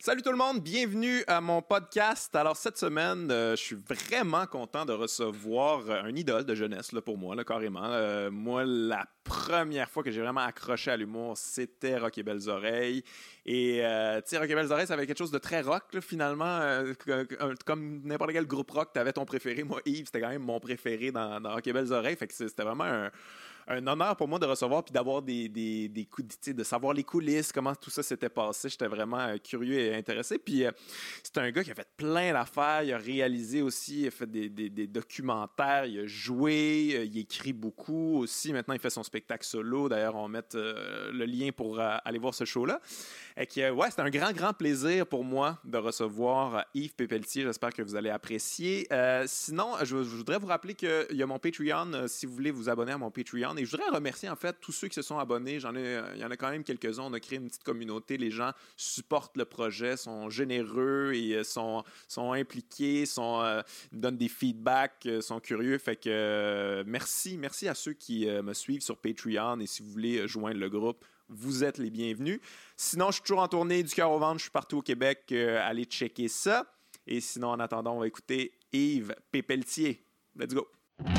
Salut tout le monde, bienvenue à mon podcast. Alors cette semaine, je suis vraiment content de recevoir un idole de jeunesse là, pour moi, là, carrément. Moi, la première fois que j'ai vraiment accroché à l'humour, c'était Rock et Belles Oreilles. Et tu sais, Rock et Belles Oreilles, ça avait quelque chose de très rock, là, finalement. Comme n'importe quel groupe rock, tu avais ton préféré. Moi, Yves, c'était quand même mon préféré dans Rock et Belles Oreilles. Fait que c'était vraiment un honneur pour moi de recevoir puis d'avoir des coups, de savoir les coulisses, comment tout ça s'était passé. J'étais vraiment curieux et intéressé. Puis c'est un gars qui a fait plein d'affaires. Il a réalisé aussi, il a fait des documentaires, il a joué, il écrit beaucoup aussi. Maintenant, il fait son spectacle solo. D'ailleurs, on va mettre le lien pour aller voir ce show-là. Et que, ouais, c'est un grand plaisir pour moi de recevoir Yves Pépeltier. J'espère que vous allez apprécier. Sinon, je voudrais vous rappeler qu'il y a mon Patreon, si vous voulez vous abonner à mon Patreon. Et je voudrais remercier en fait tous ceux qui se sont abonnés. Il y en a quand même quelques-uns. On a créé une petite communauté. Les gens supportent le projet, sont généreux et sont impliqués, donnent des feedbacks, sont curieux. Fait que merci à ceux qui me suivent sur Patreon. Et si vous voulez joindre le groupe, vous êtes les bienvenus. Sinon, je suis toujours en tournée du cœur au ventre. Je suis partout au Québec. Allez checker ça. Et sinon, en attendant, on va écouter Yves Pépeltier. Let's go!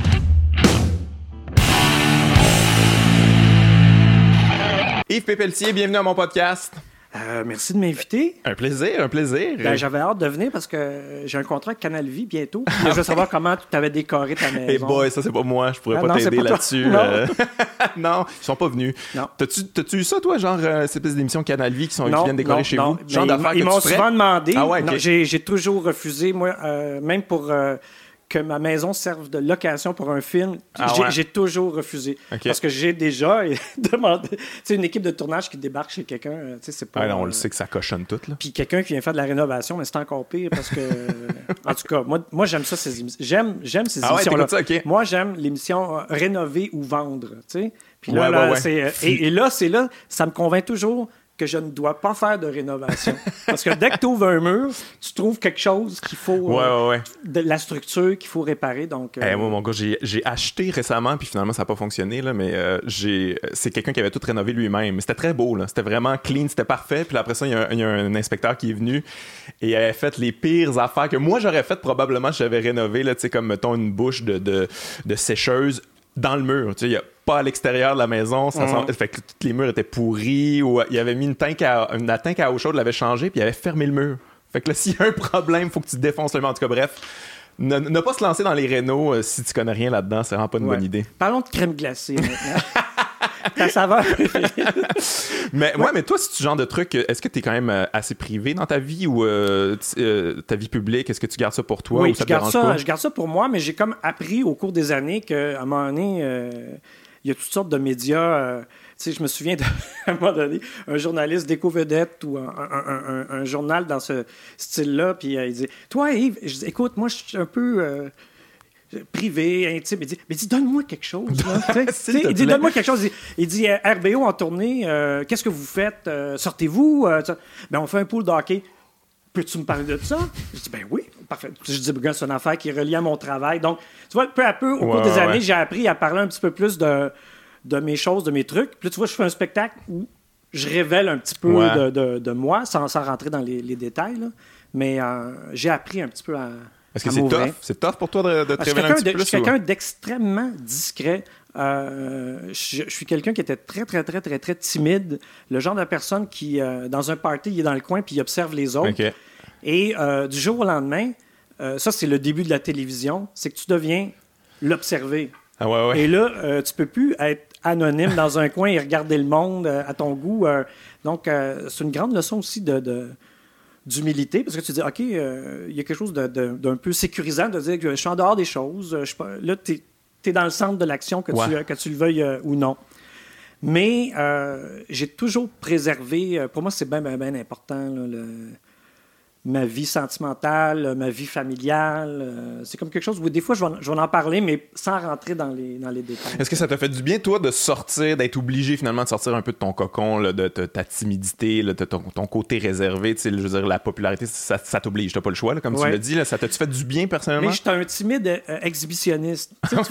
Yves Pépeltier, bienvenue à mon podcast. Merci de m'inviter. Un plaisir. Ben, j'avais hâte de venir parce que j'ai un contrat avec Canal Vie bientôt. Je veux savoir comment tu avais décoré ta maison. Hey boy, ça c'est pas moi, je pourrais pas t'aider là-dessus. Non, ils sont pas venus. Non. T'as-tu eu ça toi, genre cette espèce d'émission Canal Vie qui viennent décorer chez vous? Genre d'affaires ils m'ont souvent demandé. Ah ouais, okay. Non, j'ai toujours refusé, moi, même pour que ma maison serve de location pour un film, j'ai toujours refusé. Okay. Parce que j'ai déjà demandé... Tu sais, une équipe de tournage qui débarque chez quelqu'un, tu sais, c'est pas... on le sait que ça cochonne tout, là. Puis quelqu'un qui vient faire de la rénovation, mais c'est encore pire parce que... en tout cas, moi j'aime ça, ces émissions. J'aime ces émissions-là. Ça, okay. Moi, j'aime l'émission Rénover ou vendre, tu sais. Puis là, et là, ça me convainc toujours que je ne dois pas faire de rénovation. Parce que dès que tu ouvres un mur, tu trouves quelque chose qu'il faut... de la structure qu'il faut réparer. Donc, moi, mon gars, j'ai acheté récemment, puis finalement, ça n'a pas fonctionné, là, mais c'est quelqu'un qui avait tout rénové lui-même. C'était très beau, là. C'était vraiment clean, c'était parfait. Puis après ça, il y a un inspecteur qui est venu et il avait fait les pires affaires que moi, j'aurais faites probablement si j'avais rénové, là, comme, mettons, une bouche de sécheuse dans le mur. Tu sais, il n'y a pas à l'extérieur de la maison. Fait que tous les murs étaient pourris. Ou il avait mis la tank à eau chaude, l'avait changé, puis il avait fermé le mur. Fait que là, s'il y a un problème, il faut que tu défonces le mur. En tout cas, bref, ne pas se lancer dans les rénos si tu connais rien là-dedans, c'est vraiment pas une bonne idée. Parlons de crème glacée maintenant. Ta saveur préférée. mais toi, c'est ce genre de truc, est-ce que tu es quand même assez privé dans ta vie ou ta vie publique? Est-ce que tu gardes ça pour toi ou ça te dérange pas? Je garde ça pour moi, mais j'ai comme appris au cours des années qu'à un moment donné, il y a toutes sortes de médias. Tu sais, je me souviens à un moment donné, un journaliste d'éco-vedette ou un journal dans ce style-là, puis il dit « Toi, Yves, je dis, écoute, moi, je suis un peu... privé, intime. Il dit donne-moi quelque chose. Il dit donne-moi quelque chose. Il dit RBO en tournée, qu'est-ce que vous faites? Sortez-vous? Ben, on fait un pool de hockey. Peux-tu me parler de ça? Je dis ben oui, parfait. Je dis ben, c'est une affaire qui est reliée à mon travail. Donc, tu vois, peu à peu, au cours des années, j'ai appris à parler un petit peu plus de mes choses, de mes trucs. Puis là, tu vois, je fais un spectacle où je révèle un petit peu de moi, sans rentrer dans les détails. Là. Mais j'ai appris un petit peu à... Est-ce que c'est tough? C'est tough pour toi de te révéler un petit peu plus? Je suis quelqu'un d'extrêmement discret. Je suis quelqu'un qui était très timide. Le genre de personne qui, dans un party, il est dans le coin puis il observe les autres. Okay. Et du jour au lendemain, ça, c'est le début de la télévision, c'est que tu deviens l'observer. Ah ouais. Et là, tu peux plus être anonyme dans un coin et regarder le monde à ton goût. Donc, c'est une grande leçon aussi d'humilité, parce que tu dis, OK, il y a quelque chose d'un peu sécurisant de dire que je suis en dehors des choses. Là, tu es dans le centre de l'action, que tu le veuilles ou non. Mais j'ai toujours préservé, pour moi, c'est bien important, là, ma vie sentimentale, ma vie familiale. C'est comme quelque chose où des fois, je vais en parler, mais sans rentrer dans les détails. Est-ce que ça t'a fait du bien, toi, de sortir, d'être obligé finalement de sortir un peu de ton cocon, là, de ta timidité, là, de ton côté réservé? Je veux dire, la popularité, ça t'oblige. T'as pas le choix, là, comme tu l'as dit. Là, ça t'a-tu fait du bien, personnellement? Mais j'étais un timide exhibitionniste.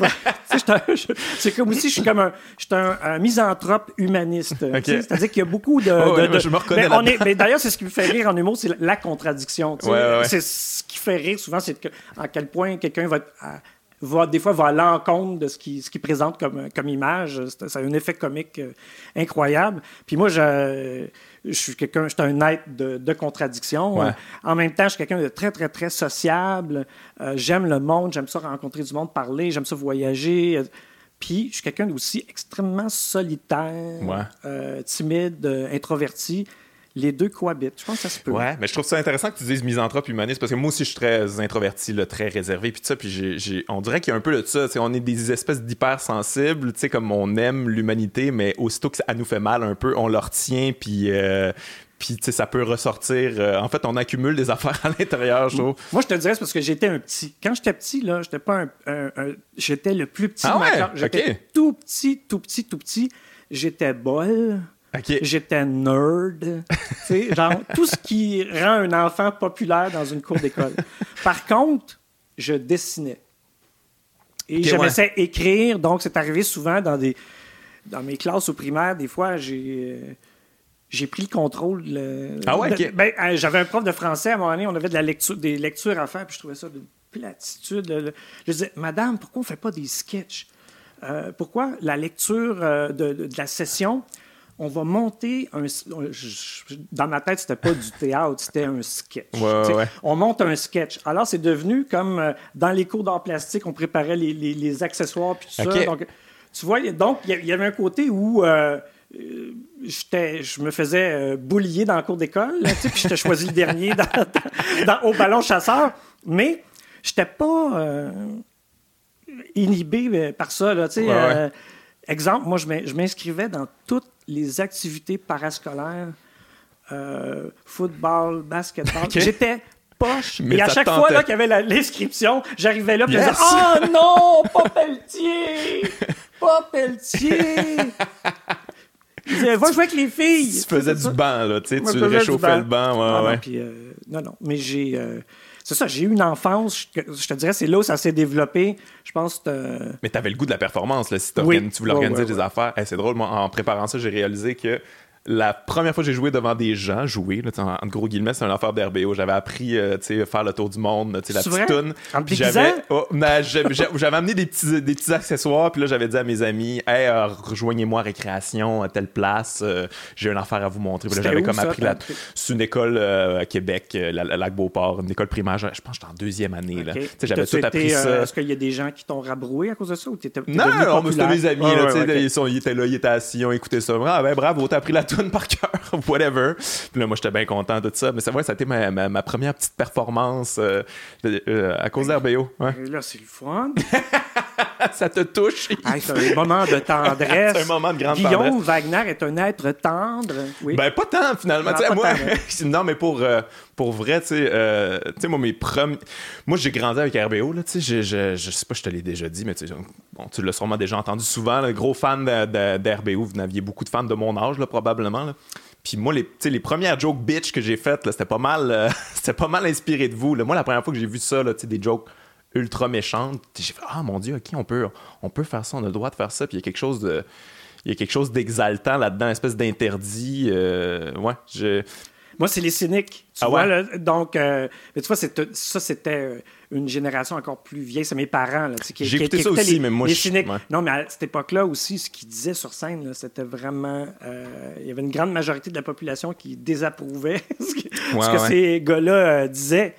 C'est comme aussi, je suis un misanthrope humaniste. Okay. C'est-à-dire qu'il y a beaucoup de... je me reconnais mais d'ailleurs, c'est ce qui me fait rire en humour, c'est la contradiction. Ouais. C'est ce qui fait rire souvent, c'est à quel point quelqu'un des fois va à l'encontre de ce qu'il présente comme image. Ça a un effet comique incroyable. Puis moi, je suis un être de contradiction. Ouais. En même temps, je suis quelqu'un de très, très, très sociable. J'aime le monde, j'aime ça rencontrer du monde, parler, j'aime ça voyager. Puis je suis quelqu'un aussi extrêmement solitaire, timide, introverti. Les deux cohabitent. Je pense que ça se peut. Ouais, mais je trouve ça intéressant que tu dises misanthrope humaniste parce que moi aussi, je suis très introverti, là, très réservé. Puis ça, on dirait qu'il y a un peu de ça. On est des espèces d'hypersensibles, comme on aime l'humanité, mais aussitôt que ça nous fait mal un peu, on le retient. Puis ça peut ressortir. En fait, on accumule des affaires à l'intérieur, je trouve. Moi, je te dirais, c'est parce que j'étais un petit. Quand j'étais petit, là, j'étais pas j'étais le plus petit de ma classe. J'étais tout petit. J'étais bol. Okay. J'étais nerd. Genre, tout ce qui rend un enfant populaire dans une cour d'école. Par contre, je dessinais. Et j'aimais ça écrire. Donc, c'est arrivé souvent dans mes classes au primaire. Des fois, j'ai pris le contrôle. J'avais un prof de français à un moment donné. On avait des lectures à faire. Puis je trouvais ça d'une platitude. Je disais, Madame, pourquoi on ne fait pas des sketchs? Pourquoi la lecture de la session... On va monter dans ma tête, c'était pas du théâtre, c'était un sketch. Ouais. On monte un sketch. Alors, c'est devenu comme dans les cours d'art plastique, on préparait les accessoires puis tout ça. Donc, tu vois, il y avait un côté où je me faisais boulier dans le cours d'école, puis j'étais choisi le dernier au ballon chasseur. Mais je n'étais pas inhibé par ça. Là, exemple, moi, je m'inscrivais dans toutes les activités parascolaires, football, basketball. Okay. J'étais poche. Mais et à chaque fois qu'il y avait l'inscription, j'arrivais là et je disais « Oh non, pas Pelletier! Pas Pelletier! » Il disait « Va jouer avec les filles! » Tu faisais du banc, là, tu réchauffais le banc. Non, mais c'est ça, j'ai eu une enfance, je te dirais, c'est là où ça s'est développé. Je pense que... Mais t'avais le goût de la performance, là, si tu voulais organiser des affaires. Hey, c'est drôle, moi, en préparant ça, j'ai réalisé que la première fois que j'ai joué devant des gens, en gros guillemets, c'est une affaire d'RBO. J'avais appris, faire le tour du monde, la petite toune. J'avais amené des petits accessoires, puis là, j'avais dit à mes amis, hey, rejoignez-moi à Récréation, à telle place, j'ai une affaire à vous montrer. Puis là, j'avais comme appris c'est une école à Québec, Lac-Beauport, une école primaire, je pense que j'étais en deuxième année. Là. J'avais tout appris ça. Est-ce qu'il y a des gens qui t'ont rabroué à cause de ça, ou t'étais Non, c'était mes amis, ils étaient là, ils étaient assis, ils ont écouté ça. Bravo, t'as appris la toune par cœur, whatever. Puis là, moi, j'étais bien content de tout ça. Mais c'est vrai, ça a été ma première petite performance à cause d'RBO. Ouais. Et là, c'est le fun. Ça te touche. C'est un moment de tendresse. C'est un moment de grande Guillaume tendresse. Guillaume Wagner est un être tendre. Oui. Ben, pas tant, finalement. Non, mais pour vrai, tu sais, moi, moi, j'ai grandi avec RBO, là, tu sais, je sais pas, je te l'ai déjà dit, mais tu l'as sûrement déjà entendu souvent, le gros fan d'RBO. Vous n'aviez beaucoup de fans de mon âge, là, probablement, là. Puis moi, les premières jokes bitch que j'ai faites, là, c'était pas mal inspiré de vous. Là. Moi, la première fois que j'ai vu ça, là, des jokes ultra méchantes, j'ai fait « Ah, mon Dieu, OK, on peut faire ça, on a le droit de faire ça. » Puis il y a quelque chose d'exaltant là-dedans, une espèce d'interdit. Moi, c'est les cyniques. Tu vois, là, donc, mais tu vois, ça, c'était une génération encore plus vieille. C'est mes parents. Là, j'ai écouté ça aussi, mais moi, les cyniques. Ouais. Non, mais à cette époque-là aussi, ce qu'ils disaient sur scène, là, c'était vraiment... il y avait une grande majorité de la population qui désapprouvait ce que ces gars-là disaient.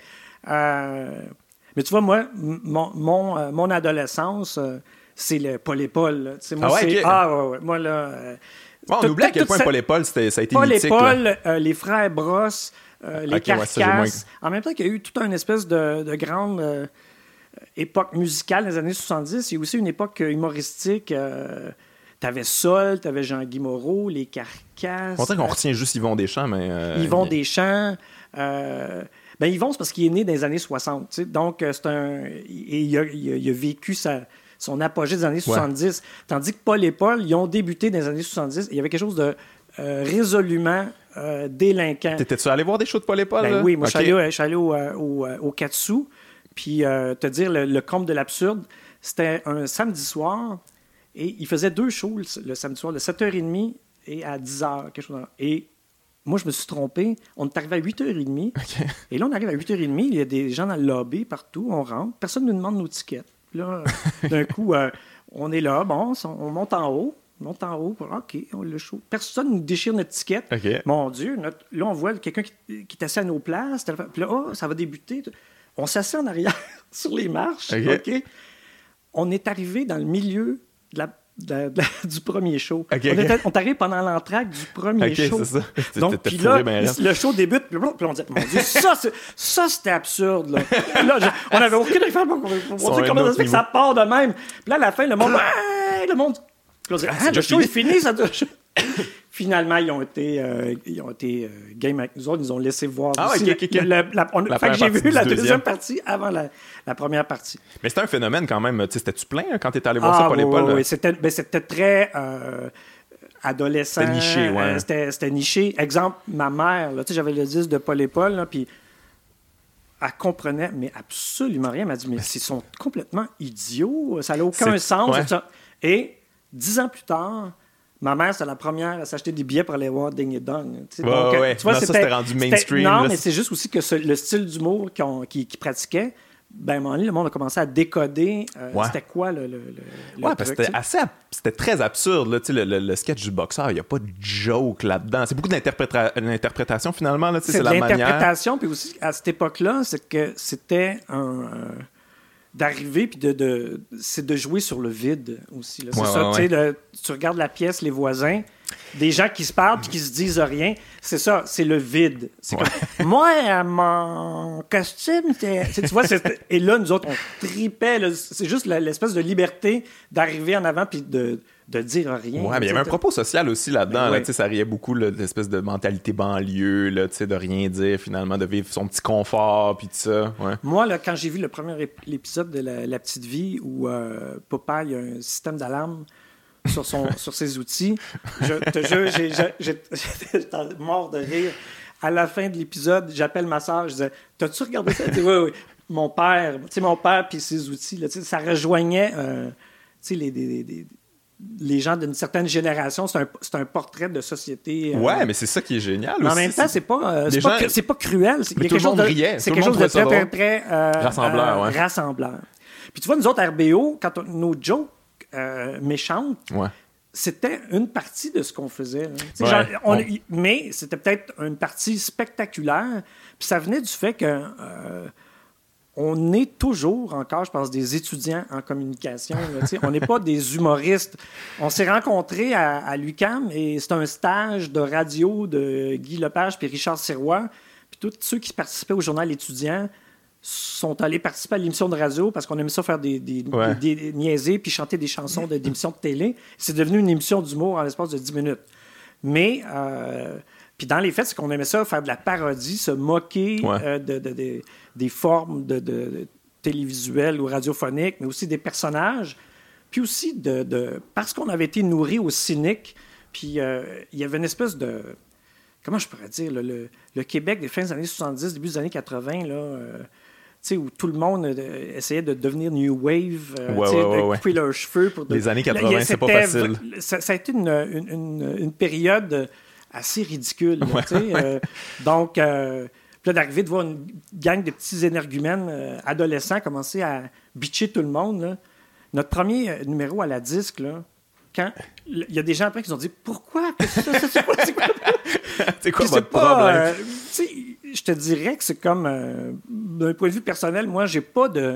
Mais tu vois, moi, mon adolescence, c'est le Paul et Paul. Moi, moi, là... on oublie à quel point Paul et Paul, ça a été mythique. Paul et Paul, les frères Brosse, les Carcasses. En même temps qu'il y a eu toute une espèce de grande époque musicale des années 70, il y a aussi une époque humoristique. T'avais Sol, t'avais Jean-Guy Moreau, les Carcasses. On dirait qu'on retient juste Yvon Deschamps, mais... Yvon Deschamps. Ben Yvon, c'est parce qu'il est né dans les années 60. Tu sais. Donc, il a vécu son apogée des années 70. Tandis que Paul et Paul, ils ont débuté dans les années 70. Il y avait quelque chose de résolument délinquant. T'étais-tu allé voir des shows de Paul et Paul? Ben oui, moi, je suis allé au Katsu. Puis, te dire, le comble de l'absurde, c'était un samedi soir. Et il faisait 2 shows le samedi soir, de 7h30 et à 10h, quelque chose. Et moi, je me suis trompé. On est arrivé à 8h30. Okay. Et là, on arrive à 8h30. Il y a des gens dans le lobby partout. On rentre. Personne ne nous demande nos tickets. Puis là, d'un coup, on est là. Bon, on monte en haut. OK, on le show. Personne ne nous déchire notre ticket. Okay. Mon Dieu. Là, on voit quelqu'un qui est assis à nos places. Puis là, ça va débuter. On s'assied en arrière sur les marches. OK. On est arrivé dans le milieu du premier show. On est arrivé pendant l'entracte du premier show. C'est ça. Donc, puis là, le show débute, puis on dit, mon Dieu, ça c'était absurde. Là, on n'avait aucune référence. On dit comment ça se fait que ça part de même. Puis là, à la fin, le monde... Puis on dit, le show est fini, ça doit... Finalement, ils ont été game avec nous autres. Ils nous ont laissé voir aussi. Fait que j'ai vu la deuxième partie avant la première partie. Mais c'était un phénomène quand même. C'était-tu plein quand tu étais allé voir ça, Paul et Paul? Oui, c'était très adolescent. C'était niché, ouais. C'était niché. Exemple, ma mère, j'avais le disque de Paul et Paul, puis elle comprenait, mais absolument rien. Elle m'a dit, mais ils sont complètement idiots. Ça n'a aucun sens. Ouais. Ça. Et 10 ans plus tard... Ma mère, c'est la première à s'acheter des billets pour aller voir Ding et Dong. Tu vois, non, c'était rendu mainstream. Non, mais c'est juste aussi que le style d'humour qu'ils pratiquaient, ben, à un moment donné, le monde a commencé à décoder c'était quoi le parce que c'était très absurde. Là, le sketch du boxeur, il n'y a pas de joke là-dedans. C'est beaucoup d'interprétation, finalement. Là, c'est de l'interprétation, puis aussi, à cette époque-là, c'est que c'était d'arriver puis c'est de jouer sur le vide aussi. Là. C'est ça, tu regardes la pièce, les voisins, des gens qui se parlent puis qui se disent rien. C'est ça, c'est le vide. C'est comme, moi, mon costume, tu vois, et là, nous autres, on tripait. Là, c'est juste l'espèce de liberté d'arriver en avant puis de dire rien. Ouais, mais il y avait un propos social aussi là-dedans. Là, ça riait beaucoup là, de l'espèce de mentalité banlieue, là, de rien dire finalement, de vivre son petit confort, puis tout ça. Ouais. Moi, là, quand j'ai vu le premier épisode de La Petite Vie, où Papa, il y a un système d'alarme sur ses outils, je te jure, j'étais mort de rire. À la fin de l'épisode, j'appelle ma soeur, je disais, t'as-tu regardé ça? Oui. Mon père puis ses outils, là, ça rejoignait les gens d'une certaine génération. C'est un portrait de société. Ouais, mais c'est ça qui est génial. Mais aussi, en même temps, c'est pas cruel. Mais tout le monde riait. C'est quelque chose de très rassembleur. Puis tu vois, nous autres, RBO, quand nos jokes méchantes, c'était une partie de ce qu'on faisait. Mais c'était peut-être une partie spectaculaire. Puis ça venait du fait que... on est toujours encore, je pense, des étudiants en communication. Là, on n'est pas des humoristes. On s'est rencontrés à l'UQAM et c'est un stage de radio de Guy Lepage puis Richard Sirois. Puis tous ceux qui participaient au journal étudiant sont allés participer à l'émission de radio parce qu'on aimait ça faire des niaiser puis chanter des chansons d'émissions de télé. C'est devenu une émission d'humour en l'espace de 10 minutes. Mais... puis dans les faits, c'est qu'on aimait ça, faire de la parodie, se moquer des formes de télévisuelles ou radiophoniques, mais aussi des personnages. Puis aussi, parce qu'on avait été nourris au cynique, puis il y avait une espèce de... Comment je pourrais dire? Le Québec des fins des années 70, début des années 80, là... où tout le monde essayait de devenir New Wave, de couper leurs cheveux. Les années 80, c'est pas facile. Ça a été une période assez ridicule. Donc, puis là, d'arriver de voir une gang de petits énergumènes adolescents commencer à bitcher tout le monde. Là. Notre premier numéro à la disque, là, quand il y a des gens après qui ont dit « Pourquoi? C'est quoi? C'est quoi votre problème? » Je te dirais que c'est comme, d'un point de vue personnel, moi, j'ai pas de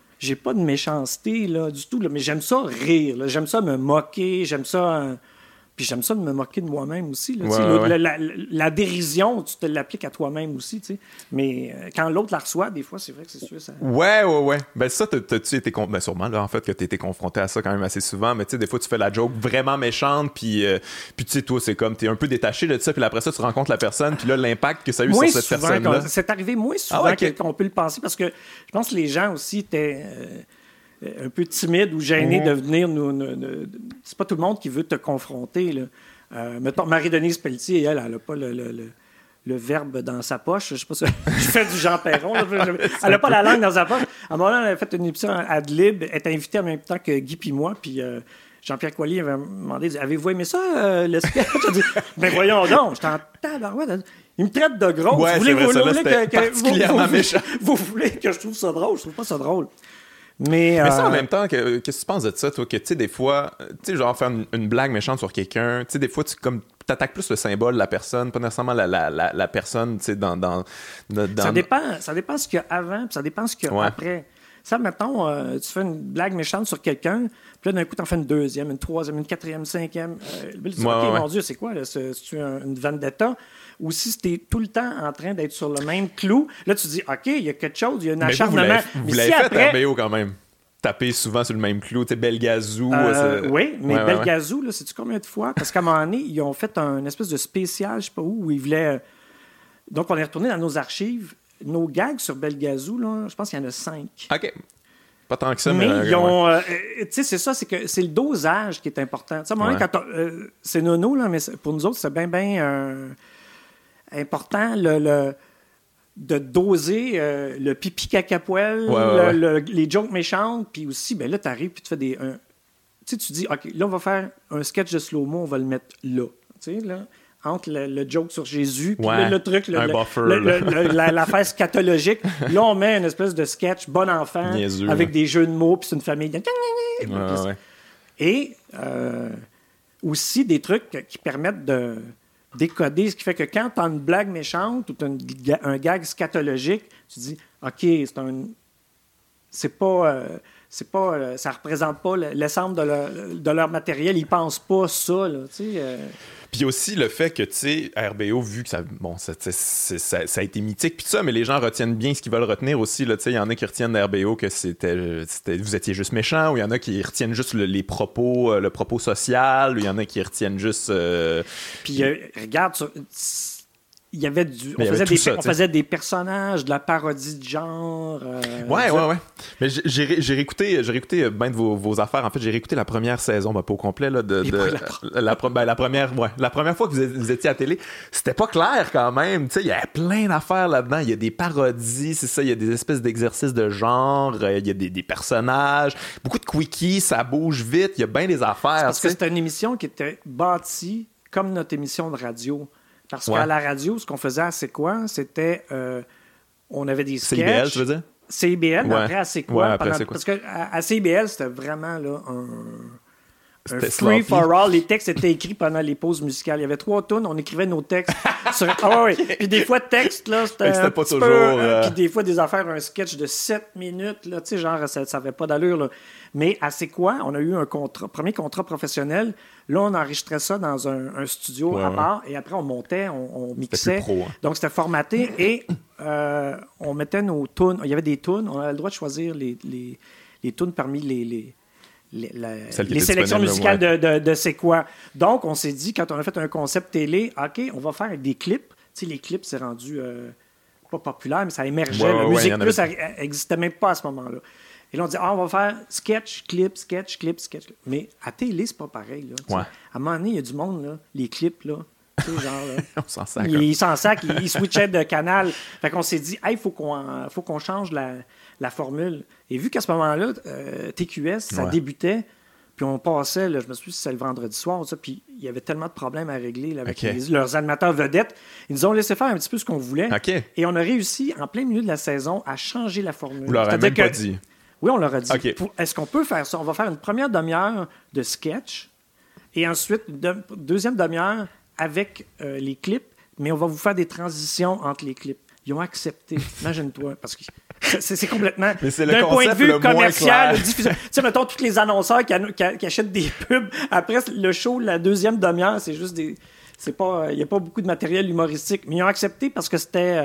méchanceté là, du tout, là, mais j'aime ça rire. Là, j'aime ça me moquer, j'aime ça... Puis j'aime ça de me moquer de moi-même aussi. Là, Ouais. la dérision, tu te l'appliques à toi-même aussi. T'sais. Mais quand l'autre la reçoit, des fois, c'est vrai que c'est sûr. Ça... Ouais. Ben ça, t'as-tu été... Ben sûrement, là, en fait, que t'as été confronté à ça quand même assez souvent. Mais tu sais, des fois, tu fais la joke vraiment méchante, puis tu sais, toi, c'est comme, t'es un peu détaché de ça, puis après ça, tu rencontres la personne, puis là, l'impact que ça a eu sur cette personne-là. C'est arrivé moins souvent qu'on peut le penser, parce que je pense que les gens aussi étaient... un peu timide ou gêné de venir c'est pas tout le monde qui veut te confronter. Là. Mettons, Marie-Denise Pelletier, elle n'a pas le verbe dans sa poche. Je sais pas si je fais du Jean Perron. Là. Elle n'a pas la langue dans sa poche. À un moment, elle a fait une émission à Adlib. Elle est invitée en même temps que Guy puis moi. Puis Jean-Pierre Coilier avait demandé, avez-vous aimé ça, le sketch? J'ai dit, ben voyons donc, j'étais en tabarouette. Il me traite de gros. Ouais, particulièrement méchant. Vous voulez que je trouve ça drôle? Je trouve pas ça drôle. Mais ça, en même temps, qu'est-ce que tu penses de ça, toi? Que, tu sais, des fois, tu sais, genre faire une blague méchante sur quelqu'un, tu sais, des fois, tu t'attaques plus le symbole de la personne, pas nécessairement la personne, tu sais, dans... Ça dépend ce qu'il y a avant, puis ça dépend ce qu'il y a après. Ça, mettons, tu fais une blague méchante sur quelqu'un, puis là, d'un coup, t'en fais une deuxième, une troisième, une quatrième, une cinquième. Tu dis, mon Dieu, c'est quoi, là? C'est-tu une vendetta? Ou si tu es tout le temps en train d'être sur le même clou, là, tu dis, OK, il y a quelque chose, il y a un acharnement. Vous l'avez fait à RBO quand même. Taper souvent sur le même clou, tu sais, Belgazou. Oui, mais Belgazou, là, sais-tu combien de fois? Parce qu'à un moment donné, ils ont fait un espèce de spécial, je sais pas où ils voulaient... Donc, on est retourné dans nos archives. Nos gags sur Belgazou, là, je pense qu'il y en a 5. OK. Pas tant que ça, mais ils ont... tu sais, c'est ça, c'est que c'est le dosage qui est important. Tu sais, à un moment, quand c'est nono, là, mais pour nous autres, c'est bien important, de doser le pipi cacapoel, les jokes méchantes, puis aussi, ben là, tu arrives puis tu fais des... Tu sais, tu dis, OK, là, on va faire un sketch de slow-mo, on va le mettre là. Tu sais, là, entre le joke sur Jésus, puis le truc, l'affaire scatologique. Là, on met une espèce de sketch bon enfant, niaiseux, avec des jeux de mots, puis c'est une famille. Et aussi des trucs qui permettent de décoder, ce qui fait que quand tu as une blague méchante ou tu as un gag scatologique, tu dis, OK, ça représente pas l'ensemble de leur matériel, ils pensent pas ça, là, tu sais. Puis aussi le fait que, tu sais, RBO, vu que ça a été mythique, puis ça, mais les gens retiennent bien ce qu'ils veulent retenir aussi, là, tu sais, il y en a qui retiennent d'RBO que vous étiez juste méchant, ou il y en a qui retiennent juste le propos social, ou il y en a qui retiennent juste... Puis regarde, il y avait on faisait des personnages, de la parodie de genre. Ouais. Mais j'ai réécouté bien de vos affaires. En fait, j'ai réécouté la première saison, pas au complet, là, la première fois que vous étiez à télé. C'était pas clair quand même. Tu sais, il y avait plein d'affaires là-dedans. Il y a des parodies, c'est ça. Il y a des espèces d'exercices de genre. Il y a des personnages. Beaucoup de quickies, ça bouge vite. Il y a bien des affaires. Parce que c'était une émission qui était bâtie comme notre émission de radio. Parce qu'à la radio, ce qu'on faisait à C'est quoi? C'était... on avait des sketchs. CIBL, tu veux dire? CIBL, mais après à C'est quoi? Après C'est quoi? Parce qu'à CIBL, c'était vraiment là, un free for all. Les textes étaient écrits pendant les pauses musicales. Il y avait 3 tunes, on écrivait nos textes sur... Puis des fois, texte, là, c'était pas toujours... Puis des fois, des affaires, un sketch de 7 minutes, là, tu sais, genre, ça n'avait pas d'allure, là. Mais à C'est quoi? On a eu un premier contrat professionnel. Là, on enregistrait ça dans un studio à part, et après, on montait, on mixait. C'était plus pro, hein. Donc, c'était formaté, et on mettait nos tunes. Il y avait des tunes. On avait le droit de choisir les tunes parmi les sélections musicales de C'est quoi. Donc, on s'est dit, quand on a fait un concept télé, OK, on va faire des clips. Tu sais, les clips, c'est rendu pas populaire, mais ça émergeait. La Musique Plus, ça n'existait même pas à ce moment-là. Et là, on dit, on va faire sketch, clip. Mais à télé, c'est pas pareil. Là, à un moment donné, il y a du monde, là, les clips, là. Tu sais, genre, là, on s'en sac. Ils s'en sac, ils switchaient de canal. Fait qu'on s'est dit, il faut qu'on change la formule. Et vu qu'à ce moment-là, TQS, ça débutait, puis on passait, là, je me souviens si c'était le vendredi soir, ça, puis il y avait tellement de problèmes à régler là, avec leurs animateurs vedettes. Ils nous ont laissé faire un petit peu ce qu'on voulait. Et on a réussi, en plein milieu de la saison, à changer la formule. Vous leur avez même pas dit. Oui, on leur a dit. Est-ce qu'on peut faire ça? On va faire une première demi-heure de sketch et ensuite une deuxième demi-heure avec les clips, mais on va vous faire des transitions entre les clips. Ils ont accepté. Imagine-toi. Parce que C'est complètement... Mais c'est le d'un point de concept vue le moins commercial, clair. diffusion. Tu sais, mettons, tous les annonceurs qui achètent des pubs, après le show, la deuxième demi-heure, c'est juste des... C'est pas... Il n'y a pas beaucoup de matériel humoristique. Mais ils ont accepté parce que c'était...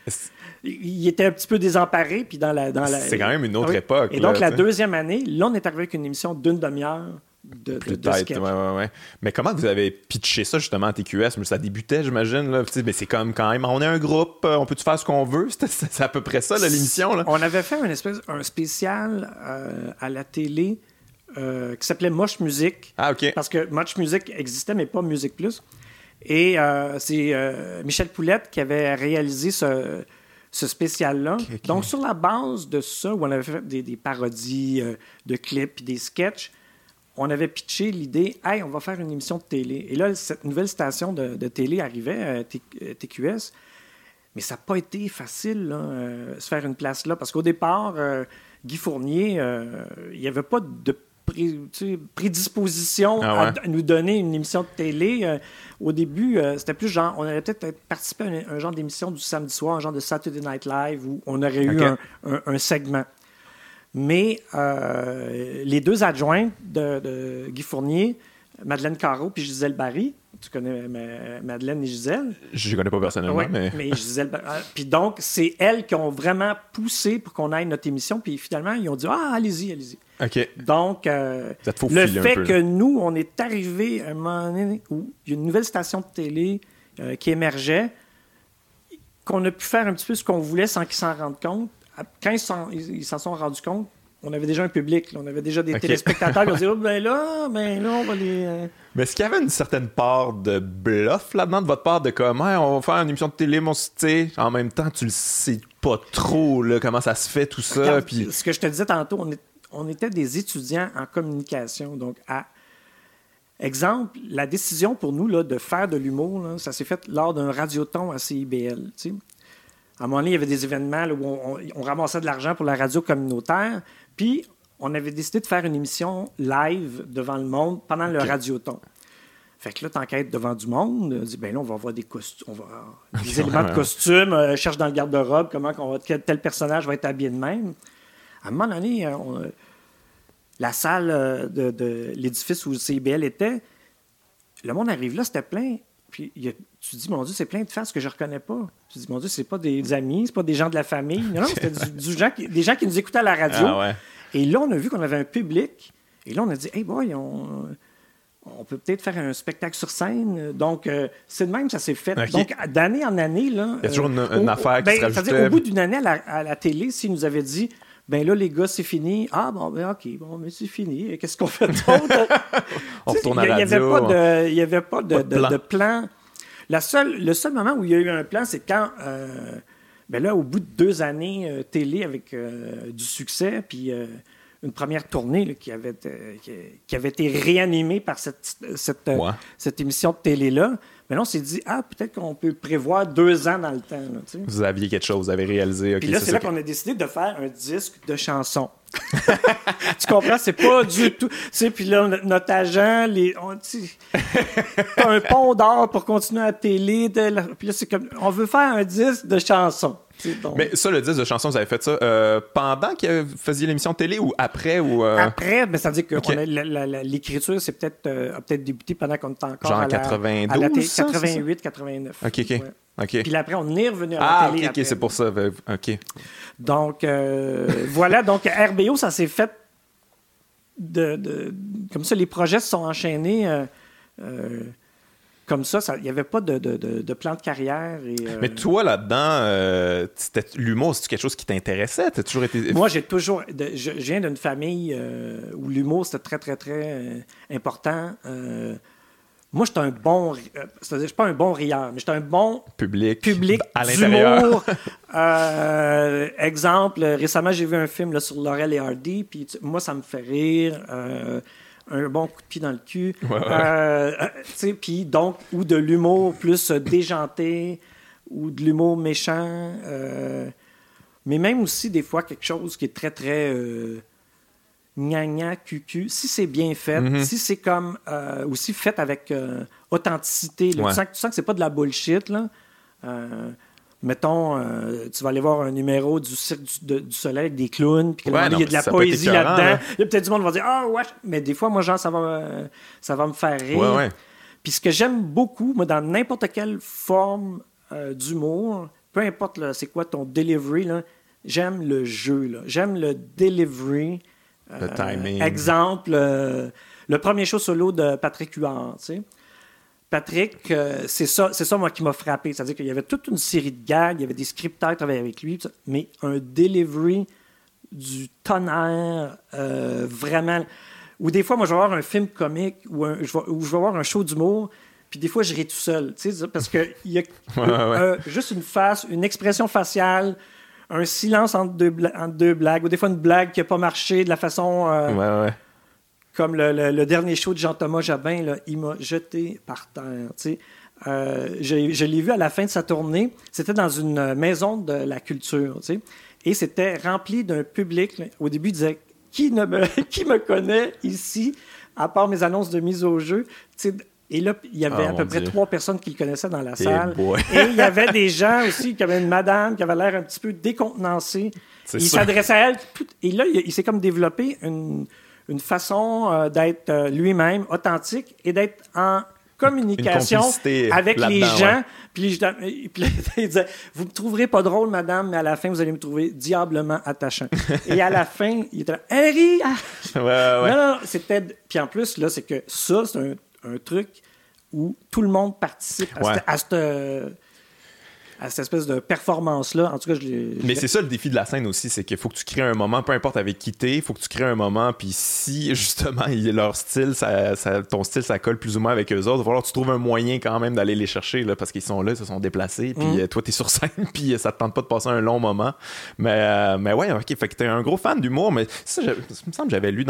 ils étaient un petit peu désemparés. Puis c'est quand même une autre époque. Et donc, là, la tu sais. deuxième année, là, on est arrivé avec une émission d'une demi-heure de Peut-être, sketch. ouais. Mais comment vous avez pitché ça justement à TQS? Ça débutait, j'imagine. Là. Tu sais, mais c'est comme quand même, on est un groupe, on peut-tu faire ce qu'on veut? C'est à peu près ça, là, l'émission. Là. On avait fait un spécial à la télé qui s'appelait Moche Musique. Ah, OK. Parce que Moche Musique existait, mais pas Musique Plus. Et c'est Michel Poulette qui avait réalisé ce spécial-là. Ok. Donc, sur la base de ça, où on avait fait des parodies de clips et des sketchs, on avait pitché l'idée, « Hey, on va faire une émission de télé. » Et là, cette nouvelle station de télé arrivait, TQS, mais ça n'a pas été facile, là, se faire une place là, parce qu'au départ, Guy Fournier, il n'y avait pas de prédisposition à nous donner une émission de télé. Au début, c'était plus genre, on aurait peut-être participé à un genre d'émission du samedi soir, un genre de Saturday Night Live, où on aurait eu un segment. Mais les deux adjointes de Guy Fournier, Madeleine Carreau puis Gisèle Barry, tu connais Madeleine et Gisèle? Je ne connais pas personnellement, Oui, mais Gisèle puis donc, c'est elles qui ont vraiment poussé pour qu'on aille notre émission. Puis finalement, ils ont dit « Ah, allez-y. » OK. Donc, le fait que nous, on est arrivé à un moment donné où il y a une nouvelle station de télé qui émergeait, qu'on a pu faire un petit peu ce qu'on voulait sans qu'ils s'en rendent compte. Quand ils s'en sont rendus compte, on avait déjà un public, là, on avait déjà des téléspectateurs qui ont dit oh, ben là, on va les... Mais est-ce qu'il y avait une certaine part de bluff là-dedans de votre part, de comme hey, on va faire une émission de télé, mon cité, en même temps, tu le sais pas trop là, comment ça se fait tout ça. Regarde, puis... Ce que je te disais tantôt, on était des étudiants en communication. Donc, exemple, la décision pour nous là, de faire de l'humour, là, ça s'est fait lors d'un radioton à CIBL. Tu sais. À un moment donné, il y avait des événements là, où on ramassait de l'argent pour la radio communautaire. Puis, on avait décidé de faire une émission live devant le monde pendant le radioton. Fait que là, t'enquêtes devant du monde, on dit, ben là, on va avoir des costumes, on va avoir des éléments de costume, cherche dans le garde-robe comment tel personnage va être habillé de même. À un moment donné, la salle de l'édifice où le CIBL était, le monde arrive là, c'était plein. Puis tu te dis, mon Dieu, c'est plein de faces que je ne reconnais pas. Tu te dis, mon Dieu, c'est pas des amis, c'est pas des gens de la famille. Non, c'était des gens qui nous écoutaient à la radio. Ah ouais. Et là, on a vu qu'on avait un public. Et là, on a dit, hey boy, on peut peut-être faire un spectacle sur scène. Donc, c'est de même que ça s'est fait. Okay. Donc, d'année en année... Là, il y a toujours une affaire qui se rajoutait. C'est-à-dire, au bout d'une année à la télé, s'ils nous avaient dit, ben là, les gars, c'est fini. Ah, bon, ben OK, bon, mais c'est fini. Qu'est-ce qu'on fait d'autre? On retourne à la radio. Il n'y avait pas de plan. Le seul moment où il y a eu un plan, c'est quand, ben là, au bout de 2 années télé avec du succès, puis une première tournée là, qui avait été réanimée par cette émission de télé-là, mais là, on s'est dit, peut-être qu'on peut prévoir 2 ans dans le temps. Là, tu sais. Vous aviez quelque chose, vous avez réalisé. Okay, puis là, c'est là qu'on a décidé de faire un disque de chansons. Tu comprends? C'est pas du tout... Tu sais, puis là, notre agent, t'as un pont d'or pour continuer à la télé. Puis là, c'est comme, on veut faire un disque de chansons. Donc... Mais ça, le disque de chansons, vous avez fait ça pendant que vous faisiez l'émission de télé ou après? Après, mais ça veut dire que l'écriture, c'est a peut-être débuté pendant qu'on était encore genre à la... 92, à la télé, ça, 88, 89. OK. Ouais. OK. Puis après, on est revenu à la télé. OK, c'est pour ça. OK. Donc, voilà. Donc, RBO, ça s'est fait comme ça. Les projets se sont enchaînés comme ça. Il n'y avait pas de plan de carrière. Mais toi, là-dedans, l'humour, c'est quelque chose qui t'intéressait? T'as toujours été... Moi, je viens d'une famille où l'humour, c'était très, très, très important. Moi, j'étais un bon... c'est-à-dire, je suis pas un bon rieur, mais j'étais un bon public à l'intérieur. Exemple, récemment, j'ai vu un film là, sur Laurel et Hardy, puis moi, ça me fait rire. Un bon coup de pied dans le cul. Puis donc, ou de l'humour plus déjanté, ou de l'humour méchant. Mais même aussi, des fois, quelque chose qui est très, très... gna-gna, cucu, si c'est bien fait, si c'est comme aussi fait avec authenticité, là, tu sens que c'est pas de la bullshit, là. mettons, tu vas aller voir un numéro du Cirque du Soleil avec des clowns, puis il y a de la ça peut être poésie écœurant, là-dedans. là. Il y a peut-être du monde qui va dire « Ah, ouais! » Mais des fois, moi, genre, ça va me faire rire. Ouais. Puis ce que j'aime beaucoup, moi, dans n'importe quelle forme d'humour, peu importe là, c'est quoi ton delivery, là, j'aime le jeu. Là. J'aime le delivery. Le timing. Exemple, le premier show solo de Patrick Huard, tu sais. Patrick, c'est ça, moi, qui m'a frappé. C'est-à-dire qu'il y avait toute une série de gags, il y avait des scripteurs qui travaillaient avec lui, mais un delivery du tonnerre, vraiment. Ou des fois, moi, je vais voir un film comique ou je vais voir un show d'humour, puis des fois, je ris tout seul, tu sais, parce qu'il y a juste une face, une expression faciale, un silence entre deux blagues, ou des fois une blague qui n'a pas marché de la façon... Comme le dernier show de Jean-Thomas Jabin, là, il m'a jeté par terre. Tu sais. Je l'ai vu à la fin de sa tournée. C'était dans une maison de la culture. Tu sais. Et c'était rempli d'un public. Là. Au début, il disait qui me connaît ici, à part mes annonces de mise au jeu. Tu sais. Et là, il y avait à peu près 3 personnes qui le connaissaient dans la salle. Et il y avait des gens aussi, qui avaient une madame qui avait l'air un petit peu décontenancée. Il s'adressait à elle. Et là, il s'est comme développé une façon d'être lui-même, authentique, et d'être en communication avec les gens. Puis là, il disait, vous me trouverez pas drôle, madame, mais à la fin, vous allez me trouver diablement attachant. Et à la fin, il était là, Harry! Non, c'était... Puis en plus, là, c'est que ça, c'est un truc où tout le monde participe à cette espèce de performance-là. En tout cas, Mais c'est ça le défi de la scène aussi, c'est qu'il faut que tu crées un moment, peu importe avec qui t'es, il faut que tu crées un moment, puis si, justement, leur style, ton style, ça colle plus ou moins avec eux autres, il va falloir que tu trouves un moyen quand même d'aller les chercher, là, parce qu'ils sont là, ils se sont déplacés, puis toi, t'es sur scène, puis ça te tente pas de passer un long moment. Mais ouais, OK, fait que t'es un gros fan d'humour, mais ça me semble que j'avais lu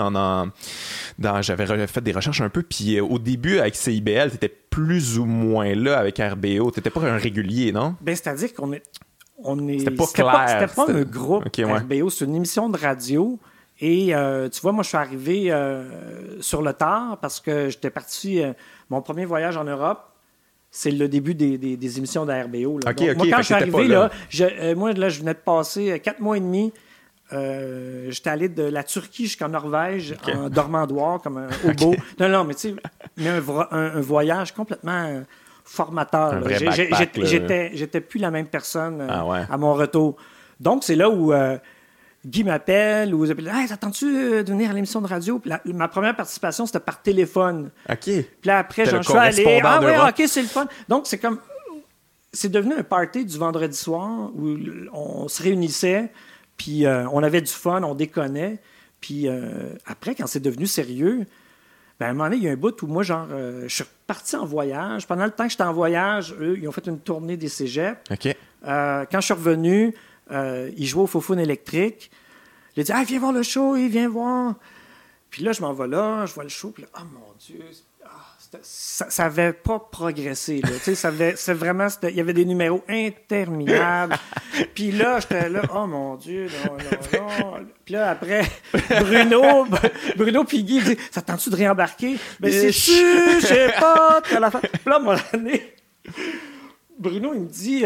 j'avais fait des recherches un peu, puis au début, avec CIBL, t'étais plus ou moins là avec RBO. T'étais pas un régulier, non? Ben, c'est-à-dire qu'on est... C'était pas clair. C'était pas un groupe RBO, c'est une émission de radio. Et tu vois, moi, je suis arrivé sur le tard parce que j'étais parti... mon premier voyage en Europe, c'est le début des émissions de RBO. Là. Donc, moi, quand je suis arrivé, là, je venais de passer 4 mois et demi. J'étais allé de la Turquie jusqu'en Norvège en dormandoir comme un hobo. Non, mais tu sais, un voyage complètement formateur. Un vrai backpack, j'étais plus la même personne à mon retour. Donc, c'est là où Guy m'appelle ou hey, t'attends-tu de venir à l'émission de radio? Puis ma première participation, c'était par téléphone. OK. Puis là, après, je suis allé. Ah ouais, OK, c'est le fun. Donc, c'est comme... C'est devenu un party du vendredi soir où on se réunissait. Puis on avait du fun, on déconnait. Puis après, quand c'est devenu sérieux, ben, à un moment donné, il y a un bout où moi, je suis reparti en voyage. Pendant le temps que j'étais en voyage, eux, ils ont fait une tournée des cégeps. OK. Quand je suis revenu, ils jouaient au Faux-Foune électrique. J'ai dit « Ah, viens voir le show, viens voir. » Puis là, je m'en vais là, je vois le show, puis là, oh mon Dieu, ça n'avait pas progressé. Là. C'est vraiment, il y avait des numéros interminables. Puis là, j'étais là, oh mon Dieu, non. Puis là, après, Bruno puis Guy dit, ça tente-tu de réembarquer? Ben, c'est sûr, je sais pas. Puis là, à un moment donné, Bruno, il me dit,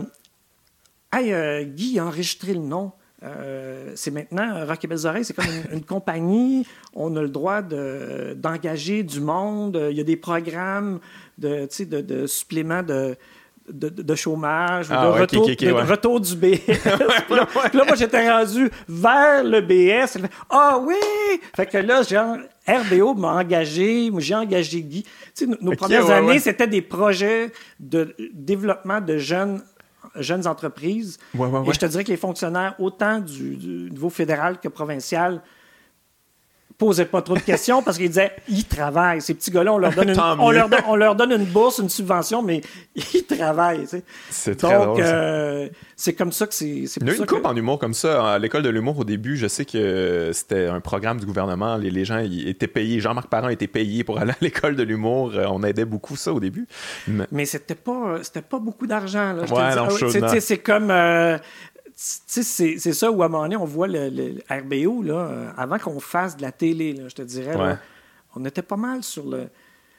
hey, Guy a enregistré le nom. C'est maintenant Rock et Belles Oreilles, c'est comme une compagnie. On a le droit d'engager du monde. Il y a des programmes de supplément de chômage, de retour du BS. Puis là, moi, j'étais rendu vers le BS. Ah oui! Fait que là, genre, RBO m'a engagé, moi, j'ai engagé Guy. Nos premières années, c'était des projets de développement de jeunes entreprises. Et je te dirais que les fonctionnaires, autant du niveau fédéral que provincial, posaient pas trop de questions parce qu'ils disaient ils travaillent. Ces petits gars-là, on leur donne une bourse, une subvention, mais ils travaillent. Tu sais. C'est très drôle. C'est comme ça que c'est. Il y a eu une couple en humour comme ça. À l'école de l'humour, au début, je sais que c'était un programme du gouvernement. Les gens étaient payés. Jean-Marc Parent était payé pour aller à l'école de l'humour. On aidait beaucoup ça au début. Mais c'était pas beaucoup d'argent. Là, c'est comme... c'est ça où à un moment donné, on voit le RBO, là, avant qu'on fasse de la télé, là, je te dirais. Là, on était pas mal sur le...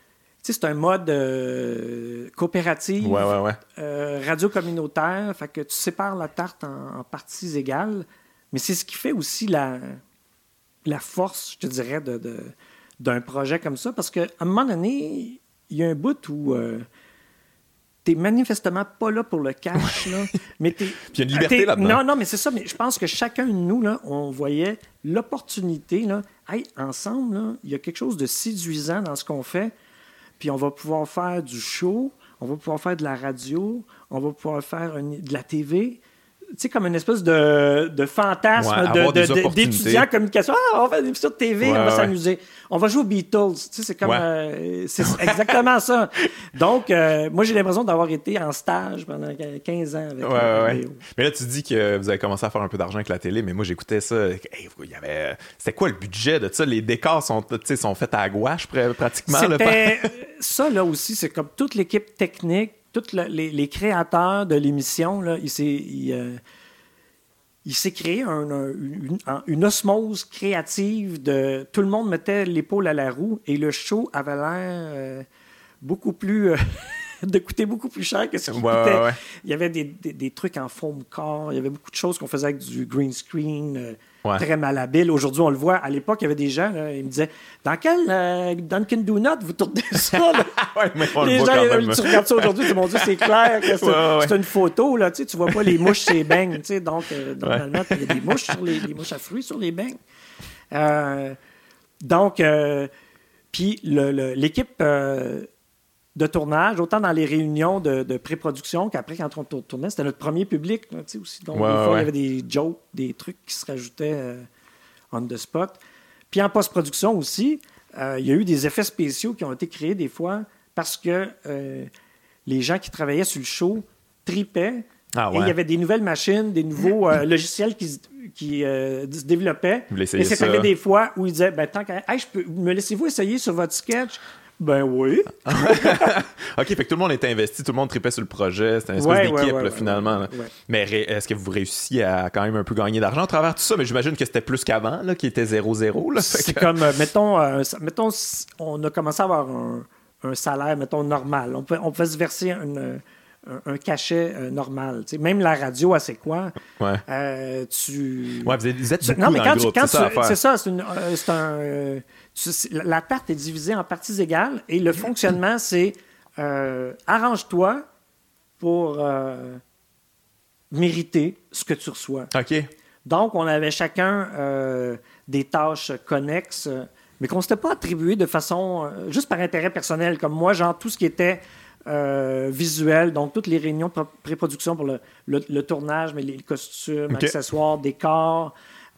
c'est un mode coopératif, radio communautaire, fait que tu sépares la tarte en parties égales, mais c'est ce qui fait aussi la force, je te dirais, d'un projet comme ça, parce qu'à un moment donné, il y a un bout où t'es manifestement pas là pour le cash, là, mais Puis il y a une liberté là-dedans. Non, mais c'est ça, mais je pense que chacun de nous, là, on voyait l'opportunité, là, ensemble, là, il y a quelque chose de séduisant dans ce qu'on fait, puis on va pouvoir faire du show, on va pouvoir faire de la radio, on va pouvoir faire de la TV. Tu sais, comme une espèce de fantasme d'étudiants en communication. Ah, on va faire des émissions de TV, on va s'amuser. On va jouer aux Beatles. Tu sais, c'est comme... c'est exactement ça. Donc, moi, j'ai l'impression d'avoir été en stage pendant 15 ans avec Mais là, tu dis que vous avez commencé à faire un peu d'argent avec la télé, mais moi, j'écoutais ça. C'était quoi le budget de ça? Les décors sont faits à la gouache, pratiquement. C'était... Ça, là aussi, c'est comme toute l'équipe technique, tous les créateurs de l'émission, là, il s'est créé une osmose créative de tout le monde mettait l'épaule à la roue et le show avait l'air beaucoup plus de coûter beaucoup plus cher que ce qu'il coûtait. Il y avait des trucs en foam core, il y avait beaucoup de choses qu'on faisait avec du green screen très malhabile. Aujourd'hui, on le voit. À l'époque, il y avait des gens, là, ils me disaient dans quel Dunkin' Donut vous tournez ça? Mais les gens, tu regardes ça aujourd'hui, mon Dieu, c'est clair que c'est une photo. Là, tu vois pas les mouches sur les beignes. Donc, normalement, il y a des mouches sur les mouches à fruits sur les beignes. Donc, puis l'équipe de tournage, autant dans les réunions de pré-production qu'après, quand on tournait, c'était notre premier public, là, aussi. Donc, des fois, il y avait des jokes, des trucs qui se rajoutaient on the spot. Puis en post-production aussi, il y a eu des effets spéciaux qui ont été créés des fois parce que les gens qui travaillaient sur le show tripaient. Et il y avait des nouvelles machines, des nouveaux logiciels qui se développaient. Et c'est arrivé des fois où ils disaient, me laissez-vous essayer sur votre sketch? Ben oui. OK, fait que tout le monde était investi, tout le monde tripait sur le projet. C'était une espèce d'équipe, finalement. Ouais. Mais est-ce que vous réussissiez à quand même un peu gagner d'argent à travers tout ça? Mais j'imagine que c'était plus qu'avant, là, qui était 0-0. Là, c'est comme, mettons, on a commencé à avoir un salaire, mettons, normal. On pouvait se verser un cachet normal. T'sais, même la radio, elle sait quoi? Vous êtes beaucoup non, mais dans le groupe, c'est ça, la tarte est divisée en parties égales et le fonctionnement, c'est arrange-toi pour mériter ce que tu reçois. OK. Donc, on avait chacun des tâches connexes, mais qu'on ne s'était pas attribué de façon juste par intérêt personnel. Comme moi, genre tout ce qui était visuel, donc toutes les réunions de pré-production pour le tournage, mais les costumes, accessoires, décors.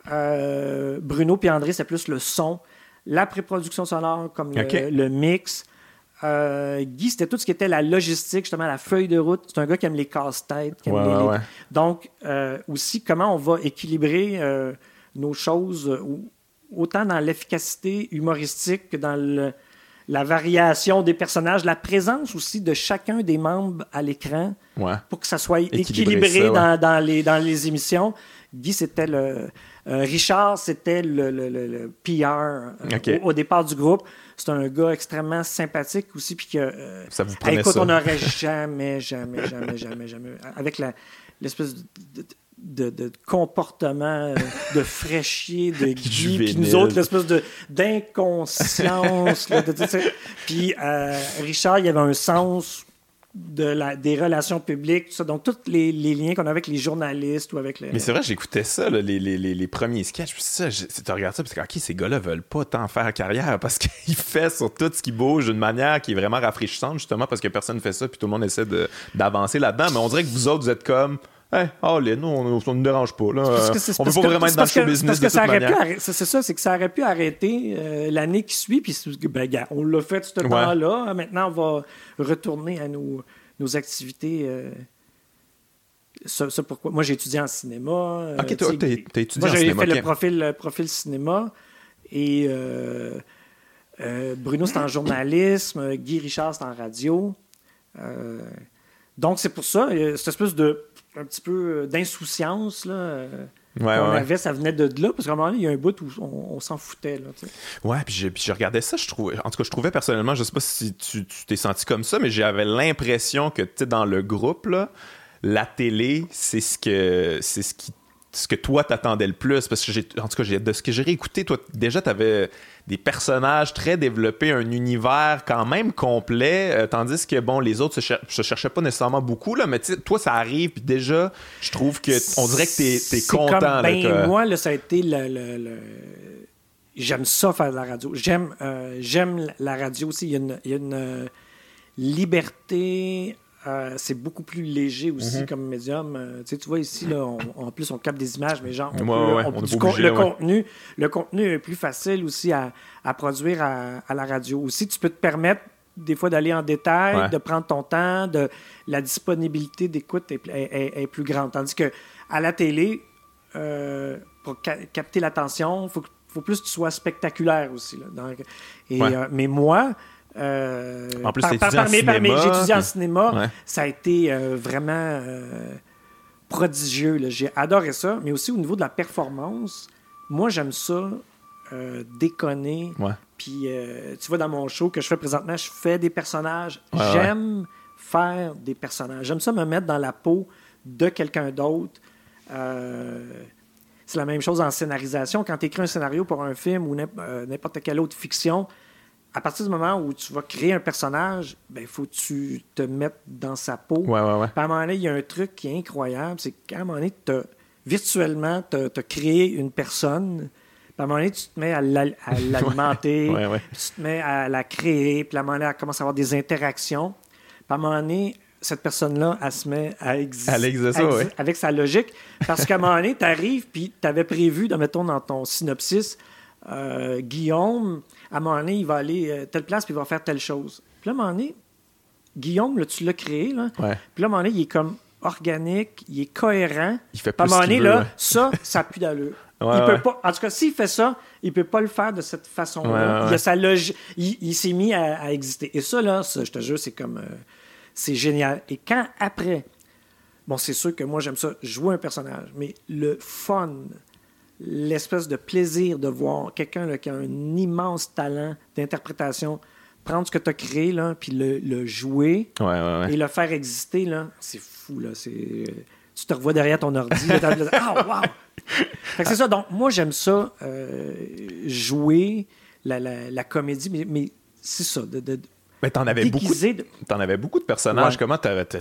Bruno et André, c'est plus le son. La pré-production sonore, comme le mix. Guy, c'était tout ce qui était la logistique, justement, la feuille de route. C'est un gars qui aime les casse-têtes. Donc, aussi, comment on va équilibrer nos choses, autant dans l'efficacité humoristique que dans la variation des personnages, la présence aussi de chacun des membres à l'écran pour que ça soit équilibré dans les émissions. Guy, c'était Richard, c'était le PR au départ du groupe. C'est un gars extrêmement sympathique aussi. Puis que, ça vous prenait écoute, ça. on n'aurait jamais, avec l'espèce de comportement de fraîchier de Guy, puis nous autres, l'espèce d'inconscience. Puis Richard, il y avait un sens des relations publiques, tout ça. Donc, tous les liens qu'on a avec les journalistes ou avec les... Mais c'est vrai, j'écoutais ça, là, les premiers sketchs. Puis tu regardes ça, puis c'est OK, ces gars-là veulent pas tant faire carrière parce qu'ils font sur tout ce qui bouge d'une manière qui est vraiment rafraîchissante, justement, parce que personne ne fait ça, puis tout le monde essaie d'avancer là-dedans. Mais on dirait que vous autres, vous êtes comme... Hey, nous, on ne nous dérange pas. Là. On ne veut pas vraiment être dans le show business de toute manière. C'est ça, c'est que ça aurait pu arrêter l'année qui suit, puis on l'a fait ce temps-là. Maintenant, on va retourner à nos activités. Ça, pourquoi? Moi, j'ai étudié en cinéma. OK, t'as étudié moi, en cinéma. Moi, j'ai fait le profil cinéma. Et Bruno, c'est en journalisme. Guy Richard, c'est en radio. Donc, c'est pour ça, cette espèce de un petit peu d'insouciance là, qu'on avait, ça venait de là, parce qu'à un moment donné, il y a un bout où on s'en foutait. Là, t'sais. Ouais, puis je regardais ça, en tout cas, je trouvais personnellement, je sais pas si tu t'es senti comme ça, mais j'avais l'impression que, tu sais, dans le groupe, là, la télé, c'est ce que toi t'attendais le plus, parce que en tout cas, de ce que j'ai réécouté, toi, déjà, t'avais des personnages très développés, un univers quand même complet, tandis que, bon, les autres se cherchaient pas nécessairement beaucoup, là, mais toi, ça arrive, puis déjà, je trouve que on dirait que t'es content. Comme, là, moi, là, ça a été j'aime ça faire de la radio. J'aime la radio aussi. Il y a une liberté... c'est beaucoup plus léger aussi comme médium. Tu vois, ici, là, en plus, on capte des images, mais genre, le contenu est plus facile aussi à produire à la radio. Aussi, tu peux te permettre des fois d'aller en détail, de prendre ton temps, la disponibilité d'écoute est plus grande. Tandis que à la télé, pour capter l'attention, il faut plus que tu sois spectaculaire aussi. Là. Donc, mais moi... en plus, j'ai étudié en cinéma. Ça a été vraiment prodigieux. Là. J'ai adoré ça, mais aussi au niveau de la performance, moi, j'aime ça déconner. Puis, tu vois, dans mon show que je fais présentement, je fais des personnages. J'aime faire des personnages. J'aime ça me mettre dans la peau de quelqu'un d'autre. C'est la même chose en scénarisation. Quand tu écris un scénario pour un film ou n'importe quelle autre fiction, à partir du moment où tu vas créer un personnage, il faut que tu te mettes dans sa peau. Puis à un moment donné, il y a un truc qui est incroyable, c'est qu'à un moment donné, virtuellement, tu as créé une personne. Puis à un moment donné, tu te mets à l'alimenter, puis tu te mets à la créer, puis à un moment donné, elle commence à avoir des interactions. Puis à un moment donné, cette personne-là, elle se met à exister avec sa logique. Parce qu'à un moment donné, tu arrives, puis tu avais prévu, mettons, dans ton synopsis, Guillaume, à un moment donné, il va aller telle place puis il va faire telle chose. Puis là, à un moment donné, Guillaume, là, tu l'as créé, là. Puis là, à un moment donné, il est comme organique, il est cohérent. Il fait plus à un moment donné, là, ça pue d'allure. Il peut pas, en tout cas, s'il fait ça, il peut pas le faire de cette façon-là. Il a sa logique. Il s'est mis à exister. Et ça, là, je te jure, c'est comme... c'est génial. Et quand après... Bon, c'est sûr que moi, j'aime ça, jouer un personnage, mais le fun... l'espèce de plaisir de voir quelqu'un là, qui a un immense talent d'interprétation, prendre ce que tu as créé, là, puis le jouer et le faire exister, là, c'est fou. Là, tu te revois derrière ton ordi. Wow! Fait que c'est ça. Donc, moi, j'aime ça, jouer la comédie, mais c'est ça, mais t'en avais beaucoup de personnages. Comment t'as-tu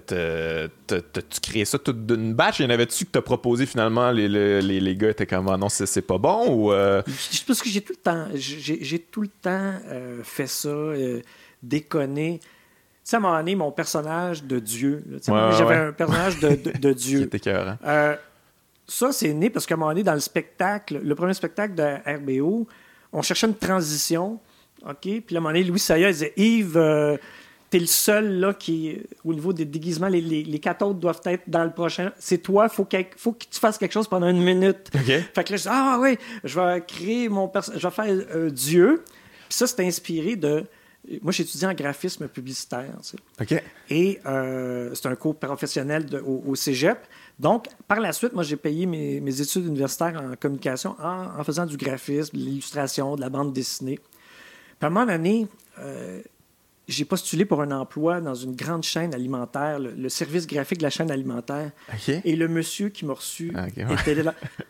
créé ça toute d'une batch? Y en avait-tu que t'as proposé finalement? Les gars étaient comme non, c'est pas bon? Ou parce que j'ai tout le temps fait ça, déconner. Tu sais, à un moment donné, mon personnage de Dieu. Là, j'avais un personnage de Dieu. Qui était écœurant. Ça, c'est né parce qu'à un moment donné, dans le premier spectacle de RBO, on cherchait une transition. OK? Puis à un moment donné, Louis Saya, il disait « Yves, t'es le seul là, qui, au niveau des déguisements, les 4 autres doivent être dans le prochain. C'est toi, faut que tu fasses quelque chose pendant 1 minute. Okay. » Fait que là, je dis « Ah oui, je vais créer mon personnage, je vais faire Dieu. » Puis ça, c'est inspiré de... Moi, j'ai étudié en graphisme publicitaire. Tu sais. OK. Et c'est un cours professionnel au cégep. Donc, par la suite, moi, j'ai payé mes études universitaires en communication en faisant du graphisme, de l'illustration, de la bande dessinée. Puis à un moment donné, j'ai postulé pour un emploi dans une grande chaîne alimentaire, le service graphique de la chaîne alimentaire. Okay. Et le monsieur qui m'a reçu était là.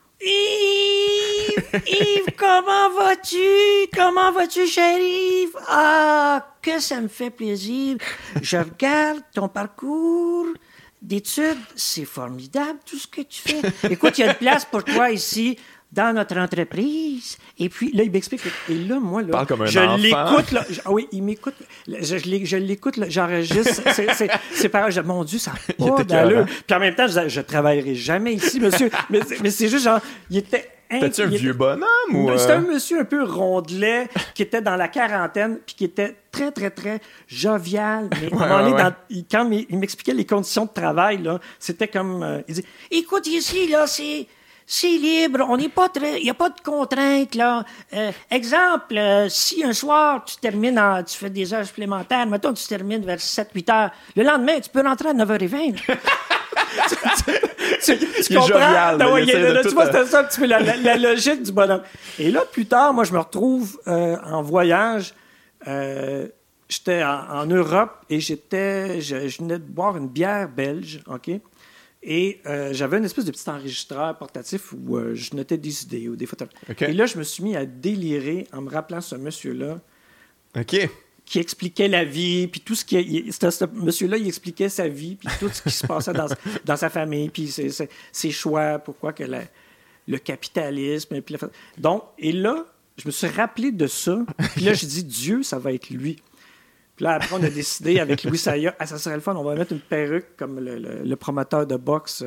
Yves, comment vas-tu? Comment vas-tu, cher Yves? Ah, que ça me fait plaisir. Je regarde ton parcours d'études. C'est formidable, tout ce que tu fais. Écoute, il y a une place pour toi ici. Dans notre entreprise. Et puis, là, il m'explique. Et là, moi, là, parle comme un je enfant. L'écoute. Là, oui, il m'écoute. Je l'écoute. Là, j'enregistre. C'est pareil. Mon Dieu, ça n'a pas d'allure. Puis en même temps, je ne travaillerai jamais ici, monsieur. mais c'est juste genre, il était... T'as-tu un vieux bonhomme? Ou C'était un monsieur un peu rondelet qui était dans la quarantaine puis qui était très, très, très jovial. Mais quand il m'expliquait les conditions de travail, là, c'était comme... il dit, écoute, ici, là, c'est libre, on n'est pas très... Il n'y a pas de contraintes, là. Exemple, si un soir, tu fais des heures supplémentaires, mettons, tu termines vers 7-8 heures, le lendemain, tu peux rentrer à 9h20. Tu comprends? jovial, Non, tu vois, tout, c'était ça un petit peu la logique du bonhomme. Et là, plus tard, moi, je me retrouve en voyage. J'étais en Europe et je venais de boire une bière belge, OK? Et j'avais une espèce de petit enregistreur portatif où je notais des idées ou des photos. Okay. Et là, je me suis mis à délirer en me rappelant ce monsieur-là. OK. Qui expliquait la vie, puis tout ce qui... Ce monsieur-là, il expliquait sa vie, puis tout ce qui se passait dans sa famille, puis ses choix, pourquoi que le capitalisme... Puis donc, et là, je me suis rappelé de ça, puis là, j'ai dit, Dieu, ça va être lui. Puis là, après, on a décidé avec Louis Saya, ça serait le fun, on va mettre une perruque comme le promoteur de boxe...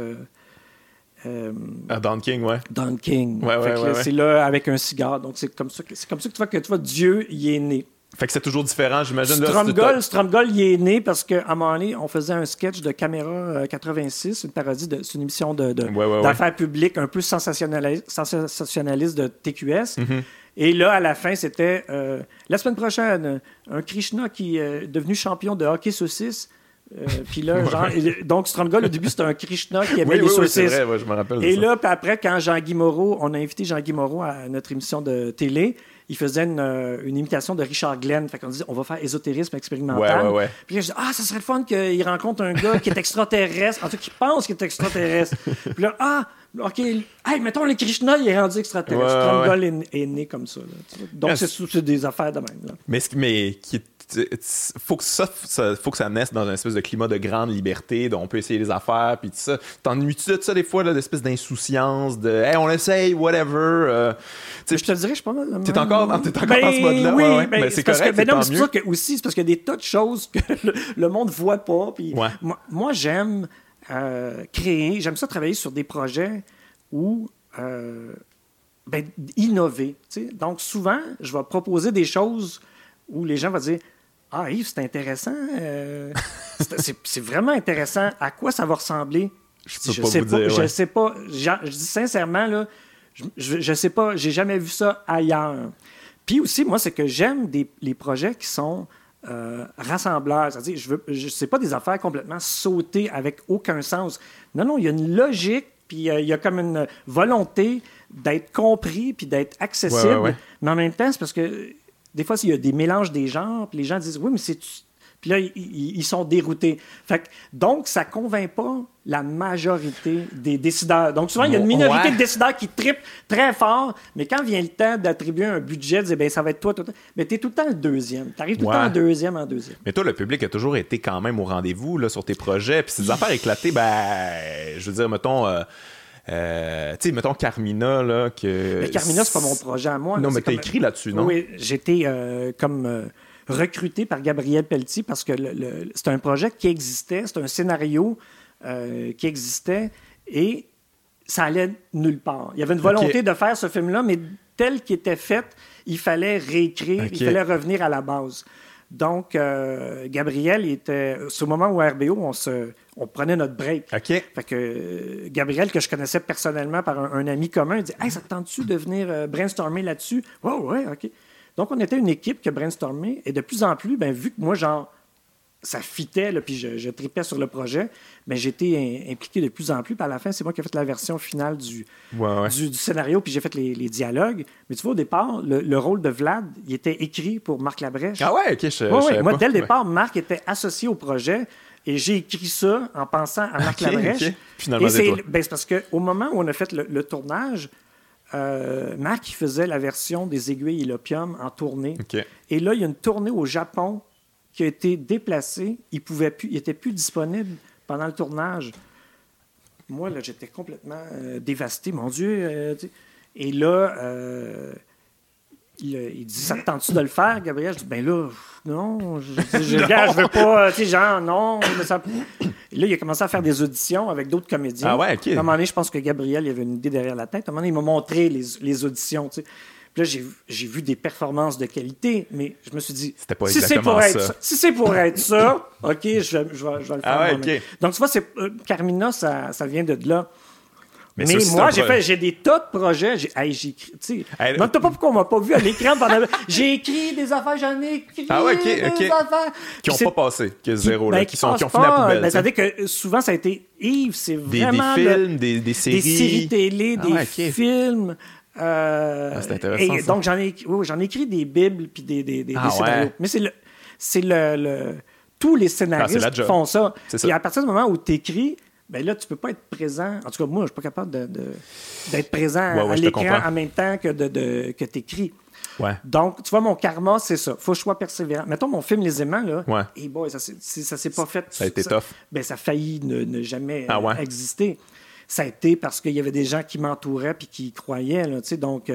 Don King, ouais. Don King. Ouais. C'est là, avec un cigare. Donc, c'est comme ça que tu vois, Dieu, il est né. Fait que c'est toujours différent, j'imagine. Stromgol, il est né parce qu'à un moment donné, on faisait un sketch de Caméra 86, une parodie, c'est une émission d'affaires publiques un peu sensationnaliste de TQS. Mm-hmm. Et là, à la fin, c'était la semaine prochaine, un Krishna qui est devenu champion de hockey saucisse. Puis là, donc Stromgol, au début, c'était un Krishna qui aimait les saucisses. C'est vrai, je me rappelle. Et là, puis après, quand Jean-Guy Moreau, on a invité Jean-Guy Moreau à notre émission de télé, il faisait une imitation de Richard Glenn. Fait qu'on dit, on va faire ésotérisme expérimental. Ouais. Puis là, je dis, ça serait le fun qu'il rencontre un gars qui est extraterrestre, en tout cas, qui pense qu'il est extraterrestre. Puis là, OK, mettons, le Krishna, il est rendu extraterrestre. Stromgol est né comme ça. Là, donc, c'est des affaires de même. Là. Mais faut que ça naisse dans une espèce de climat de grande liberté, dont on peut essayer les affaires, puis tout ça. T'ennuies-tu de ça des fois, là, d'espèce d'insouciance, de « Hey, on essaye, whatever. » Je te dirais, je suis pas mal. T'es encore dans ce mode-là? Oui, mais c'est correct, c'est tant c'est mieux. sûr que aussi, c'est parce qu'il y a des tas de choses que le monde voit pas. Puis moi, j'aime créer, j'aime ça travailler sur des projets où... innover. T'sais. Donc, souvent, je vais proposer des choses où les gens vont dire « Ah, Yves, c'est intéressant. C'est vraiment intéressant. À quoi ça va ressembler? » Je sais pas. Je dis sincèrement, là, je sais pas. J'ai jamais vu ça ailleurs. Puis aussi, moi, c'est que j'aime les projets qui sont rassembleurs. C'est-à-dire, je sais pas des affaires complètement sautées avec aucun sens. Non, il y a une logique, puis il y a comme une volonté d'être compris puis d'être accessible. Ouais. Mais en même temps, c'est parce que des fois, il y a des mélanges des genres, puis les gens disent « Oui, mais c'est... » Puis là, ils sont déroutés. Donc, ça ne convainc pas la majorité des décideurs. Donc, souvent, il y a une minorité de décideurs qui trippent très fort, mais quand vient le temps d'attribuer un budget, de dire « ça va être toi. » Mais tu es tout le temps le deuxième. Tu arrives tout le temps en deuxième. Mais toi, le public a toujours été quand même au rendez-vous là, sur tes projets. Puis ces affaires éclatées, je veux dire, mettons... mettons Carmina, là, que... Mais Carmina, c'est pas mon projet à moi. Non, mais t'as écrit là-dessus, non? Oui, j'ai été recruté par Gabriel Pelletier parce que c'est un projet qui existait, c'est un scénario qui existait et ça allait nulle part. Il y avait une volonté de faire ce film-là, mais tel qu'il était fait, il fallait réécrire, il fallait revenir à la base. Donc, Gabriel était... C'est au moment où à RBO, on prenait notre break. Fait que Gabriel, que je connaissais personnellement par un ami commun, il dit « Hey, ça te tente-tu de venir brainstormer là-dessus? » « Ouais, OK. » Donc, on était une équipe qui a brainstormé et de plus en plus, vu que moi, ça fitait, là, puis je tripais sur le projet, j'étais impliqué de plus en plus. Puis à la fin, c'est moi qui ai fait la version finale du scénario, puis j'ai fait les dialogues. Mais tu vois, au départ, le rôle de Vlad, il était écrit pour Marc Labrèche. Ah ouais, OK, moi, dès le départ, Marc était associé au projet et j'ai écrit ça en pensant à Marc Labrèche. Okay. Finalement, c'est parce qu'au moment où on a fait le tournage, Marc il faisait la version des Aiguilles et l'Opium en tournée. Et là, il y a une tournée au Japon qui a été déplacée. Il n'était plus disponible pendant le tournage. Moi, là, j'étais complètement dévasté. Mon Dieu! Et là, il dit « Ça te tente-tu de le faire, Gabriel? » Je dis « Ben là, non. Je veux pas. Tu sais, genre, non. » Et là, il a commencé à faire des auditions avec d'autres comédiens. Ah ouais, OK. À un moment donné, je pense que Gabriel, il avait une idée derrière la tête. À un moment donné, il m'a montré les auditions, tu sais. Puis là, j'ai vu des performances de qualité, mais je me suis dit, c'était pas exactement ça. Si c'est pour être ça, OK, je vais le faire moi-même. Donc, tu vois, Carmina, ça vient de là. Mais ça, moi, j'ai des tas de projets. J'ai écrit, tu sais. Non, t'as pas pourquoi on m'a pas vu à l'écran pendant. J'ai écrit des affaires, j'en ai écrit des affaires. Qui n'ont pas passé, que zéro, là, qui ont fini à la poubelle. Ça veut dire que souvent, ça a été Yves, c'est vraiment. Des films, des séries. Des séries télé, des films. C'est intéressant. Et donc, j'en ai écrit des bibles puis des scénarios. Mais c'est tous les scénaristes qui font ça. Et à partir du moment où tu écris, ben là, tu peux pas être présent. En tout cas, moi, je suis pas capable d'être présent à l'écran en même temps que tu écris. Ouais. Donc, tu vois, mon karma, c'est ça. Faut que je sois persévérant. Mettons mon film Les Aimants, là. Ouais. Et boy, ça s'est pas fait. Ça a été tough. Ben, ça a failli ne jamais exister. Ça a été parce qu'il y avait des gens qui m'entouraient puis qui y croyaient, là, tu sais. Donc,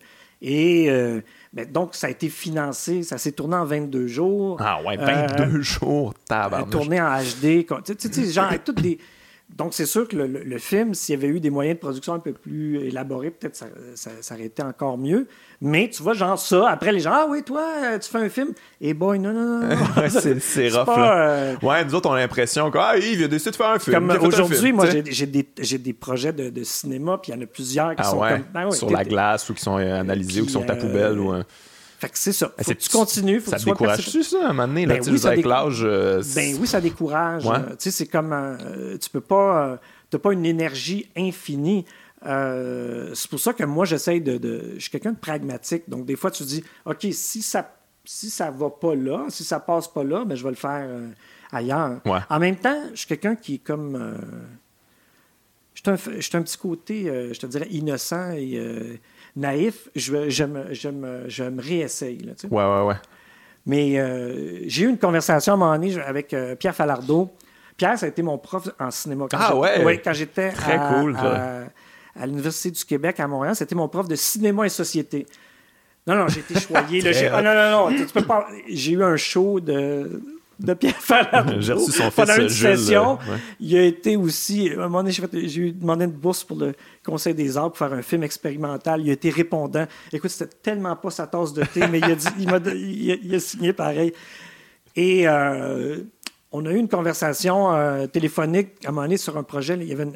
donc, ça a été financé. Ça s'est tourné en 22 jours. Ah ouais, 22 jours, tabarnouche. Tourné en HD. Tu sais, genre, avec toutes des... Donc, c'est sûr que le film, s'il y avait eu des moyens de production un peu plus élaborés, peut-être ça aurait été encore mieux. Mais tu vois, genre ça, après les gens, ah oui, toi, tu fais un film. Et boy, non. c'est rough, là. Ouais, nous autres, on a l'impression Yves, il a décidé de faire un film. Comme aujourd'hui, moi, j'ai des projets de cinéma, puis il y en a plusieurs qui sont comme... sur la glace, ou qui sont analysés, ou qui sont à poubelle, ou... Fait que c'est ça. Faut que tu continues. Faut ça que te décourage-tu, ça, à un moment donné? Là, avec l'âge... oui, ça décourage. Ouais. Tu sais, c'est comme... tu peux pas... t'as pas une énergie infinie. C'est pour ça que moi, j'essaye je suis quelqu'un de pragmatique. Donc, des fois, tu dis, OK, si ça va pas là, si ça passe pas là, ben, je vais le faire ailleurs. Ouais. En même temps, je suis quelqu'un qui est comme... j'ai un petit côté, je te dirais, innocent et... naïf, je me réessaye. Là, tu sais. Ouais. Mais j'ai eu une conversation à un moment donné avec Pierre Falardeau. Pierre, ça a été mon prof en cinéma. Quand j'étais à l'Université du Québec à Montréal, c'était mon prof de cinéma et société. Non, j'ai été choyé. Non, tu peux pas... J'ai eu un show de Pierre Falardeau. J'ai reçu son pendant fils, une Jules, session. Il a été aussi... À un moment donné, j'ai demandé une bourse pour le Conseil des arts pour faire un film expérimental. Il a été répondant. Écoute, c'était tellement pas sa tasse de thé, mais il a signé pareil. Et on a eu une conversation téléphonique à un moment donné sur un projet. Il y avait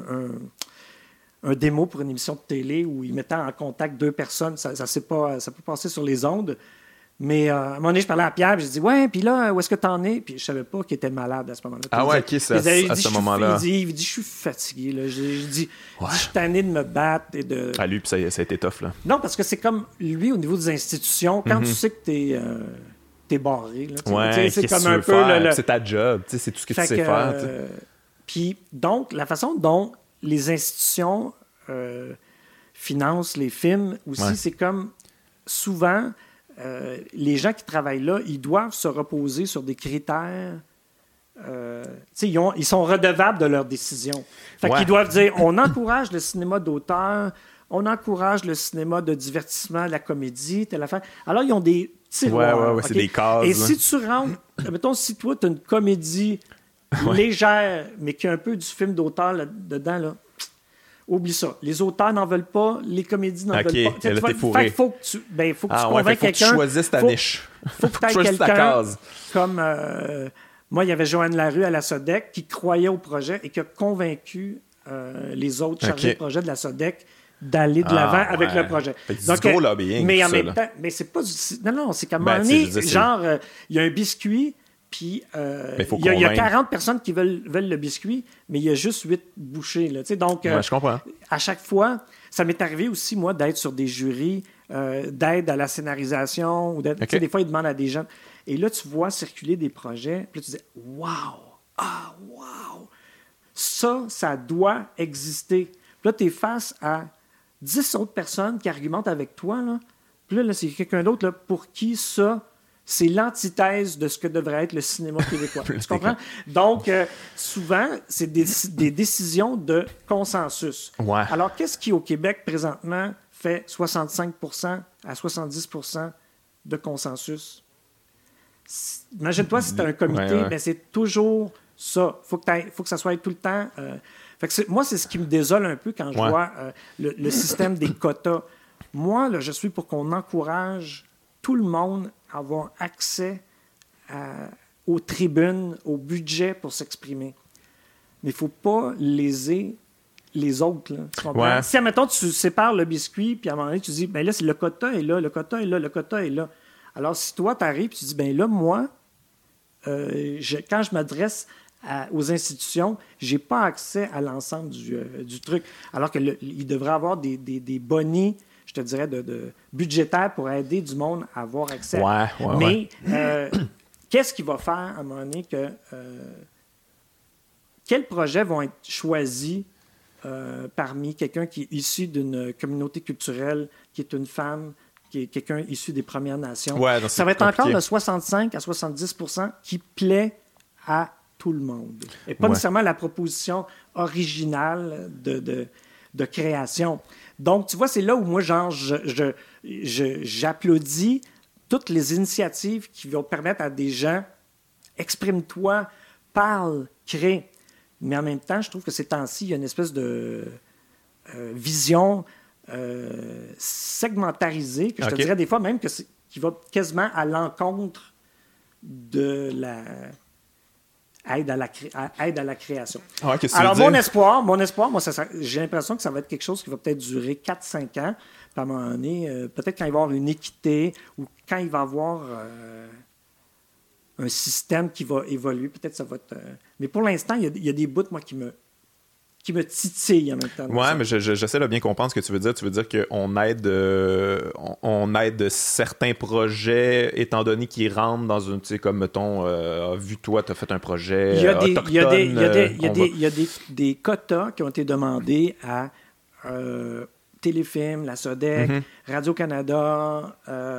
un démo pour une émission de télé où il mettait en contact deux personnes. Ça peut passer sur les ondes. Mais à un moment donné, je parlais à Pierre, j'ai dit, ouais, puis là, où est-ce que t'en es? Puis je savais pas qu'il était malade à ce moment-là. Ah ouais, OK, c'est à ce moment-là. Il dit, je suis fatigué. Là. Je dis, je suis tanné de me battre. Et de... Ah, lui, puis ça a été tough, là. Non, parce que c'est comme, lui, au niveau des institutions, quand tu sais que t'es barré, là, c'est comme un peu... C'est ta job, c'est tout ce que tu sais faire. Puis, donc, la façon dont les institutions financent les films aussi, c'est comme, souvent... les gens qui travaillent là, ils doivent se reposer sur des critères. Ils sont redevables de leurs décisions. Fait qu'ils doivent dire, on encourage le cinéma d'auteur, on encourage le cinéma de divertissement, la comédie, telle affaire. Alors, ils ont des tiroirs. C'est des cases. Et si tu rentres, mettons, si toi, tu as une comédie légère, mais qui a un peu du film d'auteur dedans, là, oublie ça. Les auteurs n'en veulent pas, les comédies n'en veulent pas. Là, t'es fourré. Faut que tu convainques quelqu'un. Faut que tu choisisses ta niche. Faut que tu aies quelqu'un comme... moi, il y avait Joanne Larue à la SODEC qui croyait au projet et qui a convaincu les autres chargés de projet de la SODEC d'aller de l'avant avec le projet. Donc, gros lobbying, mais en même temps, mais c'est pas... Non, c'est qu'à un moment donné, genre, il y a un biscuit... Puis, il y a 40 personnes qui veulent le biscuit, mais il y a juste 8 bouchées. Là, donc, je comprends. À chaque fois, ça m'est arrivé aussi, moi, d'être sur des jurys, d'aide à la scénarisation. Ou des fois, ils demandent à des gens. Et là, tu vois circuler des projets. Puis là, tu dis « Wow! Ah, wow! Ça doit exister. » Puis là, tu es face à 10 autres personnes qui argumentent avec toi. Là. Puis là, c'est quelqu'un d'autre là, pour qui ça... C'est l'antithèse de ce que devrait être le cinéma québécois. Tu comprends? Donc, souvent, c'est des décisions de consensus. Ouais. Alors, qu'est-ce qui, au Québec, présentement, fait 65% à 70% de consensus? Imagine-toi si tu as un comité, ben, c'est toujours ça. Faut que ça soit tout le temps... Fait que moi, c'est ce qui me désole un peu quand je vois le système des quotas. Moi, là, je suis pour qu'on encourage tout le monde à avoir accès aux tribunes, au budget pour s'exprimer. Mais il ne faut pas léser les autres. Là, tu comprends? Ouais. Si, admettons, tu sépares le biscuit, puis à un moment donné, tu dis, ben là, c'est le quota est là, le quota est là, le quota est là. Alors, si toi, tu arrives et tu dis, ben là, moi, quand je m'adresse aux institutions, je n'ai pas accès à l'ensemble du truc. Alors qu'il devrait avoir des bonnets, je te dirais, de budgétaires pour aider du monde à avoir accès. Mais qu'est-ce qui va faire à un moment donné que... quels projets vont être choisis parmi quelqu'un qui est issu d'une communauté culturelle, qui est une femme, qui est quelqu'un issu des Premières Nations? Ça va être encore le 65 à 70 % qui plaît à tout le monde. Et pas nécessairement la proposition originale de création. Donc, tu vois, c'est là où moi, genre, j'applaudis toutes les initiatives qui vont permettre à des gens, exprime-toi, parle, crée. Mais en même temps, je trouve que ces temps-ci, il y a une espèce de vision segmentarisée, que je te dirais des fois même qui va quasiment à l'encontre de la aide à la création. Alors, mon espoir, moi, j'ai l'impression que ça va être quelque chose qui va peut-être durer 4-5 ans. Puis à un moment donné, peut-être quand il va y avoir une équité ou quand il va y avoir un système qui va évoluer, peut-être ça va être... Mais pour l'instant, il y a des bouts, moi, qui me titillent en même temps. Ouais, mais j'essaie de bien comprendre ce que tu veux dire. Tu veux dire qu'on aide certains projets, étant donné qu'ils rentrent dans une... Tu sais, comme, mettons, vu toi, tu as fait un projet autochtone. Il y a des quotas qui ont été demandés à Téléfilm, la SODEC, Radio-Canada,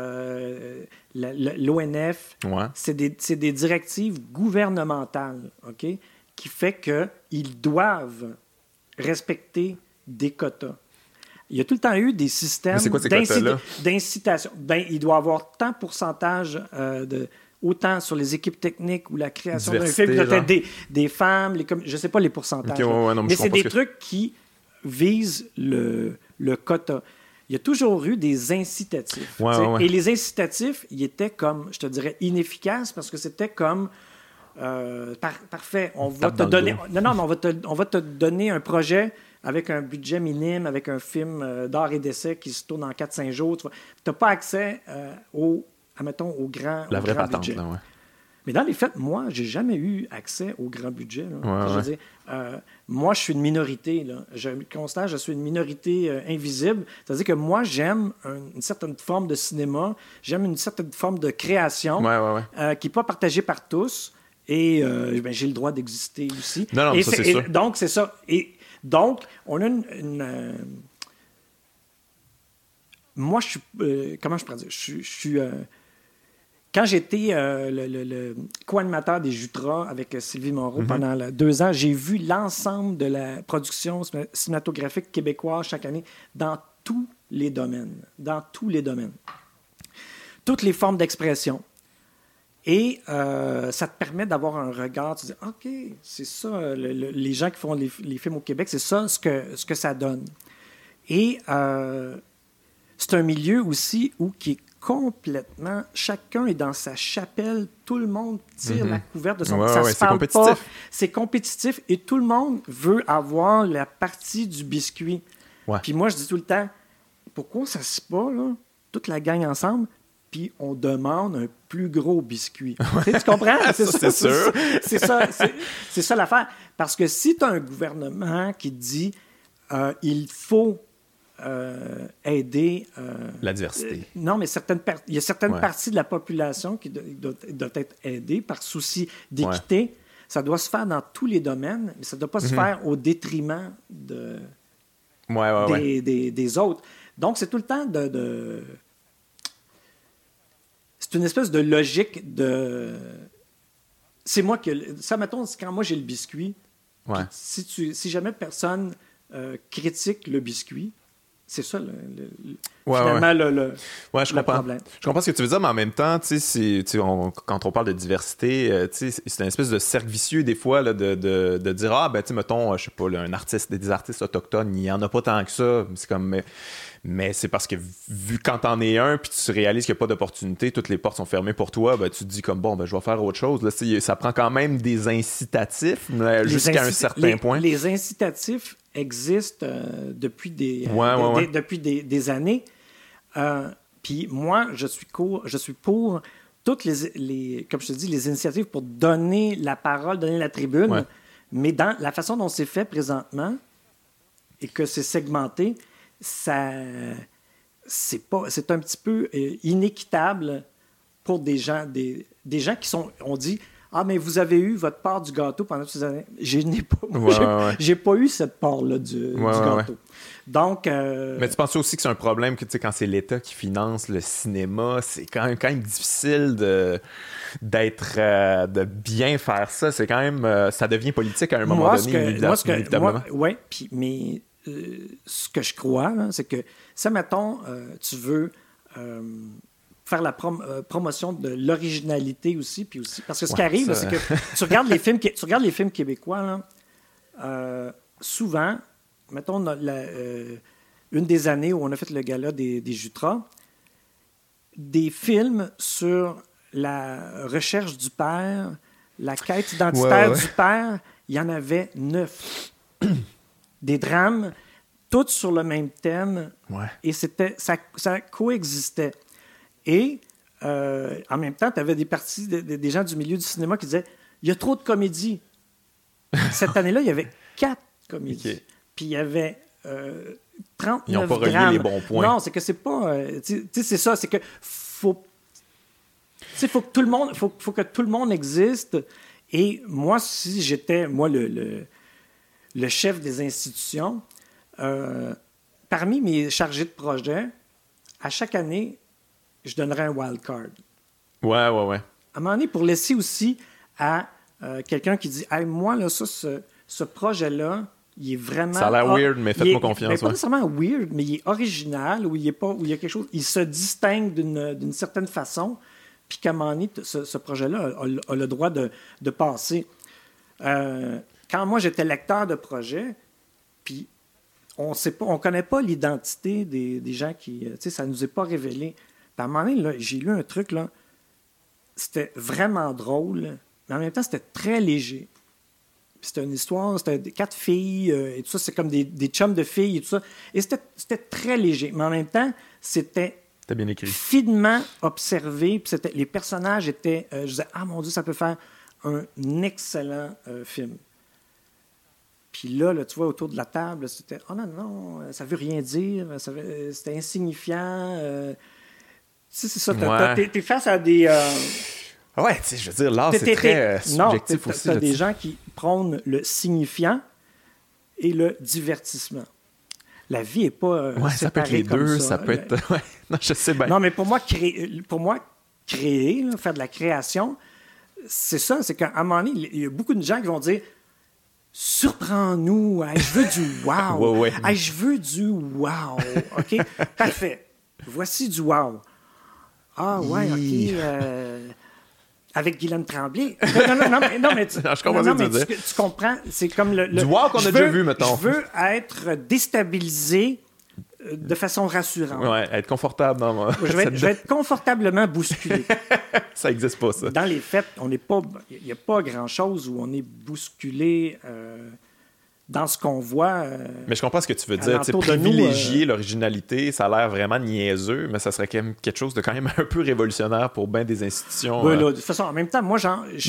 l'ONF. Ouais. C'est des directives gouvernementales, OK, qui fait qu'ils doivent respecter des quotas. Il y a tout le temps eu des systèmes d'incitation. Ben, il doit y avoir tant de pourcentage autant sur les équipes techniques ou la création d'un film, peut-être des femmes, je ne sais pas les pourcentages. Mais c'est des trucs qui visent le quota. Il y a toujours eu des incitatifs. Et les incitatifs, ils étaient comme, je te dirais, inefficaces parce que c'était comme parfait, on va te donner. Non, mais on va te donner un projet avec un budget minime, avec un film d'art et d'essai qui se tourne en 4-5 jours. Tu n'as pas accès au grand budget. Là, ouais. Mais dans les faits, moi, j'ai jamais eu accès au grand budget. Je veux dire, moi, je suis une minorité. Là. Je constate, je suis une minorité invisible. C'est-à-dire que moi, j'aime une certaine forme de cinéma, j'aime une certaine forme de création qui n'est pas partagée par tous. Et j'ai le droit d'exister aussi. Non, ça, c'est sûr. Donc, c'est ça. Et donc, on a moi, je suis... comment je pourrais dire? Je suis... Quand j'étais le co-animateur des Jutras avec Sylvie Moreau pendant 2 ans, j'ai vu l'ensemble de la production cinématographique québécoise chaque année dans tous les domaines. Dans tous les domaines. Toutes les formes d'expression. Et ça te permet d'avoir un regard, tu dis, OK, c'est ça, les gens qui font les films au Québec, c'est ça ce que ça donne. Et c'est un milieu aussi qui est complètement, chacun est dans sa chapelle, tout le monde tire la couverte de son... ça se parle pas, c'est compétitif et tout le monde veut avoir la partie du biscuit. Puis moi, je dis tout le temps, pourquoi ça se passe, là, toute la gang ensemble, puis on demande un plus gros biscuit. Tu comprends? C'est sûr. C'est ça l'affaire. Parce que si tu as un gouvernement qui dit il faut aider... la diversité. Non, mais il y a certaines parties de la population qui doivent être aidées par souci d'équité. Ça doit se faire dans tous les domaines, mais ça ne doit pas se faire au détriment des autres. Donc, c'est tout le temps c'est une espèce de logique de... C'est moi que... Ça, mettons, quand moi j'ai le biscuit, si jamais personne critique le biscuit, c'est ça, finalement, le problème. Je comprends ce que tu veux dire, mais en même temps, quand on parle de diversité, c'est une espèce de cercle vicieux, des fois, là, de dire, mettons, je sais pas, un artiste, des artistes autochtones, il n'y en a pas tant que ça. C'est comme... Mais c'est parce que quand t'en es un puis tu réalises qu'il n'y a pas d'opportunité, toutes les portes sont fermées pour toi, tu te dis comme je vais faire autre chose. Là, ça prend quand même des incitatifs jusqu'à un certain point. Les incitatifs existe depuis Ouais. depuis des années. Puis moi, je suis pour toutes les comme je te dis, les initiatives pour donner la parole, donner la tribune. Ouais. Mais dans la façon dont c'est fait présentement et que c'est segmenté, c'est un petit peu inéquitable pour des gens qui sont, on dit, ah, mais vous avez eu votre part du gâteau pendant toutes ces années. J'ai pas eu cette part-là du gâteau. Ouais. Donc. Mais tu penses aussi que c'est un problème que, tu sais, quand c'est l'État qui finance le cinéma, c'est quand même difficile de bien faire ça. C'est quand même. Ça devient politique à un moment donné, inévitablement. Oui, mais ce que je crois, là, c'est que, ça, mettons, tu veux. Faire la promotion de l'originalité aussi, parce que ce qui arrive, là, c'est que tu regardes les films québécois, là, souvent, mettons une des années où on a fait le gala des Jutras, des films sur la recherche du père, la quête identitaire du père, il y en avait 9. Des drames, tous sur le même thème, et ça coexistait. Et en même temps, tu avais des parties des gens du milieu du cinéma qui disaient il y a trop de comédies. Cette année-là, il y avait 4 comédies. Okay. Puis il y avait 39 Ils n'ont pas relié drames. les bons points. Non, c'est que c'est pas. Tu sais, c'est ça, c'est que faut que tout le monde, faut que tout le monde existe. Et moi, si j'étais le chef des institutions, parmi mes chargés de projet, à chaque année, je donnerais un wild card. Ouais. À un moment donné, pour laisser aussi à quelqu'un qui dit hey, moi, là, ce projet-là, il est vraiment. Ça a l'air weird, mais faites-moi confiance. Mais pas nécessairement weird, mais il est original, où il y a quelque chose. Il se distingue d'une certaine façon, puis qu'à un moment donné, ce projet-là a le droit de passer. Quand moi, j'étais lecteur de projet, puis on ne connaît pas l'identité des gens qui. Tu sais, ça ne nous est pas révélé. À un moment donné, là, j'ai lu un truc, là, c'était vraiment drôle, mais en même temps, c'était très léger. Puis c'était une histoire, c'était 4 filles, et tout ça, c'est comme des chums de filles et tout ça. Et c'était très léger, mais en même temps, c'était bien écrit, finement observé, puis les personnages étaient... je disais, ah mon Dieu, ça peut faire un excellent film. Puis là, tu vois, autour de la table, c'était, oh non, ça veut rien dire, c'était insignifiant... c'est ça, t'es face à des... Ouais, tu sais, je veux dire, l'art, c'est très subjectif aussi. T'as des gens qui prônent le signifiant et le divertissement. La vie n'est pas ça peut être les deux, ça peut être... non, je sais bien. Non, mais pour moi, créer, là, faire de la création, c'est ça, c'est qu'à un moment donné, il y a beaucoup de gens qui vont dire « Surprends-nous, hey, je veux du wow! Hey, je veux du wow! » OK? Parfait. Voici du wow. Ah, ouais, OK. Avec Guylaine Tremblay. Non, mais je comprends ce que tu veux dire. Tu comprends, c'est comme le du wow qu'on a déjà vu, mettons. Je veux être déstabilisé de façon rassurante. Ouais, être confortable dans moi. Je vais être confortablement bousculé. Ça n'existe pas, ça. Dans les faits, il n'y a pas grand-chose où on est bousculé dans ce qu'on voit. Mais je comprends ce que tu veux dire. Privilégier l'originalité, ça a l'air vraiment niaiseux, mais ça serait quand même quelque chose de quand même un peu révolutionnaire pour bien des institutions. Oui, là, de toute façon, en même temps, moi,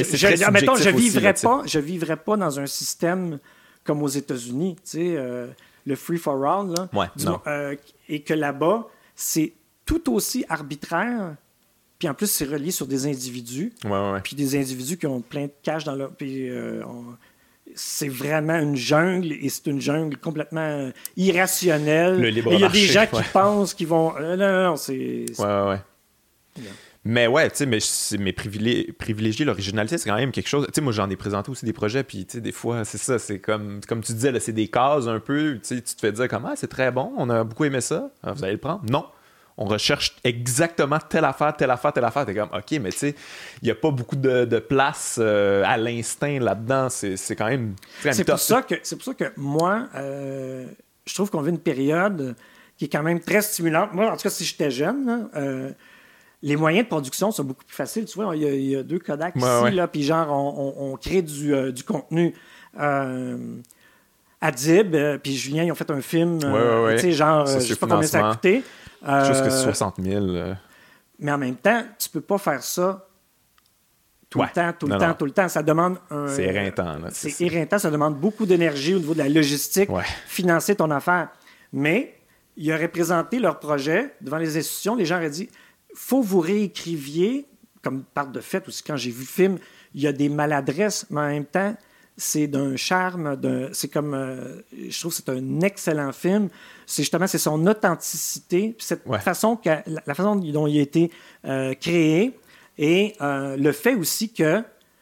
je vivrais pas dans un système comme aux États-Unis, tu sais, le free for all, là, et que là-bas, c'est tout aussi arbitraire. Puis en plus, c'est relié sur des individus. Puis des individus qui ont plein de cash dans leur. Puis c'est vraiment une jungle, et c'est une jungle complètement irrationnelle. Le libre marché. Il y a des gens qui pensent qu'ils vont... Non, c'est... Ouais. Mais ouais, tu sais, mais privilégier l'originalité, c'est quand même quelque chose... Tu sais, moi, j'en ai présenté aussi des projets, puis tu sais, des fois, c'est ça, c'est comme tu disais, là, c'est des cases un peu, tu sais, tu te fais dire comme, c'est très bon, on a beaucoup aimé ça, vous allez le prendre? Non. On recherche exactement telle affaire. T'es comme, OK, mais tu sais, il n'y a pas beaucoup de place à l'instinct là-dedans. C'est quand même c'est pour ça que moi, je trouve qu'on vit une période qui est quand même très stimulante. Moi, en tout cas, si j'étais jeune, là, les moyens de production sont beaucoup plus faciles. Tu vois, il y a 2 Kodak ici, là, puis genre, on crée du contenu. Adib, puis Julien, ils ont fait un film, Ouais. tu sais, genre, je sais pas combien ça a coûté. Juste que 60 000. Mais en même temps, tu peux pas faire ça tout le temps. Ça demande c'est éreintant. Là, c'est éreintant, ça demande beaucoup d'énergie au niveau de la logistique, financer ton affaire. Mais ils auraient présenté leur projet devant les institutions. Les gens auraient dit, faut vous réécriviez, comme part de fait aussi, quand j'ai vu le film, il y a des maladresses, mais en même temps, c'est d'un charme, c'est comme, je trouve que c'est un excellent film. C'est son authenticité, puis cette façon la façon dont il a été créé, et le fait aussi que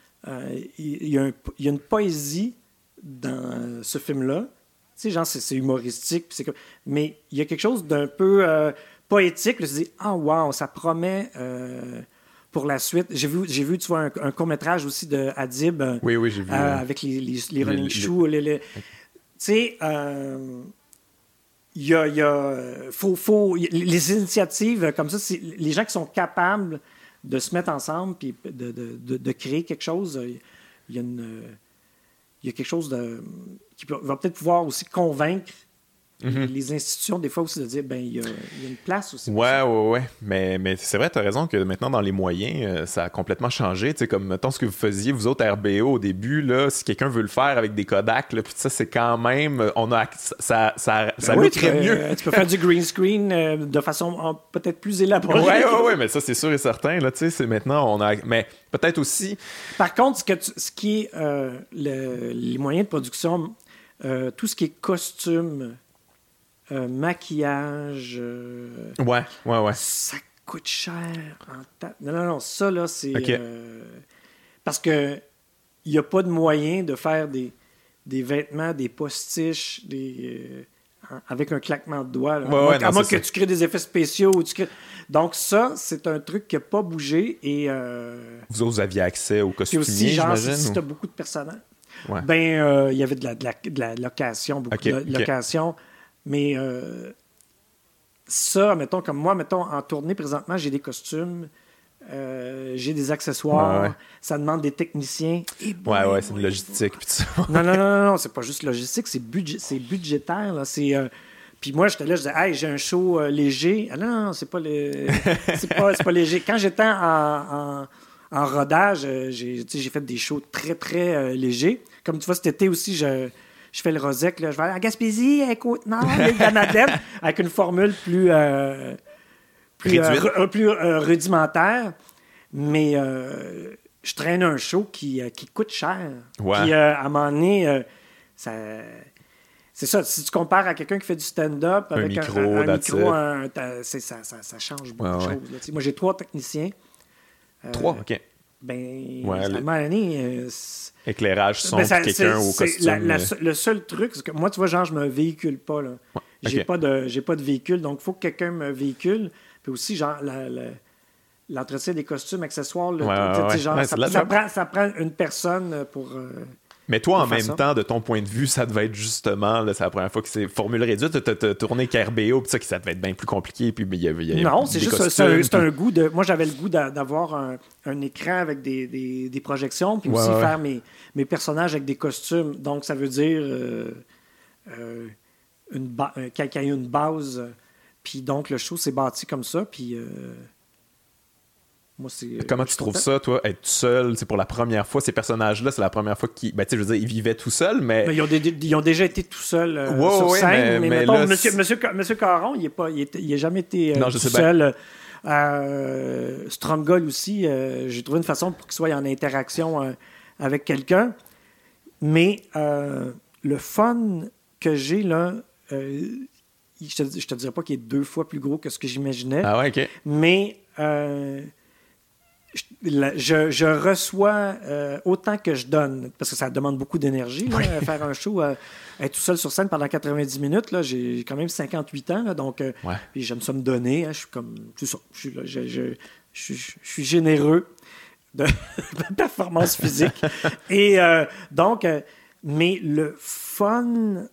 il y a une poésie dans ce film-là. Tu sais, genre, c'est humoristique, mais il y a quelque chose d'un peu poétique. Là, je me dis, wow, ça promet pour la suite. J'ai vu, tu vois, un court-métrage aussi de Adib. Oui, j'ai vu. Avec les running shoes. Tu sais, il y a les initiatives comme ça, c'est les gens qui sont capables de se mettre ensemble et de créer quelque chose. Il y a quelque chose qui va peut-être pouvoir aussi convaincre les institutions, des fois aussi, de dire, il y a une place aussi. Ouais. Mais c'est vrai, tu as raison que maintenant, dans les moyens, ça a complètement changé. Tu sais, comme, mettons, ce que vous faisiez, vous autres, à RBO, au début, là, si quelqu'un veut le faire avec des Kodak, là, puis ça, c'est quand même... ça lookerait mieux. Tu peux faire du green screen de façon peut-être plus élaborée. Ouais, mais ça, c'est sûr et certain. Là, tu sais, c'est maintenant, mais peut-être aussi... Par contre, ce qui est les moyens de production, tout ce qui est costume... maquillage. Ouais. Ça coûte cher en temps. Non, ça, là, c'est. Okay. Parce que il n'y a pas de moyen de faire des vêtements, des postiches, avec un claquement de doigts. À moins que tu crées des effets spéciaux. Donc, ça, c'est un truc qui n'a pas bougé. Et, vous autres, vous aviez accès aux costumiers, aussi, j'imagine? Si tu as beaucoup de personnages. Il y avait de la location, beaucoup de location. Mais ça, mettons, comme moi, en tournée présentement, j'ai des costumes, j'ai des accessoires, ça demande des techniciens. C'est une logistique. Non, c'est pas juste logistique, c'est budgétaire. Là, puis moi, j'étais là, je disais, hey, j'ai un show léger. Ah non, c'est pas, c'est pas léger. Quand j'étais en rodage, j'ai fait des shows très, très légers. Comme tu vois, cet été aussi, je fais le Rosec, là, je vais aller à Gaspésie, à Côte-Nord, l'île de la Madeleine, avec une formule plus rudimentaire. Mais je traîne un show qui coûte cher. Puis à un moment donné, c'est ça. Si tu compares à quelqu'un qui fait du stand-up avec un micro, ça change beaucoup de choses. Moi, j'ai 3 techniciens. 3, OK. À un moment donné... éclairage, son, quelqu'un au costume. Le seul truc, c'est que moi, tu vois, genre, je me véhicule pas. Là. J'ai pas de véhicule, donc il faut que quelqu'un me véhicule. Puis aussi, genre, l'entretien des costumes, accessoires, ça prend une personne pour... Mais toi, en même temps, de ton point de vue, ça devait être justement, là, c'est la première fois que c'est formule réduite, t'as tourné KRBO, puis ça devait être bien plus compliqué, puis il y avait non, c'est juste c'est un goût de... Moi, j'avais le goût d'avoir un écran avec des projections, puis aussi faire mes personnages avec des costumes. Donc, ça veut dire qu'il y a une base, puis donc le show s'est bâti comme ça, puis... Moi, comment tu trouves ça, toi, être seul, c'est pour la première fois, ces personnages-là, c'est la première fois qu'ils, je veux dire, ils vivaient tout seuls, mais... Ils ont déjà été tout seuls sur scène, mais mettons, là, Monsieur Caron, il n'a jamais été tout seul. Stromgol aussi, j'ai trouvé une façon pour qu'il soit en interaction avec quelqu'un, mais le fun que j'ai, là, je te dirais pas qu'il est 2 fois plus gros que ce que j'imaginais, mais... Je reçois autant que je donne, parce que ça demande beaucoup d'énergie, faire un show, être tout seul sur scène pendant 90 minutes. Là, j'ai quand même 58 ans, là, donc puis j'aime ça me donner. Je suis comme, c'est ça, je suis généreux de performance physique. Et donc, mais le fun...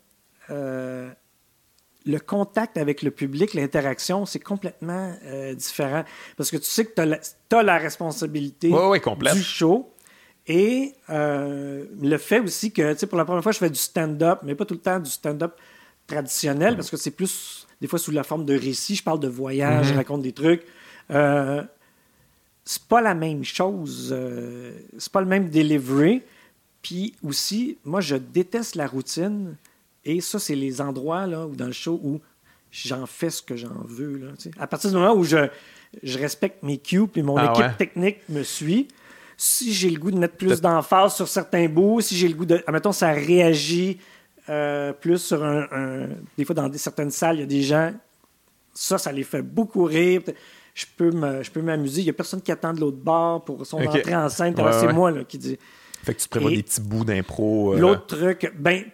le contact avec le public, l'interaction, c'est complètement différent. Parce que tu sais que tu as la responsabilité du show Et le fait aussi que, tu sais, pour la première fois, je fais du stand-up, mais pas tout le temps du stand-up traditionnel, parce que c'est plus, des fois, sous la forme de récit. Je parle de voyage, je raconte des trucs. C'est pas la même chose. C'est pas le même delivery. Puis aussi, moi, je déteste la routine. Et ça, c'est les endroits là, où dans le show où j'en fais ce que j'en veux. Là, tu sais. À partir du moment où je respecte mes cues puis mon équipe technique me suit, si j'ai le goût de mettre plus d'emphase sur certains bouts, si j'ai le goût de... Admettons, ça réagit plus sur des fois, dans certaines salles, il y a des gens... Ça les fait beaucoup rire. Je peux m'amuser. Il n'y a personne qui attend de l'autre bord pour son entrée en scène. C'est moi là, qui dis... Fait que tu prévois des petits bouts d'impro. L'autre truc,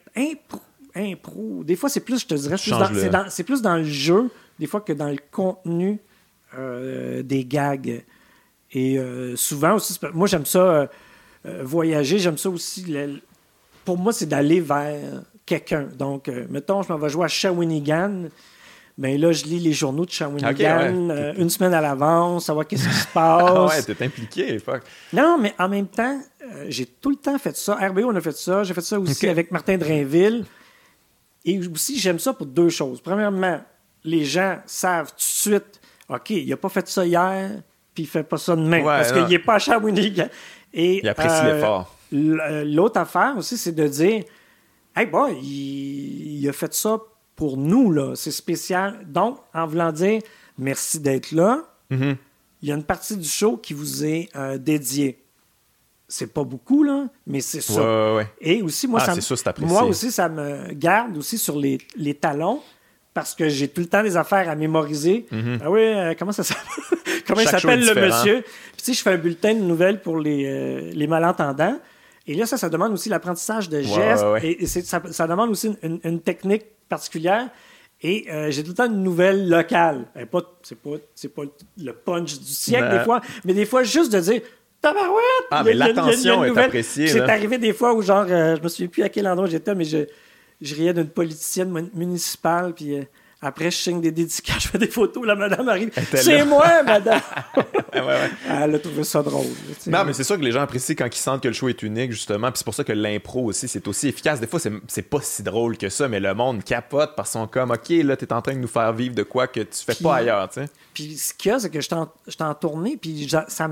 impro. Des fois, c'est plus, je te dirais, c'est plus dans le jeu, des fois, que dans le contenu des gags. Et souvent aussi, moi, j'aime ça voyager. J'aime ça aussi. Pour moi, c'est d'aller vers quelqu'un. Donc, mettons, je m'en vais jouer à Shawinigan. Ben là, je lis les journaux de Shawinigan une semaine à l'avance, savoir qu'est-ce qui se passe. T'es impliqué, fuck. Non, mais en même temps, j'ai tout le temps fait ça. RBO, on a fait ça. J'ai fait ça aussi avec Martin Drainville. Et aussi, j'aime ça pour deux choses. Premièrement, les gens savent tout de suite, OK, il n'a pas fait ça hier, puis il ne fait pas ça demain, parce qu'il n'est pas à Shawinigan. Et, il apprécie l'effort. L'autre affaire aussi, c'est de dire, hey, boy, il a fait ça pour nous, là. C'est spécial. Donc, en voulant dire merci d'être là, il y a une partie du show qui vous est dédiée. C'est pas beaucoup, là, mais c'est ça. Ouais. Et aussi, moi, moi aussi, ça me garde aussi sur les talons parce que j'ai tout le temps des affaires à mémoriser. Ah oui, comment ça s'appelle? Comment il s'appelle le monsieur? Puis tu sais, je fais un bulletin de nouvelles pour les malentendants. Et là, ça demande aussi l'apprentissage de gestes. Et ça demande aussi une technique particulière. Et j'ai tout le temps une nouvelle locale. C'est pas le punch du siècle, des fois, mais des fois, juste de dire tabarouette! Ah, mais l'attention est appréciée. C'est arrivé des fois où, genre, je me souviens plus à quel endroit j'étais, mais je riais d'une politicienne municipale, puis après, je signe des dédicaces, je fais des photos, la madame arrive. C'est moi, madame! ouais. Elle a trouvé ça drôle. Non, mais c'est sûr que les gens apprécient quand ils sentent que le show est unique, justement. Puis c'est pour ça que l'impro aussi, c'est aussi efficace. Des fois, c'est pas si drôle que ça, mais le monde capote parce qu'on comme, OK, là, t'es en train de nous faire vivre de quoi que tu fais pas ailleurs, tu sais. Puis ce qu'il y a, c'est que je suis en tournée, puis ça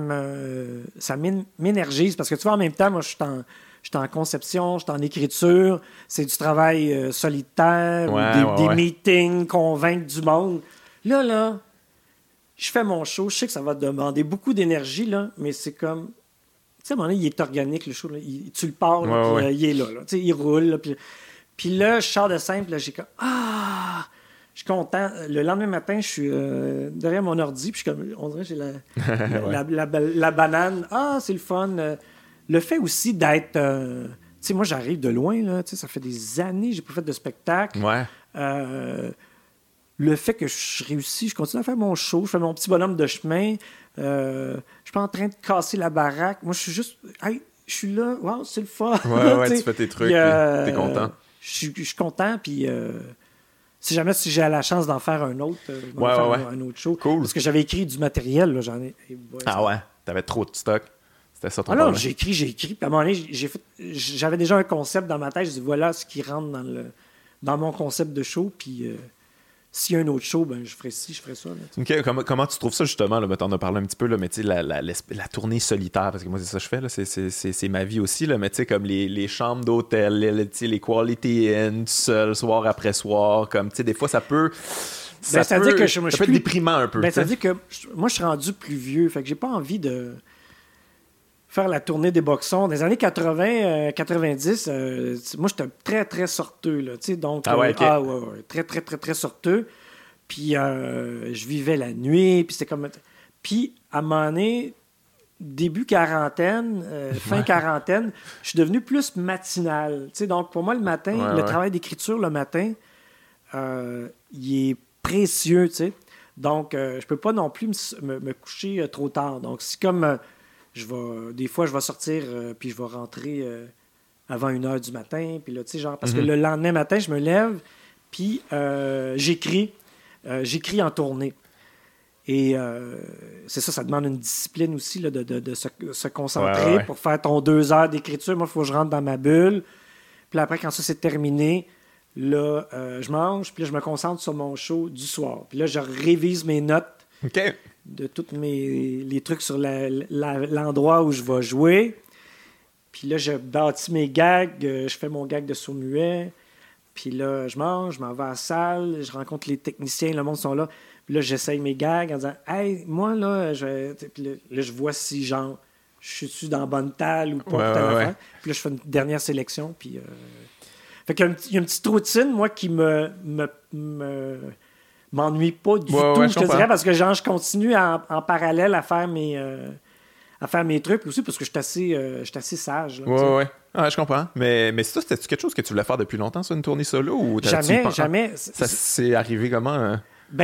m'énergise parce que tu vois, en même temps, moi, je suis en conception, je suis en écriture, c'est du travail solitaire, des meetings, convaincre du monde. Là, je fais mon show, je sais que ça va demander beaucoup d'énergie, là, mais c'est comme... Tu sais, à un moment donné, il est organique, le show. Là. Tu le pars, puis il est là. Tu sais, il roule. Là, puis là, je sors de scène, puis là, j'ai comme... Ah! Je suis content. Le lendemain matin, je suis derrière mon ordi, puis je suis comme... On dirait que j'ai la banane. Ah, c'est le fun. Le fait aussi d'être... tu sais, moi, j'arrive de loin, là. Tu sais, ça fait des années que j'ai pas fait de spectacle. Ouais. Le fait que je réussis, je continue à faire mon show, je fais mon petit bonhomme de chemin. Je suis pas en train de casser la baraque. Moi, je suis juste... Hey, je suis là. Wow, c'est le fun. Ouais, tu fais tes trucs, t'es content. Je suis content, puis... si j'ai la chance d'en faire un autre, un autre show. Cool. Parce que j'avais écrit du matériel, là, j'en ai... ouais? T'avais trop de stock. C'était ça ton problème. Non, j'ai écrit. Puis à un moment donné, j'avais déjà un concept dans ma tête. Je dis, voilà ce qui rentre dans mon concept de show. Puis s'il y a un autre show, ben je ferai ci, je ferai ça. Là, OK, comment tu trouves ça, justement? Là, t'en as parlé un petit peu, là, mais tu sais, la tournée solitaire, parce que moi, c'est ça que je fais, là, c'est ma vie aussi, là, mais tu sais, comme les chambres d'hôtel, les quality inn, seul, soir après soir, comme, tu sais, des fois, ça peut... Ça peut être déprimant un peu. Ben, ça veut dire que moi, je suis rendu plus vieux, fait que j'ai pas envie de faire la tournée des boxons. Dans les années 80, 90, moi, j'étais très, très sorteux, là, tu sais, donc... très, très, très, très sorteux. Puis, je vivais la nuit, puis c'était comme... Puis, à un moment donné, début quarantaine, fin quarantaine, je suis devenu plus matinal. Tu sais, donc, pour moi, le matin, le travail d'écriture le matin, il est précieux, tu sais. Donc, je peux pas non plus me coucher trop tard. Donc, c'est comme... des fois, je vais sortir, puis je vais rentrer avant 1h du matin. Puis là, tu sais, genre, parce que le lendemain matin, je me lève, puis j'écris en tournée. Et c'est ça, ça demande une discipline aussi là, de se concentrer pour faire ton 2 heures d'écriture. Moi, il faut que je rentre dans ma bulle. Puis après, quand ça c'est terminé, là, je mange, puis là, je me concentre sur mon show du soir. Puis là, je révise mes notes de tous les trucs sur l'endroit où je vais jouer. Puis là, je bâtis mes gags, je fais mon gag de sourd-muet. Puis là, je mange, je m'en vais à la salle, je rencontre les techniciens, le monde sont là. Puis là, j'essaye mes gags en disant « Hey, moi, là, Puis là, je vois si, genre, je suis dans la bonne talle ou pas. Puis là, je fais une dernière sélection, puis... Fait qu'il y a une petite routine, moi, qui m'ennuie pas du tout, je te dirais, parce que genre, je continue en parallèle à faire mes trucs aussi, parce que je suis assez sage. Là, Ah, je comprends. Mais ça, c'était-tu quelque chose que tu voulais faire depuis longtemps, ça, une tournée solo? Ou jamais. Ça s'est arrivé comment?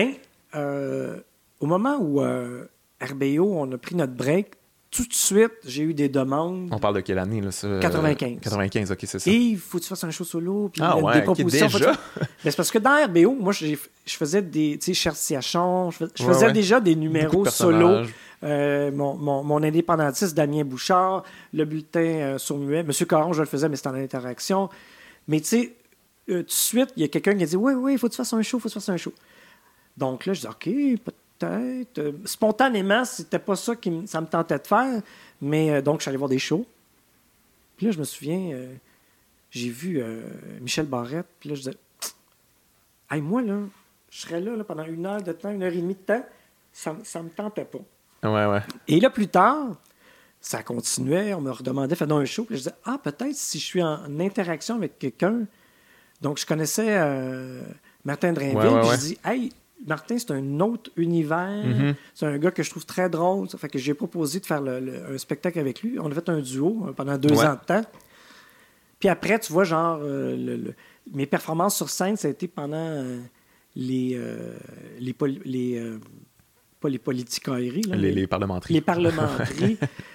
Au moment où RBO, on a pris notre break, tout de suite, j'ai eu des demandes. On parle de quelle année, là, ça? 95. 95, OK, c'est ça. Et il faut que tu fasses un show solo. Puis des propositions. Déjà? Mais c'est parce que dans RBO, moi, je faisais des... Tu sais, Chersiachon, je faisais déjà des numéros solo. Mon indépendantiste, Damien Bouchard, le bulletin sourd-muet. Monsieur Caron, je le faisais, mais c'était en interaction. Mais tu sais, tout de suite, il y a quelqu'un qui a dit « Oui, il faut que tu fasses un show, Donc là, je dis « OK, peut-être. » Spontanément, c'était pas ça ça me tentait de faire. Mais donc, je suis allé voir des shows. Puis là, je me souviens, j'ai vu Michel Barrette. Puis là, je disais « Hey, moi, là, je serais là pendant 1 heure de temps, 1 heure et demie de temps. Ça me tentait pas. » Ouais. Et là, plus tard, ça continuait. On me redemandait, fais donc un show. Puis je disais, peut-être si je suis en interaction avec quelqu'un. Donc, je connaissais Martin Drainville. Puis je dis, hey, Martin, c'est un autre univers. Mm-hmm. C'est un gars que je trouve très drôle. Ça fait que j'ai proposé de faire un spectacle avec lui. On a fait un duo pendant 2 ans de temps. Puis après, tu vois, genre, mes performances sur scène, ça a été pendant pas les politicailleries. Là, les parlementeries. Les parlementeries.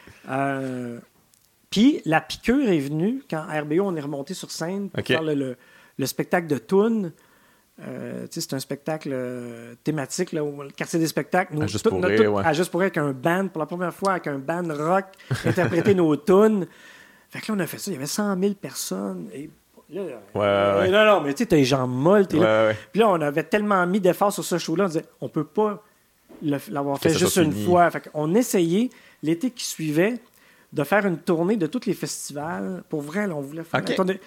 Puis la piqûre est venue quand RBO, on est remonté sur scène pour faire le spectacle de Toon. C'est un spectacle thématique, là, où le quartier des spectacles. À Juste pour rire, à Juste pour rire, avec un band, pour la première fois, avec un band rock, interpréter nos tunes. Fait que là, on a fait ça. Il y avait 100 000 personnes. Et là, non, mais tu sais, t'as les jambes molles. Puis là, on avait tellement mis d'efforts sur ce show-là, on disait, on peut pas l'avoir fait juste une fois. Fait qu'on essayait, l'été qui suivait, de faire une tournée de tous les festivals. Pour vrai, là, on voulait faire une tournée.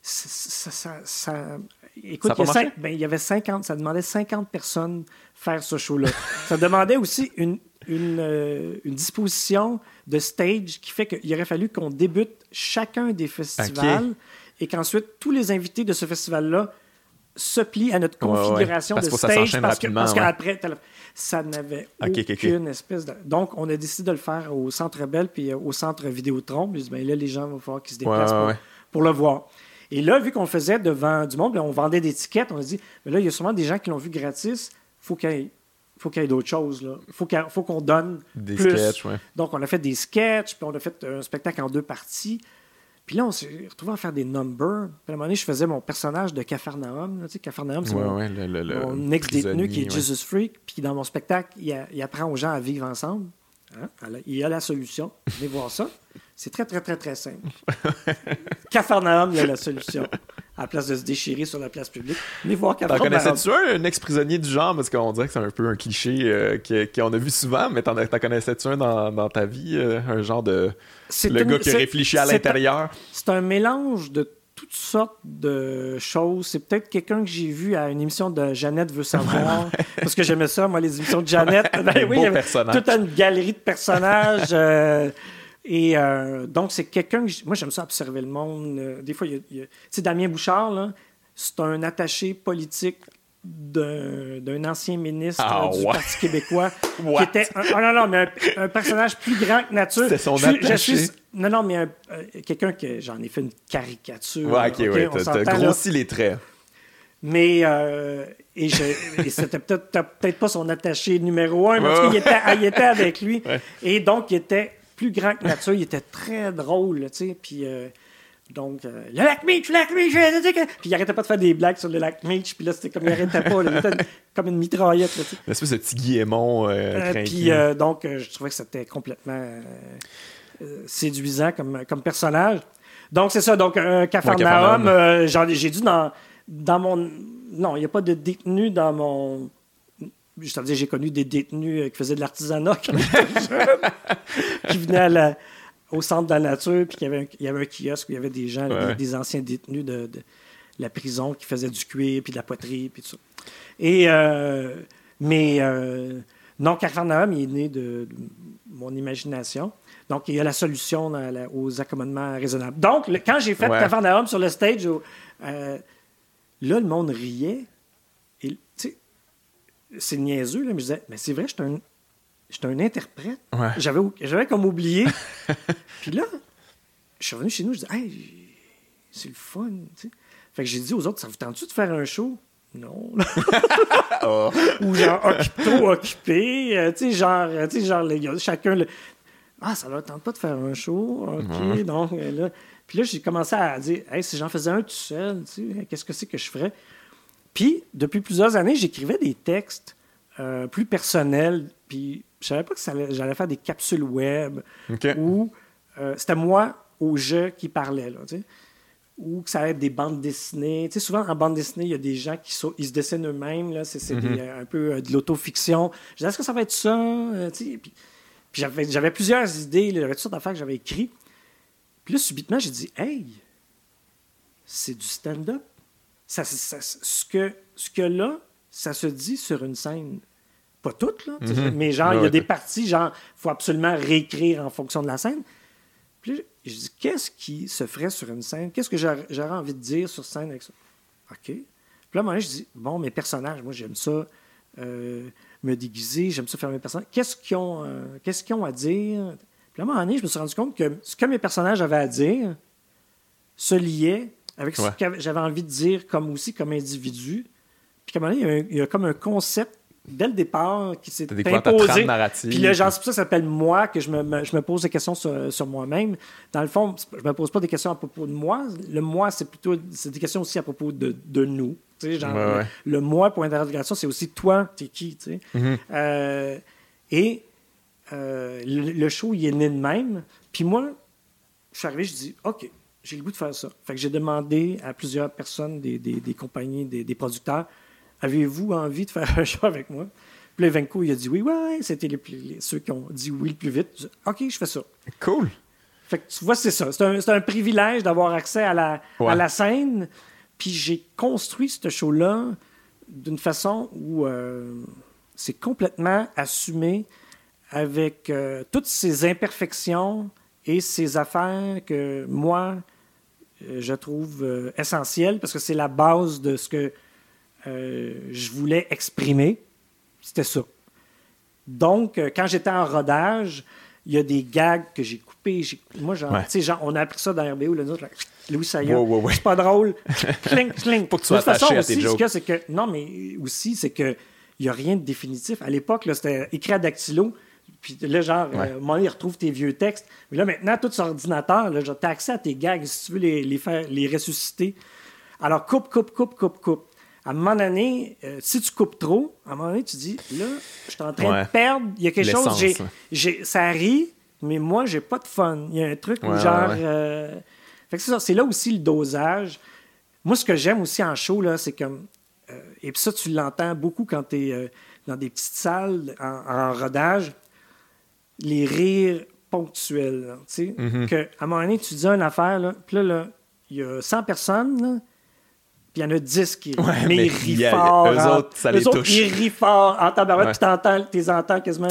Écoute, il y avait 50, ça demandait 50 personnes faire ce show-là. Ça demandait aussi une disposition de stage qui fait qu'il aurait fallu qu'on débute chacun des festivals et qu'ensuite tous les invités de ce festival-là se plient à notre configuration de stage parce qu'après, ça n'avait aucune espèce de... Donc, on a décidé de le faire au Centre Bell puis au Centre Vidéotron. Puis, là, les gens vont falloir qu'ils se déplacent pour le voir. Et là, vu qu'on le faisait devant du monde, là, on vendait des tickets, on a dit, mais là, il y a sûrement des gens qui l'ont vu gratis, faut qu'il y ait d'autres choses. Il faut qu'on donne des plus. Sketchs, Donc, on a fait des sketchs, puis on a fait un spectacle en 2 parties. Puis là, on s'est retrouvés à faire des numbers. Puis à un moment donné, je faisais mon personnage de Capharnaüm. Tu sais, Capharnaüm, c'est mon ex-détenu qui est Jesus Freak. Puis dans mon spectacle, il apprend aux gens à vivre ensemble. Hein? Alors, il y a la solution. Venez voir ça. C'est très, très, très, très simple. Capharnaüm, il y a la solution. À la place de se déchirer sur la place publique. Venez voir Capharnaüm. T'en connaissais-tu un ex-prisonnier du genre? Parce qu'on dirait que c'est un peu un cliché qu'on a vu souvent, mais t'en connaissais-tu un dans ta vie? Un genre de... gars qui réfléchit à l'intérieur? C'est un mélange de toutes sortes de choses. C'est peut-être quelqu'un que j'ai vu à une émission de Jeannette veut savoir. Parce que j'aimais ça, moi, les émissions de Jeannette. Il y avait toute une galerie de personnages. Donc, c'est quelqu'un que... Moi, j'aime ça observer le monde. Des fois, il y a... Tu sais, Damien Bouchard, là, c'est un attaché politique d'un ancien ministre du Parti québécois qui était un personnage plus grand que nature. C'était son attaché. Mais quelqu'un que j'en ai fait une caricature. T'as grossi les traits. Mais et c'était peut-être pas son attaché numéro 1, mais en tout cas, il était avec lui. Ouais. Et donc, il était plus grand que nature. Il était très drôle, tu sais. Puis Donc, le lac Meech, puis il arrêtait pas de faire des blagues sur le lac Meech, puis là, c'était comme il arrêtait pas, là, il était comme une mitraillette. Là, une espèce de petit Guillemot puis, donc, je trouvais que c'était complètement séduisant comme personnage. Donc, c'est ça. Donc, Capharnaüm, j'ai dû dans mon... Non, il n'y a pas de détenus dans mon... Je veux dire, j'ai connu des détenus qui faisaient de l'artisanat quand j'étais jeune, qui venaient au centre de la nature, puis il y avait un kiosque où il y avait des gens, des anciens détenus de la prison qui faisaient du cuir, puis de la poterie, puis tout ça. Et, non, Capharnaüm, il est né de mon imagination. Donc, il y a la solution aux accommodements raisonnables. Donc, quand j'ai fait Capharnaüm sur le stage, là, le monde riait. Et, tu sais, c'est niaiseux, là, mais je disais, mais c'est vrai, j'étais un interprète. Ouais. J'avais comme oublié. Puis là, je suis revenu chez nous, je dis, hey, c'est le fun. Tu sais. Fait que j'ai dit aux autres, ça vous tente-tu de faire un show? Non. Ou genre, trop occupé. Tu sais, genre, chacun. Ça leur tente pas de faire un show. OK, donc là. Puis là, j'ai commencé à dire, hey, si j'en faisais un tout seul, tu sais, qu'est-ce que c'est que je ferais? Puis, depuis plusieurs années, j'écrivais des textes plus personnels. Puis, je savais pas que j'allais faire des capsules web où c'était moi au jeu qui parlait, là, tu sais. Ou que ça allait être des bandes dessinées. Tu sais, souvent, en bande dessinée, il y a des gens qui ils se dessinent eux-mêmes. Là. C'est un peu de l'autofiction. Je disais, est-ce que ça va être ça? Tu sais, puis j'avais plusieurs idées. J'avais toutes sortes d'affaires que j'avais écrites. Puis là, subitement, j'ai dit, hey, c'est du stand-up. Ce que là, ça se dit sur une scène. Pas toutes, là. Mais genre, il y a des parties, genre, il faut absolument réécrire en fonction de la scène. Puis là, je dis, qu'est-ce qui se ferait sur une scène? Qu'est-ce que j'aurais envie de dire sur scène avec ça? OK. Puis là, à un moment donné, je dis, bon, mes personnages, moi, j'aime ça me déguiser, j'aime ça faire mes personnages. Qu'est-ce qu'ils ont à dire? Puis à un moment donné, je me suis rendu compte que ce que mes personnages avaient à dire se liait avec ce que j'avais envie de dire comme individu. Puis à un moment donné, il y a comme un concept dès le départ qui s'est imposé. Puis là, genre, c'est pour ça que ça s'appelle moi, que je me pose des questions sur moi-même. Dans le fond, je me pose pas des questions à propos de moi. Le moi, c'est des questions aussi à propos de nous. Tu sais, genre, le moi, pour l'interrogation, c'est aussi toi, t'es qui, tu sais. Le show, il est né de même. Puis moi, je suis arrivé, je dis, OK, j'ai le goût de faire ça. Fait que j'ai demandé à plusieurs personnes, des compagnies, des producteurs, avez-vous envie de faire un show avec moi? Puis là, Venko, il a dit oui. Ouais, c'était ceux qui ont dit oui le plus vite. Dit, OK, je fais ça. Cool. Fait que tu vois, c'est ça. C'est un privilège d'avoir accès à la scène. Puis j'ai construit ce show-là d'une façon où c'est complètement assumé avec toutes ces imperfections et ces affaires que moi, je trouve essentielles parce que c'est la base de ce que je voulais exprimer. C'était ça. Donc, quand j'étais en rodage, il y a des gags que j'ai coupés. Moi, tu sais, genre, on a appris ça dans RBO, le nôtre, Louis Saya. C'est pas drôle. Cling, cling. Pour que tu sois attaché à tes jokes. Non, mais aussi, c'est que il n'y a rien de définitif. À l'époque, là, c'était écrit à dactylo. Puis là, genre, à un moment, il retrouve tes vieux textes. Mais là, maintenant, tout sur ordinateur, tu as accès à tes gags si tu veux les ressusciter. Alors, coupe. À un moment donné, si tu coupes trop, à un moment donné, tu dis, là, je suis en train de perdre. Il y a quelque chose, ça rit, mais moi, j'ai pas de fun. Il y a un truc où genre... Fait que c'est ça, c'est là aussi le dosage. Moi, ce que j'aime aussi en show, là, c'est comme... et puis ça, tu l'entends beaucoup quand tu es dans des petites salles en rodage, les rires ponctuels. Tu sais, qu'à un moment donné, tu dis une affaire, là, puis là, il y a 100 personnes, là, puis il y en a 10 qui rient. Mais ils rient fort. Eux autres, ça les touche. Ils rient fort en tabarouette, puis tu entends quasiment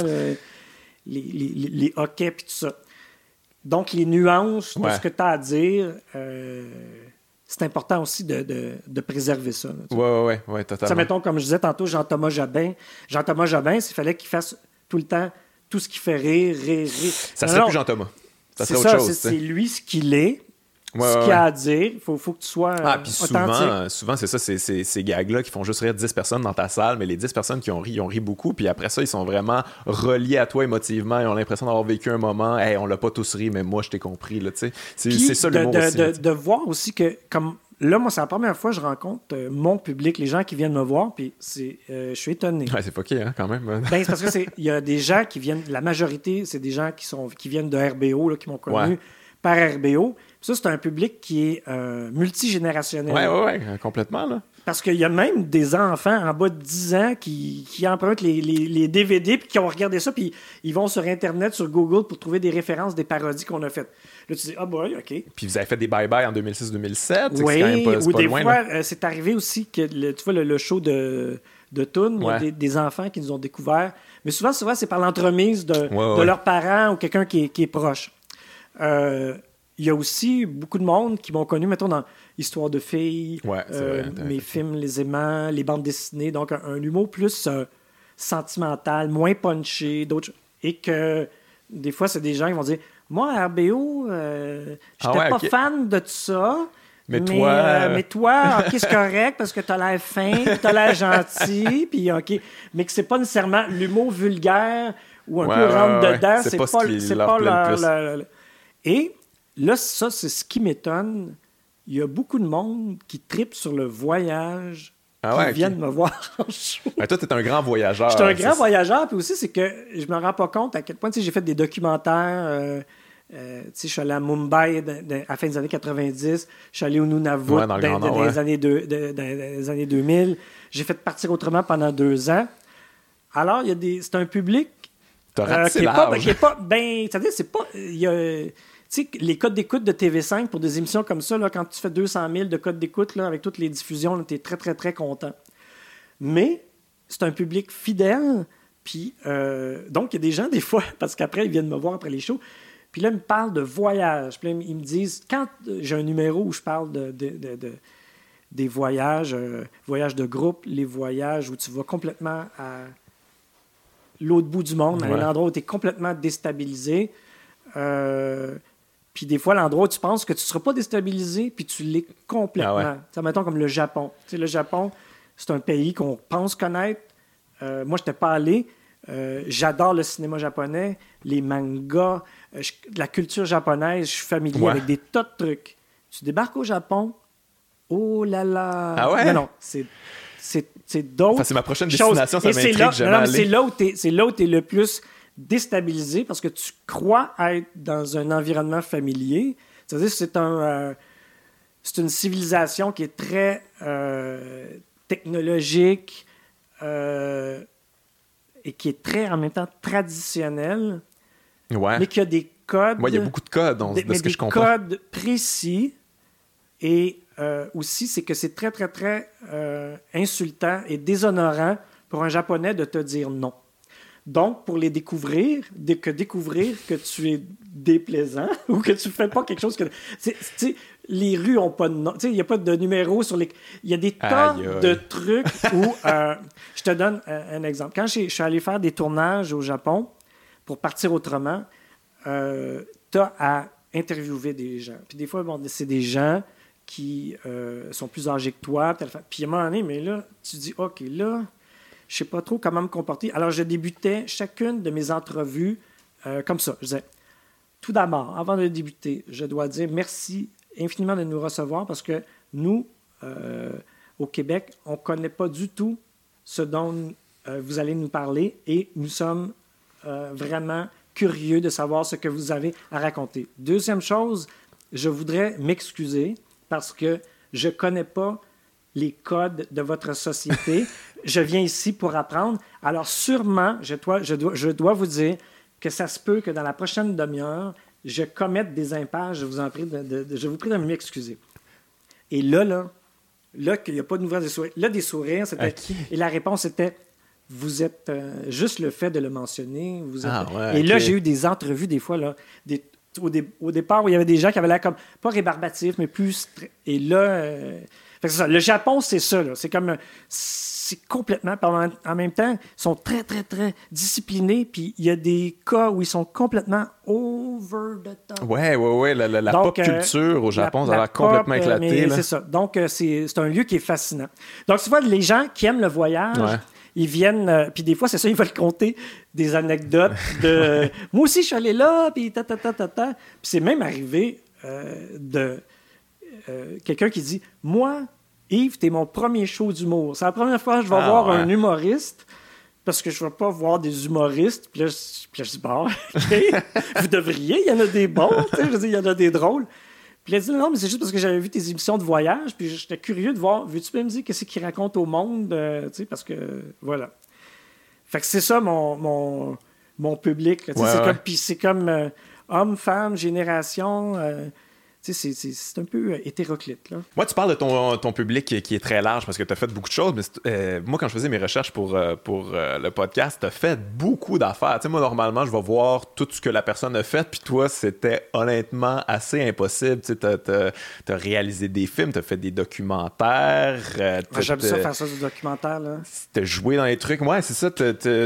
les hoquets, puis tout ça. Donc, les nuances de ce que tu as à dire, c'est important aussi de préserver ça. Oui, totalement. Ça, mettons, comme je disais tantôt, Jean-Thomas Jobin, s'il fallait qu'il fasse tout le temps tout ce qui fait rire. Ça serait plus Jean-Thomas. Ça serait autre chose. C'est lui ce qu'il est. ce qu'il y a à dire. Il faut que tu sois puis authentique. souvent, c'est ça, c'est ces gags-là qui font juste rire 10 personnes dans ta salle, mais les 10 personnes qui ont ri beaucoup, puis après ça, ils sont vraiment reliés à toi émotivement, ils ont l'impression d'avoir vécu un moment, hey, on l'a pas tous ri, mais moi, je t'ai compris, là, tu sais. C'est ça l'humour aussi. De voir aussi que, comme là, moi, c'est la première fois que je rencontre mon public, les gens qui viennent me voir, puis je suis étonné. Ouais, c'est fucké, hein, quand même. C'est parce que il y a des gens qui viennent, la majorité, c'est des gens qui viennent de RBO, là, qui m'ont connu par RBO. Ça, c'est un public qui est multigénérationnel. Oui, complètement, là. Parce qu'il y a même des enfants en bas de 10 ans qui empruntent les DVD puis qui ont regardé ça, puis ils vont sur Internet, sur Google pour trouver des références des parodies qu'on a faites. Là, tu dis, OK. Puis vous avez fait des bye-bye en 2006-2007. Oui, c'est quand même pas, ou pas des loin, fois, c'est arrivé aussi que, tu vois, le show de Toon, il y a des enfants qui nous ont découvert. Mais souvent c'est par l'entremise de leurs parents ou quelqu'un qui est proche. Il y a aussi beaucoup de monde qui m'ont connu, mettons, dans Histoire de filles, mes films, Les Aimants, les bandes dessinées. Donc, un humour plus sentimental, moins punché, d'autres. Et que, des fois, c'est des gens qui vont dire « Moi, à RBO, j'étais pas fan de tout ça. Mais toi, OK, c'est correct parce que t'as l'air fin, t'as l'air gentil, puis OK. Mais que c'est pas nécessairement l'humour vulgaire ou un peu rentre-dedans. C'est pas leur... Et là, ça, c'est ce qui m'étonne. Il y a beaucoup de monde qui tripe sur le voyage, qui viennent me voir en show. Mais toi, t'es un grand voyageur. Je suis un grand voyageur, puis aussi, c'est que je me rends pas compte à quel point, j'ai fait des documentaires. Je suis allé à Mumbai à la fin des années 90. Je suis allé au Nunavut dans les années 2000. J'ai fait Partir autrement pendant 2 ans. Alors, c'est un public qui est pas... c'est-à-dire, c'est pas... Tu sais, les codes d'écoute de TV5 pour des émissions comme ça, là, quand tu fais 200 000 de codes d'écoute là, avec toutes les diffusions, tu es très, très, très content. Mais c'est un public fidèle. Puis, donc, il y a des gens, des fois, parce qu'après, ils viennent me voir après les shows, puis là, ils me parlent de voyage. Puis là, ils me disent, quand j'ai un numéro où je parle des voyages, voyages de groupe, les voyages où tu vas complètement à l'autre bout du monde, à un endroit où tu es complètement déstabilisé, puis des fois, l'endroit où tu penses que tu ne seras pas déstabilisé, puis tu l'es complètement. Ça, mettons comme le Japon. Tu sais, le Japon, c'est un pays qu'on pense connaître. Moi, je n'étais pas allé. J'adore le cinéma japonais, les mangas, la culture japonaise. Je suis familier avec des tas de trucs. Tu débarques au Japon, oh là là! Ah ouais? Non, c'est d'autres c'est ma prochaine destination, ça m'intrigue, c'est là où tu es le plus déstabilisé parce que tu crois être dans un environnement familier. C'est-à-dire que c'est une civilisation qui est très technologique et qui est très, en même temps, traditionnelle, mais qui a des codes... il y a beaucoup de codes de ce que je comprends. Des codes précis et aussi, c'est que c'est très, très, très insultant et déshonorant pour un Japonais de te dire non. Donc, pour les découvrir que tu es déplaisant ou que tu ne fais pas quelque chose que... les rues n'ont pas de nom. Il n'y a pas de numéro sur les... Il y a des tas de trucs où... je te donne un exemple. Quand je suis allé faire des tournages au Japon pour Partir autrement, tu as à interviewer des gens. Puis des fois, c'est des gens qui sont plus âgés que toi. Puis à un moment donné, mais là, tu dis, OK, là... Je ne sais pas trop comment me comporter. Alors, je débutais chacune de mes entrevues comme ça. Je disais, tout d'abord, avant de débuter, je dois dire merci infiniment de nous recevoir parce que nous, au Québec, on ne connaît pas du tout ce dont vous allez nous parler et nous sommes vraiment curieux de savoir ce que vous avez à raconter. Deuxième chose, je voudrais m'excuser parce que je ne connais pas les codes de votre société. Je viens ici pour apprendre. Alors, sûrement, je dois vous dire que ça se peut que dans la prochaine demi-heure, je commette des impasses. Je vous prie de m'excuser. Et là, qu'il n'y a pas de nouvelles des sourires. Là, des sourires, c'était... Okay. Et la réponse était, vous êtes... juste le fait de le mentionner. Vous êtes, et là, j'ai eu des entrevues, des fois, là, au départ, où il y avait des gens qui avaient l'air comme, pas rébarbatifs, mais plus... Et là... Fait que c'est ça. Le Japon, c'est ça. Là. C'est comme... C'est complètement... En même temps, ils sont très, très, très disciplinés. Puis il y a des cas où ils sont complètement over the top. Ouais. La pop culture au Japon, ça a l'air complètement éclaté. C'est ça. Donc, c'est un lieu qui est fascinant. Donc, tu vois, les gens qui aiment le voyage... Ouais. Ils viennent, puis des fois, c'est ça, ils veulent compter des anecdotes de « Moi aussi, je suis allé là, puis ta. » Puis c'est même arrivé de quelqu'un qui dit « Moi, Yves, t'es mon premier show d'humour. C'est la première fois que je vais voir un humoriste, parce que je ne vais pas voir des humoristes. » Puis là, je dis « Bon, OK, vous devriez, il y en a des bons, tu sais, je dis, il y en a des drôles. » Puis il a dit non, mais c'est juste parce que j'avais vu tes émissions de voyage, puis j'étais curieux de voir, veux-tu bien me dire qu'est-ce qu'il raconte au monde, tu sais, parce que, voilà. Fait que c'est ça mon public. Là, puis c'est comme homme, femme, génération, tu sais, c'est un peu hétéroclite. Là. Moi, tu parles de ton public qui est très large parce que tu as fait beaucoup de choses, mais moi, quand je faisais mes recherches pour le podcast, tu as fait beaucoup d'affaires. Tu sais, moi, normalement, je vais voir tout ce que la personne a fait, puis toi, c'était honnêtement assez impossible. Tu sais, tu as réalisé des films, tu as fait des documentaires. J'aime ça faire ça, du documentaire. Tu as joué dans les trucs. Ouais, c'est ça.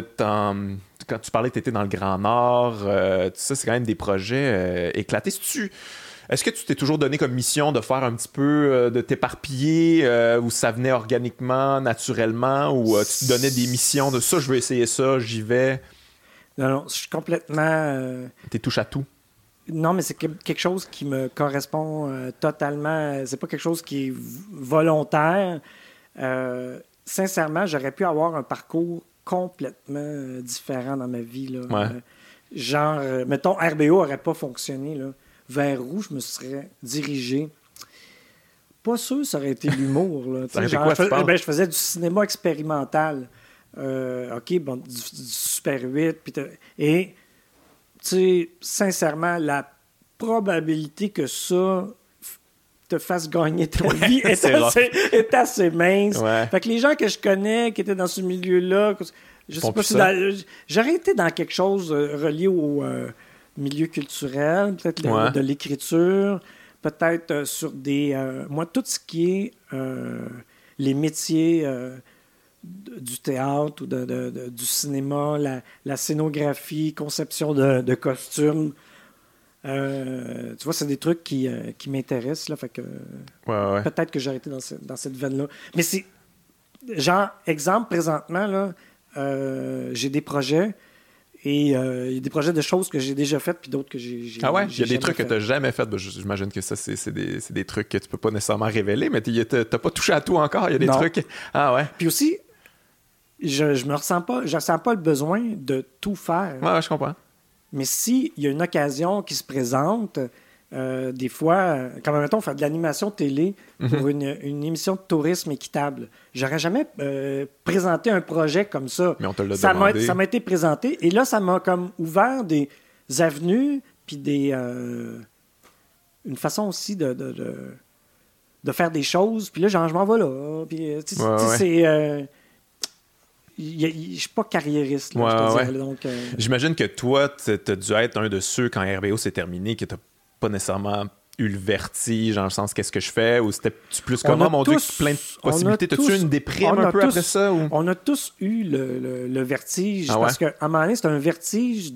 Quand tu parlais que tu étais dans le Grand Nord, tout ça, c'est quand même des projets éclatés. Est-ce que tu t'es toujours donné comme mission de faire un petit peu, de t'éparpiller, ou ça venait organiquement, naturellement, ou tu te donnais des missions de ça, je veux essayer ça, j'y vais? Non, je suis complètement... T'es touche à tout? Non, mais c'est quelque chose qui me correspond totalement. C'est pas quelque chose qui est volontaire. Sincèrement, j'aurais pu avoir un parcours complètement différent dans ma vie. Là. Ouais. Mettons, RBO n'aurait pas fonctionné, là. Vers où je me serais dirigé. Pas sûr ça aurait été l'humour. Là. Je faisais du cinéma expérimental. OK, bon, du Super 8. Et, tu sais, sincèrement, la probabilité que ça te fasse gagner ta vie est assez mince. Ouais. Fait que les gens que je connais qui étaient dans ce milieu-là, je sais pas si j'aurais été dans quelque chose relié au... milieu culturel, peut-être de l'écriture, peut-être sur des... moi, tout ce qui est les métiers du théâtre ou du cinéma, la scénographie, conception de costumes, tu vois, c'est des trucs qui m'intéressent, là, fait que peut-être que j'aurais été dans cette veine-là. Mais c'est... Genre, exemple, présentement, là, j'ai des projets. Et il y a des projets de choses que j'ai déjà faites, puis d'autres que j'ai Ah ouais? Il y a des trucs que tu n'as jamais fait. J'imagine que ça, c'est des trucs que tu peux pas nécessairement révéler, mais tu n'as pas touché à tout encore. Il y a des trucs... Ah ouais? Puis aussi, je ressens pas le besoin de tout faire. Ouais, je comprends. Mais s'il y a une occasion qui se présente, des fois, comme mettons, faire de l'animation télé pour une émission de tourisme équitable. J'aurais jamais présenté un projet comme ça. Mais on te l'a demandé. Ça m'a été présenté. Et là, ça m'a comme ouvert des avenues puis une façon aussi de faire des choses. Puis là, genre, je m'en vais là. Puis, c'est... je suis pas carriériste, là, je te dirais, donc, J'imagine que toi, tu as dû être un de ceux, quand RBO s'est terminé, que tu pas nécessairement eu le vertige, dans le sens qu'est-ce que je fais, ou c'était plus comment, mon Dieu, plein de possibilités. T'as-tu eu une déprime un peu après ça? Ou? On a tous eu le vertige, parce qu'à un moment donné, c'est un vertige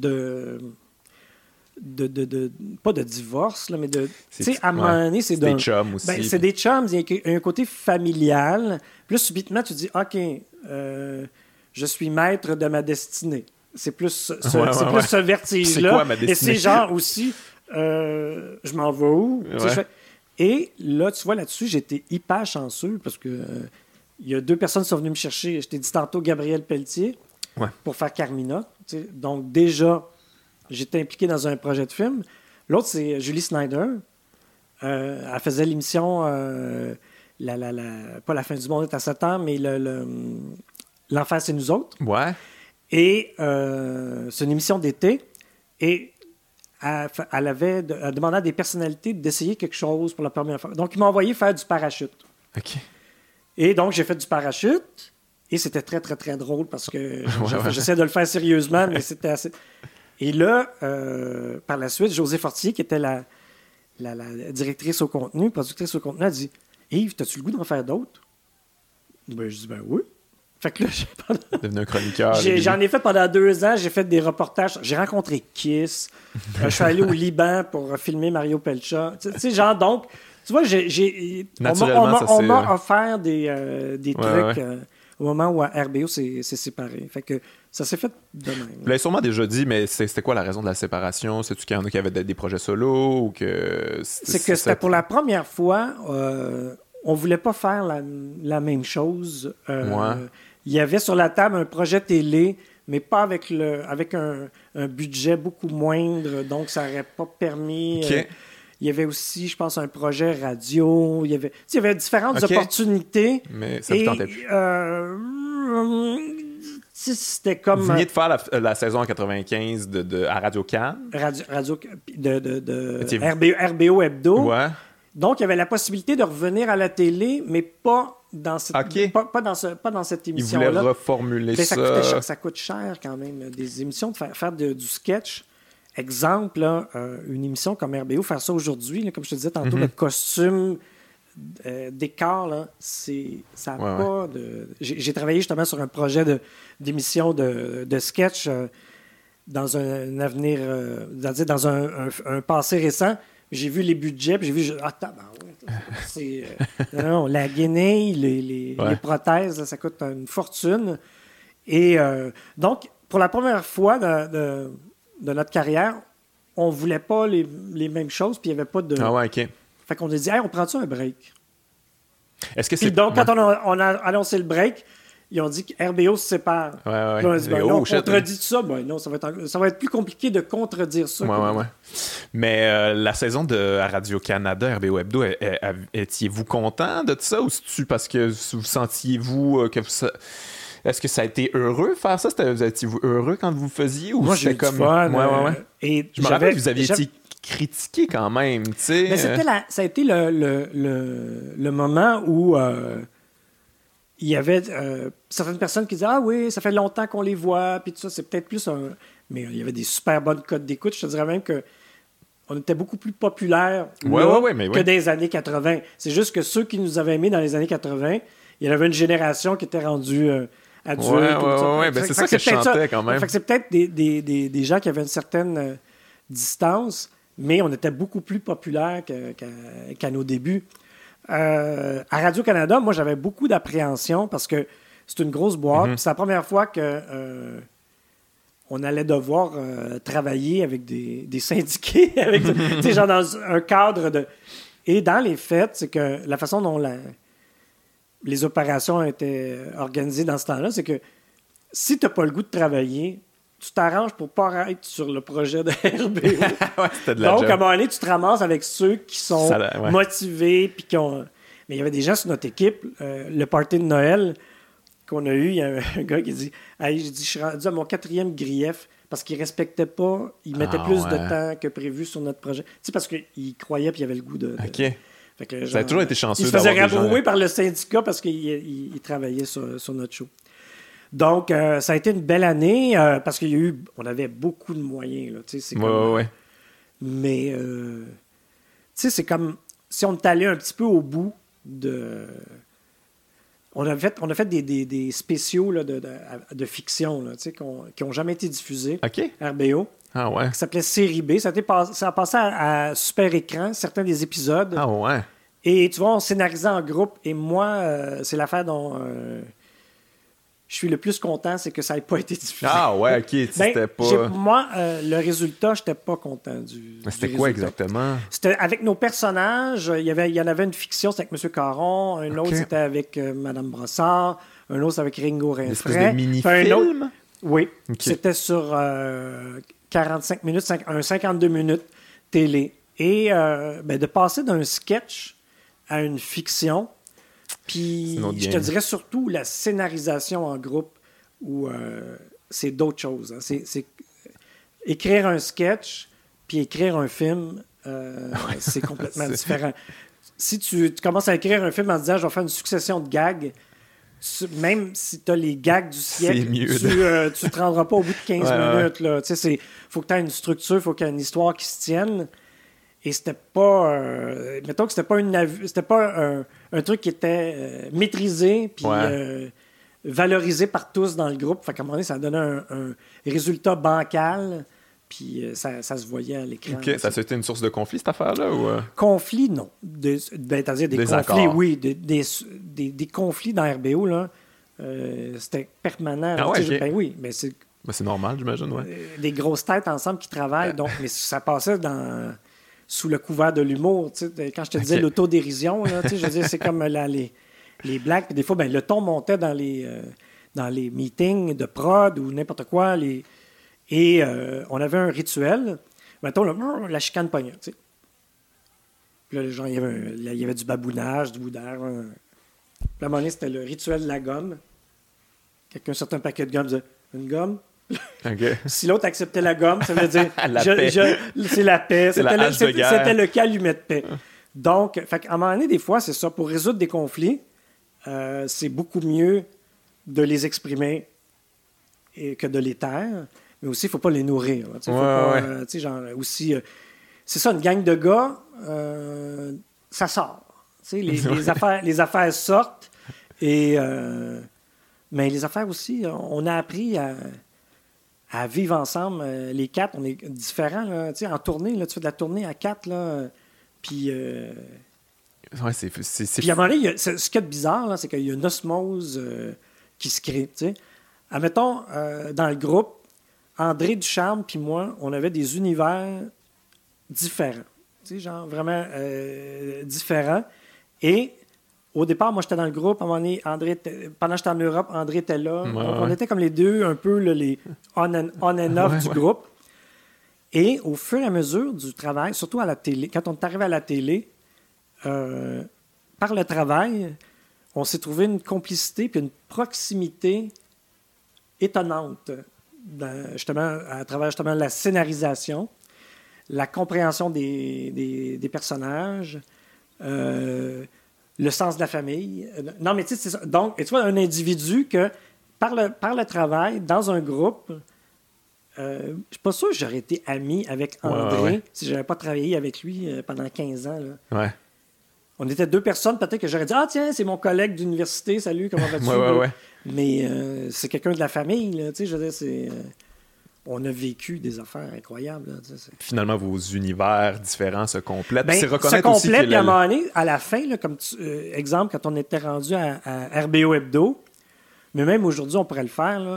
pas de divorce, là, mais de... Tu sais, à un moment donné, c'est des chums aussi. C'est des chums, il y a un côté familial. Puis là, subitement, tu dis, OK, je suis maître de ma destinée. C'est plus ce vertige-là. C'est quoi ma destinée? Et c'est genre aussi... je m'en vais où? Ouais. Et là, tu vois, là-dessus, j'étais hyper chanceux parce que il y a 2 personnes qui sont venues me chercher. Je t'ai dit tantôt Gabriel Pelletier pour faire Carmina. Donc, déjà, j'étais impliqué dans un projet de film. L'autre, c'est Julie Snyder. Elle faisait l'émission pas La fin du monde est à 7 ans, mais L'enfer, c'est nous autres. Ouais. Et c'est une émission d'été. Et elle avait demandé à des personnalités d'essayer quelque chose pour la première fois. Donc, ils m'ont envoyé faire du parachute. OK. Et donc, j'ai fait du parachute. Et c'était très, très, très drôle parce que j'essaie de le faire sérieusement, mais c'était assez... Et là, par la suite, José Fortier, qui était la directrice au contenu, productrice au contenu, a dit Yves, t'as-tu le goût d'en faire d'autres? Ben, je dis, ben oui. Fait que là, devenu un chroniqueur. J'en ai fait pendant 2 ans. J'ai fait des reportages. J'ai rencontré Kiss. Je suis allé au Liban pour filmer Mario Pelcha. Tu sais, genre, donc, tu vois, on m'a offert des trucs au moment où RBO s'est séparé. Fait que ça s'est fait de même. Vous l'avez sûrement déjà dit, mais c'était quoi la raison de la séparation? C'est-tu qu'il y en a qui avaient des projets solo ou que... C'est que c'était pour la première fois, on voulait pas faire la même chose. Il y avait sur la table un projet télé, mais pas avec un budget beaucoup moindre, donc ça n'aurait pas permis... Okay. Il y avait aussi, je pense, un projet radio. Il y avait différentes opportunités. Mais ça ne tentait plus. C'était comme... Vous veniez de faire la saison en 95 à Radio Cannes. Radio de RBO Hebdo. Ouais. Donc, il y avait la possibilité de revenir à la télé, mais pas dans cette, pas dans cette émission-là. Ils voulaient reformuler ça. Ça coûte cher quand même, des émissions, de faire du sketch. Exemple, là, une émission comme RBO, faire ça aujourd'hui, là, comme je te disais tantôt, le costume, décor, là, ça n'a pas de... J'ai travaillé justement sur un projet d'émission de sketch dans un avenir, dans un passé récent. J'ai vu les budgets, puis j'ai vu... non, la guenille, les prothèses, là, ça coûte une fortune. Et donc, pour la première fois de notre carrière, on ne voulait pas les mêmes choses, puis il n'y avait pas de... Ah ouais, OK. Fait qu'on a dit, hey, on prend-tu un break? Est-ce que puis donc, quand on a annoncé le break, ils ont dit que RBO se sépare. Ouais. Puis on a dit, non, on contredit ça. Ben non, ça va être plus compliqué de contredire ça. Ouais. Mais la saison de Radio-Canada, RBO Hebdo, étiez-vous content de ça? Ou c'est-tu parce que vous sentiez-vous que vous... Est-ce que ça a été heureux faire ça? Étiez-vous heureux quand vous le faisiez? Ou moi, j'ai eu du fun. Et je me rappelle que vous aviez été critiqué quand même. Mais ça a été le moment où il y avait certaines personnes qui disaient « Ah oui, ça fait longtemps qu'on les voit. » Puis tout ça, c'est peut-être plus un... Mais il y avait des super bonnes cotes d'écoute. Je te dirais même que on était beaucoup plus populaires que dans les années 80. C'est juste que ceux qui nous avaient aimés dans les années 80, il y en avait une génération qui était rendue... adulte. Ben c'est ça que je chantais quand même. Fait que c'est peut-être des gens qui avaient une certaine distance, mais on était beaucoup plus populaires qu'à nos débuts. À Radio-Canada, moi, j'avais beaucoup d'appréhension parce que c'est une grosse boîte. C'est la première fois que on allait devoir travailler avec des syndiqués, avec genre dans un cadre de... Et dans les faits, c'est que la façon dont les opérations étaient organisées dans ce temps-là, c'est que si tu n'as pas le goût de travailler, tu t'arranges pour ne pas être sur le projet de RBO. C'était de la Donc, job. à un moment donné, tu te ramasses avec ceux qui sont motivés. Puis qui ont... Mais il y avait des gens sur notre équipe. Le party de Noël qu'on a eu, il y a un gars qui dit hey, je suis rendu à mon 4e grief parce qu'il ne respectait pas, il mettait plus de temps que prévu sur notre projet. Tu sais, parce qu'il croyait puis il avait le goût de... OK. Fait que, ça a toujours été chanceux. Il se faisait rabrouer par le syndicat parce qu'il travaillait sur notre show. Donc, ça a été une belle année parce on avait beaucoup de moyens. Là, mais, tu sais, c'est comme si on est allé un petit peu au bout de... On a fait des spéciaux là, de fiction là, qui n'ont jamais été diffusés. OK. RBO. Ah ouais. Qui s'appelait Série B. Ça a passé à Super Écran, certains des épisodes. Ah ouais. Et tu vois, on scénarisait en groupe. Et moi, c'est l'affaire dont je suis le plus content, c'est que ça n'ait pas été diffusé. Ah ouais, OK. C'était pas... Moi, le résultat, je n'étais pas content du C'était quoi exactement? C'était avec nos personnages. Il y en avait une fiction, c'était avec M. Caron. Un autre, c'était avec Mme Brossard. Un autre, c'était avec Ringo Rinfret. Une espèce de mini-film? Oui. Okay. C'était sur 45 minutes, 52 minutes télé. Et de passer d'un sketch à une fiction, puis je te dirais surtout la scénarisation en groupe, où c'est d'autres choses. Hein. C'est écrire un sketch, puis écrire un film, c'est complètement différent. Si tu commences à écrire un film en disant « je vais faire une succession de gags », même si tu as les gags du siècle, tu ne te rendras pas au bout de 15 minutes. Il faut que tu aies une structure, il faut qu'il y ait une histoire qui se tienne. Et c'était pas... mettons que c'était pas un truc qui était maîtrisé puis valorisé par tous dans le groupe. Fait qu'à un moment donné, ça donnait un résultat bancal, puis ça se voyait à l'écran. OK. Ça a été une source de conflit, cette affaire-là? Ou... Conflit, non. C'est-à-dire des conflits, accords. oui. Des conflits dans RBO, là, c'était permanent. Ah ouais, OK. Ben oui, mais c'est... c'est normal, j'imagine, ouais. Des grosses têtes ensemble qui travaillent, donc, mais ça passait sous le couvert de l'humour. Quand je te disais l'autodérision, là, je veux dire, c'est comme les blagues. Puis des fois, le ton montait dans les meetings de prod ou n'importe quoi. Et on avait un rituel. Mettons, la chicane pognait. Puis là, genre, il y avait du babounage, du boudage. Puis à un moment donné, c'était le rituel de la gomme. Quelqu'un sortait un paquet de gomme, disait « Une gomme? » Okay. Si l'autre acceptait la gomme, ça veut dire c'est la paix. C'était le calumet de paix. Donc, à un moment donné, des fois, c'est ça. Pour résoudre des conflits, c'est beaucoup mieux de les exprimer que de les taire. Mais aussi, il ne faut pas les nourrir. Aussi, c'est ça, une gang de gars, ça sort. Les affaires sortent. Mais les affaires aussi, on a appris à vivre ensemble. Les quatre, on est différents. Là, en tournée, là, tu fais de la tournée à quatre. Puis c'est puis à un moment donné, ce qui est bizarre, là, c'est qu'il y a une osmose qui se crée. Admettons, dans le groupe, André Ducharme puis moi, on avait des univers différents. Genre vraiment différents. Et au départ, moi, j'étais dans le groupe. À un moment donné, pendant que j'étais en Europe, André était là. Ouais, donc, on était comme les deux, un peu les on and off du groupe. Et au fur et à mesure du travail, surtout à la télé, quand on est arrivé à la télé, par le travail, on s'est trouvé une complicité puis une proximité étonnante, à travers justement la scénarisation, la compréhension des personnages, le sens de la famille. Non, mais tu sais, c'est ça. Donc, tu vois, un individu que, par le travail, dans un groupe, je suis pas sûr que j'aurais été ami avec André si je n'avais pas travaillé avec lui pendant 15 ans. Là. Ouais. On était deux personnes, peut-être que j'aurais dit « Ah, tiens, c'est mon collègue d'université, salut, comment vas-tu? » Mais c'est quelqu'un de la famille, là, tu sais, je veux dire, on a vécu des affaires incroyables. Là, finalement, vos univers différents se complètent. Ben, c'est reconnaître se aussi complètent, puis à un moment donné, à la fin, là, comme exemple, quand on était rendu à RBO Hebdo, mais même aujourd'hui, on pourrait le faire, là,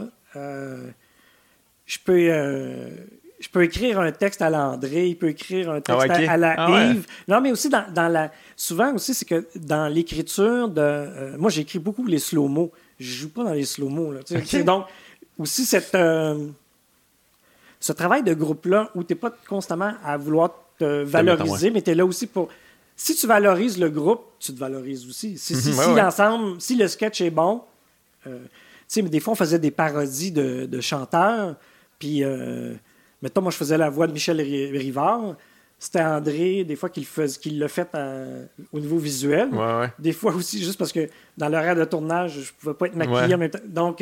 je peux écrire un texte à l'André, il peut écrire un texte à la Yves. Non, mais aussi, souvent aussi, c'est que dans l'écriture, moi, j'écris beaucoup les slow-mo. Je joue pas dans les slow-mo. Là, donc, aussi, ce travail de groupe-là, où tu n'es pas constamment à vouloir te valoriser, mais tu es là aussi pour... Si tu valorises le groupe, tu te valorises aussi. L'ensemble, si le sketch est bon... mais des fois, on faisait des parodies de chanteurs, puis... mettons, moi, je faisais la voix de Michel Rivard. C'était André, des fois, qui l'a fait au niveau visuel. Ouais. Des fois aussi, juste parce que dans l'horaire de tournage, je ne pouvais pas être maquillé en même temps. Donc,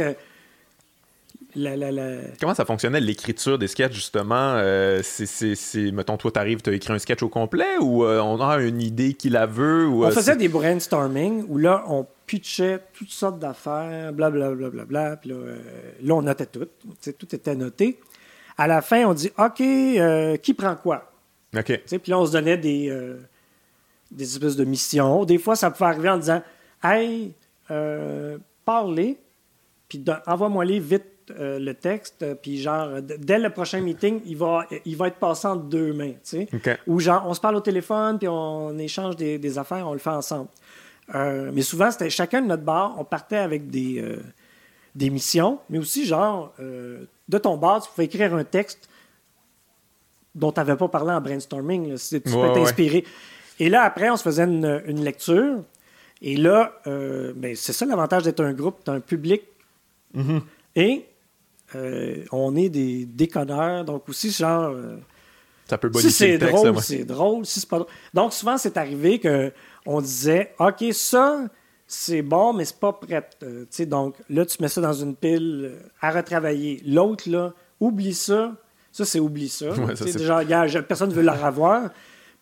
comment ça fonctionnait, l'écriture des sketchs, justement? Mettons, toi, t'arrives, t'as écrit un sketch au complet ou on a une idée qui la veut? Ou, on faisait des brainstorming où là, on pitchait toutes sortes d'affaires, blablabla. Puis là, on notait tout. Tout était noté. À la fin, on dit « OK, qui prend quoi? » OK. Puis là, on se donnait des espèces de missions. Des fois, ça pouvait arriver en disant « Hey, parlez, puis envoie-moi-les vite le texte, puis genre, dès le prochain meeting, il va être passé entre deux mains. » Okay. Ou genre, on se parle au téléphone, puis on échange des affaires, on le fait ensemble. Mais souvent, c'était chacun de notre bar, on partait avec des missions, mais aussi genre... de ton bar, tu pouvais écrire un texte dont tu n'avais pas parlé en brainstorming. Là, tu peux t'inspirer. Et là, après, on se faisait une lecture. Et là, c'est ça l'avantage d'être un groupe, tu as un public. Mm-hmm. Et on est des déconneurs. Donc aussi, genre... ça peut bonifier si c'est le texte, drôle, là, c'est drôle. Si c'est pas drôle. Donc souvent, c'est arrivé qu'on disait « OK, ça... c'est bon, mais c'est pas prêt. Donc, là, tu mets ça dans une pile à retravailler. L'autre, là, oublie ça. Ça, c'est oublie ça. Ouais, ça, c'est... Genre, personne ne veut la revoir.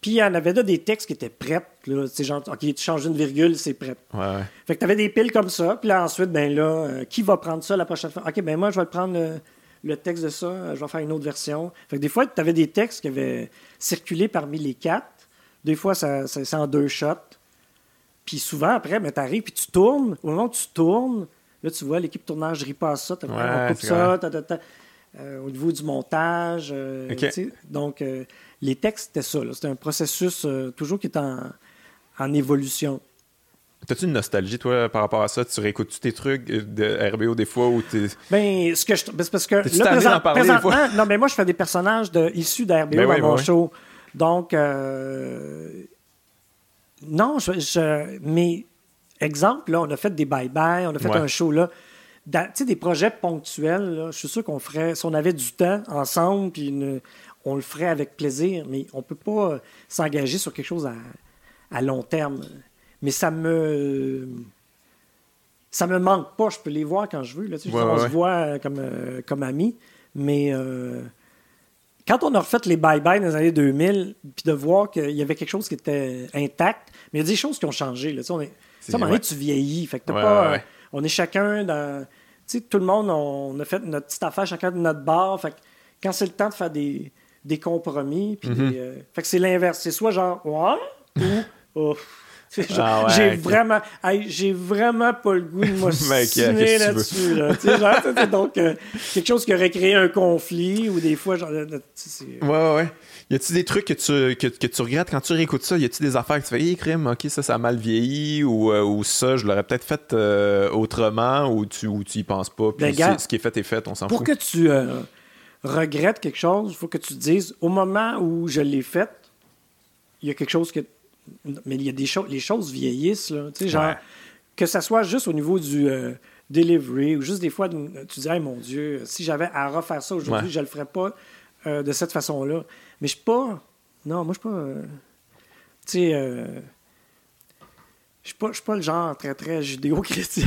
Puis il y en avait là des textes qui étaient prêts. Là, genre, OK, tu changes une virgule, c'est prêt. Ouais. Fait que tu avais des piles comme ça. Puis là, ensuite, ben là, qui va prendre ça la prochaine fois? OK, ben moi, je vais prendre le texte de ça. Je vais faire une autre version. Fait que des fois, tu avais des textes qui avaient circulé parmi les 4. Des fois, c'est en 2 shots. Puis souvent, après, ben, tu arrives, puis tu tournes. Au moment où tu tournes, là, tu vois, l'équipe tournage repasse ça. On coupe ça. Au niveau du montage. Okay. Donc, les textes, c'était ça. C'était un processus toujours qui est en évolution. T'as-tu une nostalgie, toi, par rapport à ça? Tu réécoutes-tu tes trucs de RBO des fois ou t'es... Ben, c'est parce que T'es-tu tanné d'en parler des fois? Non, mais moi, je fais des personnages issus d'RBO dans mon show. Donc, non, mais exemple, là, on a fait des bye-bye, on a fait un show là. Tu sais, des projets ponctuels, là, je suis sûr qu'on ferait, si on avait du temps ensemble, puis on le ferait avec plaisir, mais on ne peut pas s'engager sur quelque chose à long terme. Mais ça me manque pas. Je peux les voir quand je veux. Là, on se voit comme amis. Mais quand on a refait les bye-bye dans les années 2000, puis de voir qu'il y avait quelque chose qui était intact, mais il y a des choses qui ont changé. Là, à un moment donné, tu vieillis. Fait que t'as pas, on est chacun dans... Tu sais, tout le monde, on a fait notre petite affaire, chacun de notre bar. Fait que quand c'est le temps de faire des compromis, puis fait que c'est l'inverse. C'est soit genre, ouais, ou... Genre, j'ai vraiment pas le goût de m'ostiner là-dessus. Là. Donc, quelque chose qui aurait créé un conflit ou des fois, genre... Ouais. Y a-tu des trucs que tu regrettes quand tu réécoutes ça? Y a-tu des affaires que tu fais, crime, ok, ça a mal vieilli ou ça, je l'aurais peut-être fait autrement ou tu y penses pas? Puis ce qui est fait est fait, on s'en fout. Pour que tu regrettes quelque chose, il faut que tu te dises, au moment où je l'ai fait, il y a quelque chose que... Mais il y a les choses vieillissent, là. Tu sais, genre, que ça soit juste au niveau du delivery ou juste des fois, tu dis, hey, mon Dieu, si j'avais à refaire ça aujourd'hui, je le ferais pas de cette façon-là. Mais je suis pas... Non, moi, je suis pas... tu sais... je suis pas le genre très, très judéo-chrétien.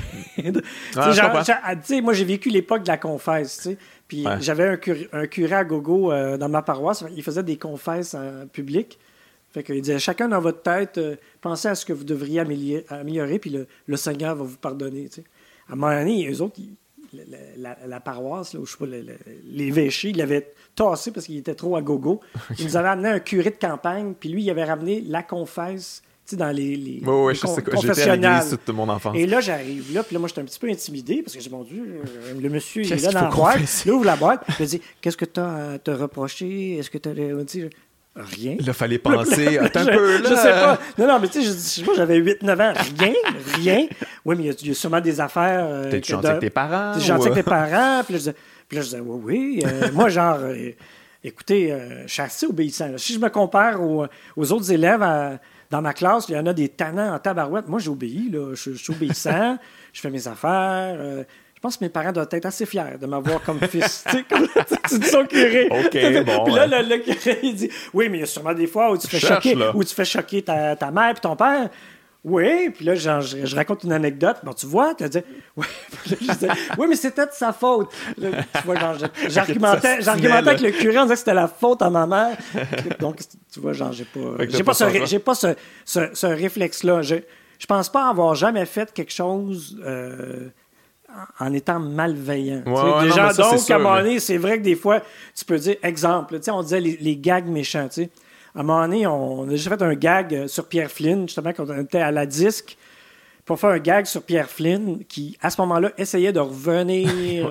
Moi, j'ai vécu l'époque de la confesse, tu sais. Puis j'avais un curé à gogo dans ma paroisse. Il faisait des confesses en public. Fait qu'il disait, chacun dans votre tête, pensez à ce que vous devriez améliorer, puis le Seigneur va vous pardonner. Tu sais. À un moment donné, eux autres, la paroisse, là, où, je sais pas, l'évêché, il l'avait tassé parce qu'il était trop à gogo. Il nous avait amené un curé de campagne, puis lui, il avait ramené la confesse, tu sais, dans les confessionnals. J'étais toute mon enfance. Et là, j'arrive là, puis là, moi, j'étais un petit peu intimidé, parce que j'ai dit, mon Dieu, le monsieur, il est là dans la boîte. Il ouvre la boîte, il me dit, qu'est-ce que tu as à te reprocher? Est-ce que tu as... Rien. Il a fallu penser. Attends un peu, là. Je sais pas. Non, mais tu sais, moi, j'avais 8-9 ans. Rien. Oui, mais il y a sûrement des affaires. T'es gentil avec tes parents. T'es gentil avec tes parents. Puis là, je disais, oui. Moi, genre, écoutez, je suis assez obéissant. Là. Si je me compare aux autres élèves dans ma classe, il y en a des tannants en tabarouette. Moi, j'obéis. Je suis obéissant. Je fais mes affaires. Je pense que mes parents doivent être assez fiers de m'avoir comme fils. Tu dis son curé. OK, bon. Puis là, le curé, il dit, oui, mais il y a sûrement des fois où tu fais choquer ta mère et ton père. Oui, puis là, je raconte une anecdote. Bon, tu vois, tu as dit, oui. Là, je disais, oui, mais c'était de sa faute. Là, tu vois, j'argumentais avec le curé en disant que c'était la faute à ma mère. Donc, tu vois, genre, j'ai pas ce réflexe-là. Je pense pas avoir jamais fait quelque chose en étant malveillant. Donc, à un moment donné, c'est vrai que des fois, tu peux dire, exemple, on disait les gags méchants. T'sais. À un moment donné, on a déjà fait un gag sur Pierre Flynn, justement, quand on était à la disque, pour faire un gag sur Pierre Flynn, qui, à ce moment-là, essayait de revenir,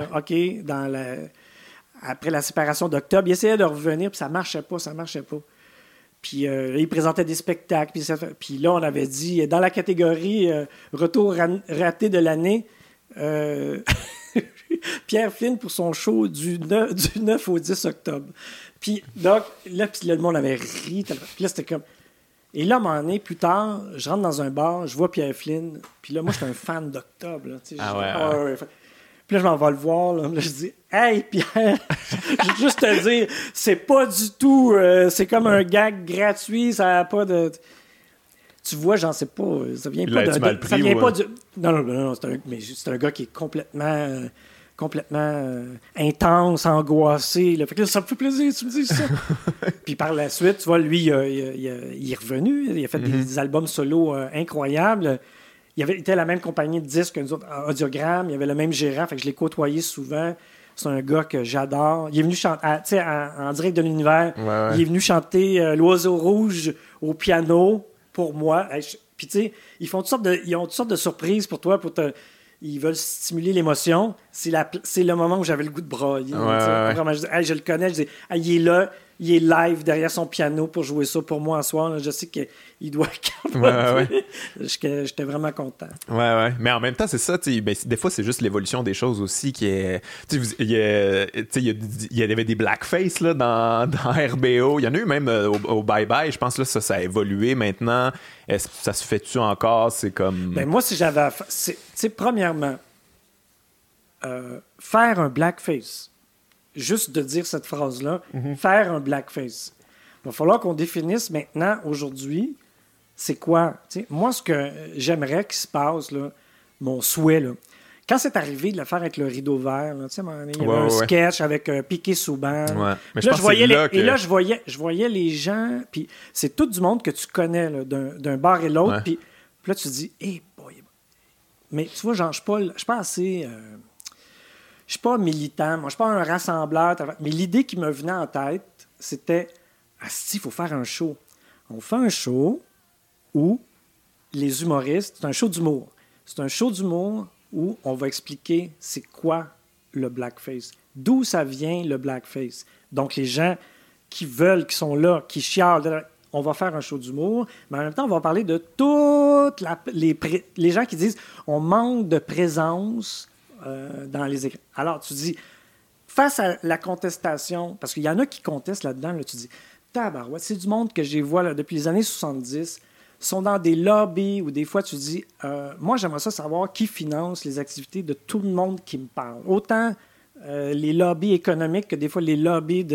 après la séparation d'Octobre, il essayait de revenir, puis ça marchait pas. Puis il présentait des spectacles, puis là, on avait dit, dans la catégorie Retour raté de l'année, Pierre Flynn pour son show du 9 au 10 octobre. Puis donc, là, le monde avait ri. Puis là, c'était comme... Et là, à un moment donné, plus tard, je rentre dans un bar, je vois Pierre Flynn. Puis là, moi, je suis un fan d'Octobre. Là, puis là, je m'en vais le voir. Là, je dis, « Hey, Pierre, je veux juste te dire, c'est pas du tout... c'est comme un gag gratuit, ça n'a pas de... » Tu vois, j'en sais pas. Ça vient pas de. Ça vient pas du. Non, c'est un gars qui est complètement complètement intense, angoissé. Là. Fait que là, ça me fait plaisir, tu me dis ça. Puis par la suite, tu vois, lui, il est revenu. Il a fait des albums solo incroyables. Il était la même compagnie de disques que nous autres, Audiogramme. Il y avait le même gérant, fait que je l'ai côtoyé souvent. C'est un gars que j'adore. Il est venu chanter, en direct de l'univers. Ouais. Il est venu chanter L'Oiseau Rouge au piano pour moi. Puis tu sais, ils ont toutes sortes de surprises pour toi, ils veulent stimuler l'émotion. C'est le moment où j'avais le goût de brailler. Vraiment, je le connais, je dis, il est là, il est live derrière son piano pour jouer ça pour moi en soir. Là. Je sais qu'il doit capoter. J'étais vraiment content. Ouais. Mais en même temps, c'est ça. Des fois, c'est juste l'évolution des choses aussi qui est. Il y avait des blackface là, dans RBO. Il y en a eu même au Bye Bye. Je pense que ça a évolué maintenant. Ça se fait-tu encore? C'est comme. Ben, moi, si j'avais. Premièrement, faire un blackface. Juste de dire cette phrase-là, faire un blackface. Il va falloir qu'on définisse maintenant, aujourd'hui, c'est quoi. T'sais, moi, ce que j'aimerais qu'il se passe, là, mon souhait, là, quand c'est arrivé de le faire avec le rideau vert, là, il y avait un sketch avec Piqué Souban. Ouais. Mais là, je voyais les gens, puis c'est tout du monde que tu connais là, d'un bar et l'autre, puis là, tu te dis, hey, boy. Mais tu vois, genre, je suis pas assez... Je suis pas militant, moi, je suis pas un rassembleur. Mais l'idée qui me venait en tête, c'était il faut faire un show. On fait un show où les humoristes, c'est un show d'humour. C'est un show d'humour où on va expliquer c'est quoi le blackface. D'où ça vient le blackface. Donc, les gens qui sont là, qui chialent, on va faire un show d'humour, mais en même temps, on va parler de toutes les gens qui disent on manque de présence dans les écrans. Alors, tu dis, face à la contestation, parce qu'il y en a qui contestent là-dedans, là, tu dis, tabarouette, c'est du monde que j'ai vu là, depuis les années 70, sont dans des lobbies où des fois tu dis, moi j'aimerais ça savoir qui finance les activités de tout le monde qui me parle. Autant les lobbies économiques que des fois les lobbies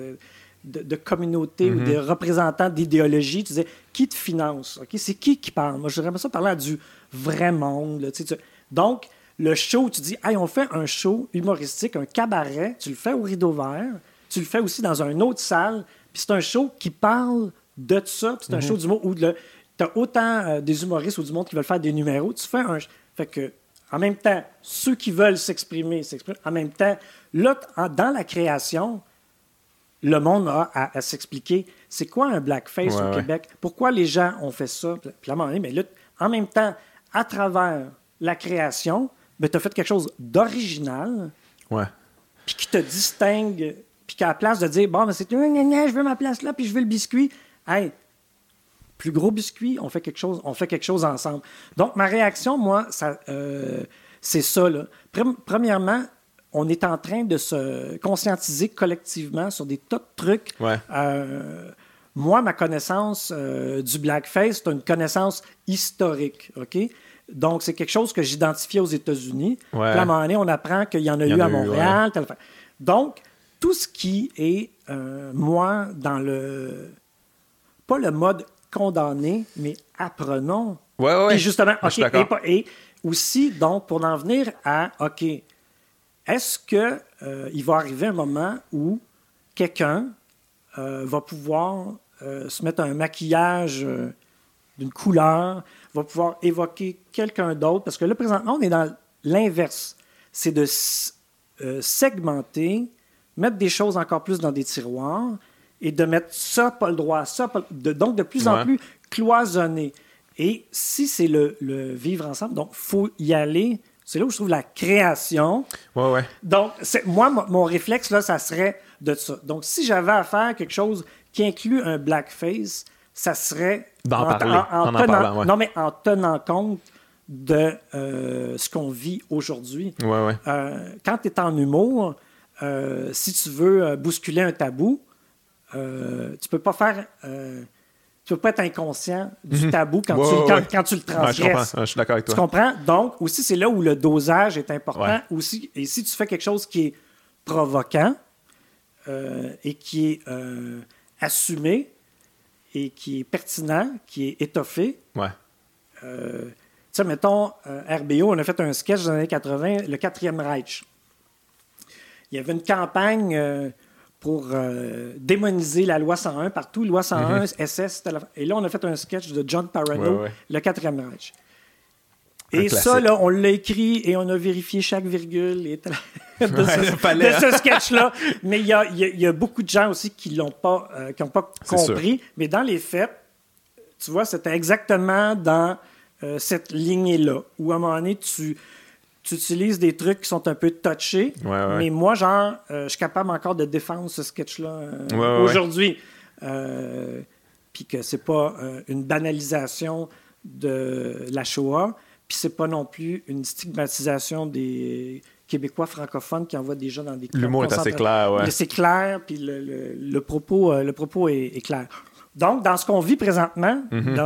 de communautés ou des représentants d'idéologie. Tu disais, qui te finance? Okay? C'est qui parle? Moi, j'aimerais ça parler à du vrai monde. Là, donc, le show, tu dis, hey, on fait un show humoristique, un cabaret, tu le fais au rideau vert, tu le fais aussi dans une autre salle, puis c'est un show qui parle de ça, puis c'est un show d'humour où tu as autant des humoristes ou du monde qui veulent faire des numéros, tu fais un... Fait que, en même temps, ceux qui veulent s'exprimer. En même temps, là, dans la création, le monde a à s'expliquer, c'est quoi un blackface au Québec? Pourquoi les gens ont fait ça? Puis à un moment donné, mais là, en même temps, à travers la création, tu as fait quelque chose d'original, puis qui te distingue, puis qu'à la place de dire, bon, mais c'est je veux ma place là, puis je veux le biscuit, hey, plus gros biscuit, on fait quelque chose ensemble. Donc, ma réaction, moi, c'est ça. Là. Premièrement, on est en train de se conscientiser collectivement sur des tas de trucs. Moi, ma connaissance du blackface, c'est une connaissance historique, OK? Donc, c'est quelque chose que j'identifiais aux États-Unis. Puis à un moment donné, on apprend qu'il y en a eu à Montréal. Donc, tout ce qui est, moi, dans le... Pas le mode condamné, mais apprenons. Et justement, OK, et aussi, donc, pour en venir à, OK, est-ce qu'il va arriver un moment où quelqu'un va pouvoir se mettre un maquillage d'une couleur, va pouvoir évoquer quelqu'un d'autre? Parce que là, présentement, on est dans l'inverse. C'est de segmenter, mettre des choses encore plus dans des tiroirs et de mettre ça, pas le droit, ça, pas donc de plus en plus cloisonné. Et si c'est le vivre ensemble, donc il faut y aller. C'est là où je trouve la création. Donc, moi, mon réflexe, là, ça serait de ça. Donc, si j'avais à faire quelque chose qui inclut un blackface, ça serait en tenant compte de ce qu'on vit aujourd'hui. Quand tu es en humour, si tu veux bousculer un tabou, tu peux pas faire... tu peux pas être inconscient du tabou quand tu le transgresses. Je comprends. Je suis d'accord avec toi. Tu comprends? Donc, aussi, c'est là où le dosage est important. Aussi, et si tu fais quelque chose qui est provoquant et qui est assumé et qui est pertinent, qui est étoffé... tu sais, mettons, RBO, on a fait un sketch dans les années 80, le 4e Reich. il y avait une campagne pour démoniser la loi 101 partout. Loi 101, SS. Et là, on a fait un sketch de John Parano, le Quatrième Reich. Et ça, là, on l'a écrit et on a vérifié chaque virgule de ce sketch-là. Mais il y a beaucoup de gens aussi qui n'ont pas compris. Sûr. Mais dans les faits, tu vois, c'était exactement dans cette lignée-là, où à un moment donné, tu utilises des trucs qui sont un peu touchés. Mais moi, genre, je suis capable encore de défendre ce sketch-là aujourd'hui. Puis que c'est pas une banalisation de la Shoah. Puis c'est pas non plus une stigmatisation des Québécois francophones qui envoient des gens dans des camps. L'humour est assez clair, C'est clair, puis le propos est clair. Donc, dans ce qu'on vit présentement,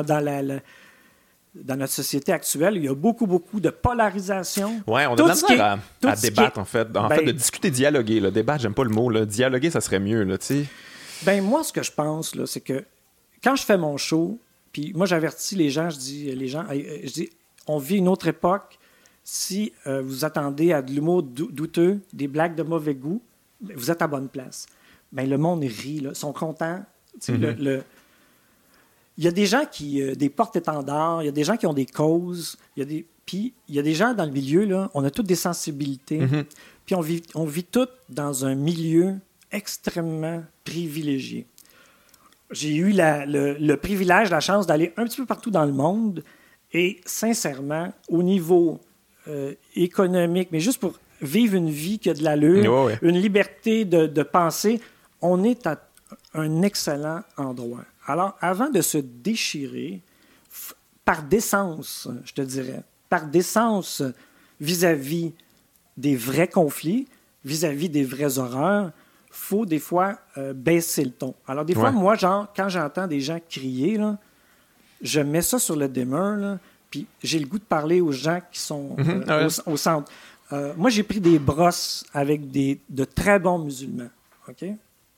dans notre société actuelle, il y a beaucoup de polarisation. Oui, on a de la misère à débattre, en fait. En fait, de discuter, dialoguer. Là. Débattre, j'aime pas le mot. Là. Dialoguer, ça serait mieux, là, tu sais. Ben moi, ce que je pense, là, c'est que quand je fais mon show, puis moi, j'avertis les gens, je dis, on vit une autre époque. Si vous attendez à de l'humour douteux, des blagues de mauvais goût, vous êtes à bonne place. Ben, le monde rit, là, sont contents. Il y a des gens qui... des porte-étendards, il y a des gens qui ont des causes, puis il y a des gens dans le milieu, là, on a toutes des sensibilités, puis on vit tous dans un milieu extrêmement privilégié. J'ai eu le privilège, la chance d'aller un petit peu partout dans le monde. Et sincèrement, au niveau économique, mais juste pour vivre une vie qui a de l'allure, une liberté de penser, on est à un excellent endroit. Alors, avant de se déchirer, par décence, je te dirais, par décence vis-à-vis des vrais conflits, vis-à-vis des vraies horreurs, il faut des fois baisser le ton. Alors, des fois, moi, genre, quand j'entends des gens crier, là, je mets ça sur le dimmer, là, puis j'ai le goût de parler aux gens qui sont au centre. Moi, j'ai pris des brosses avec de très bons musulmans. OK?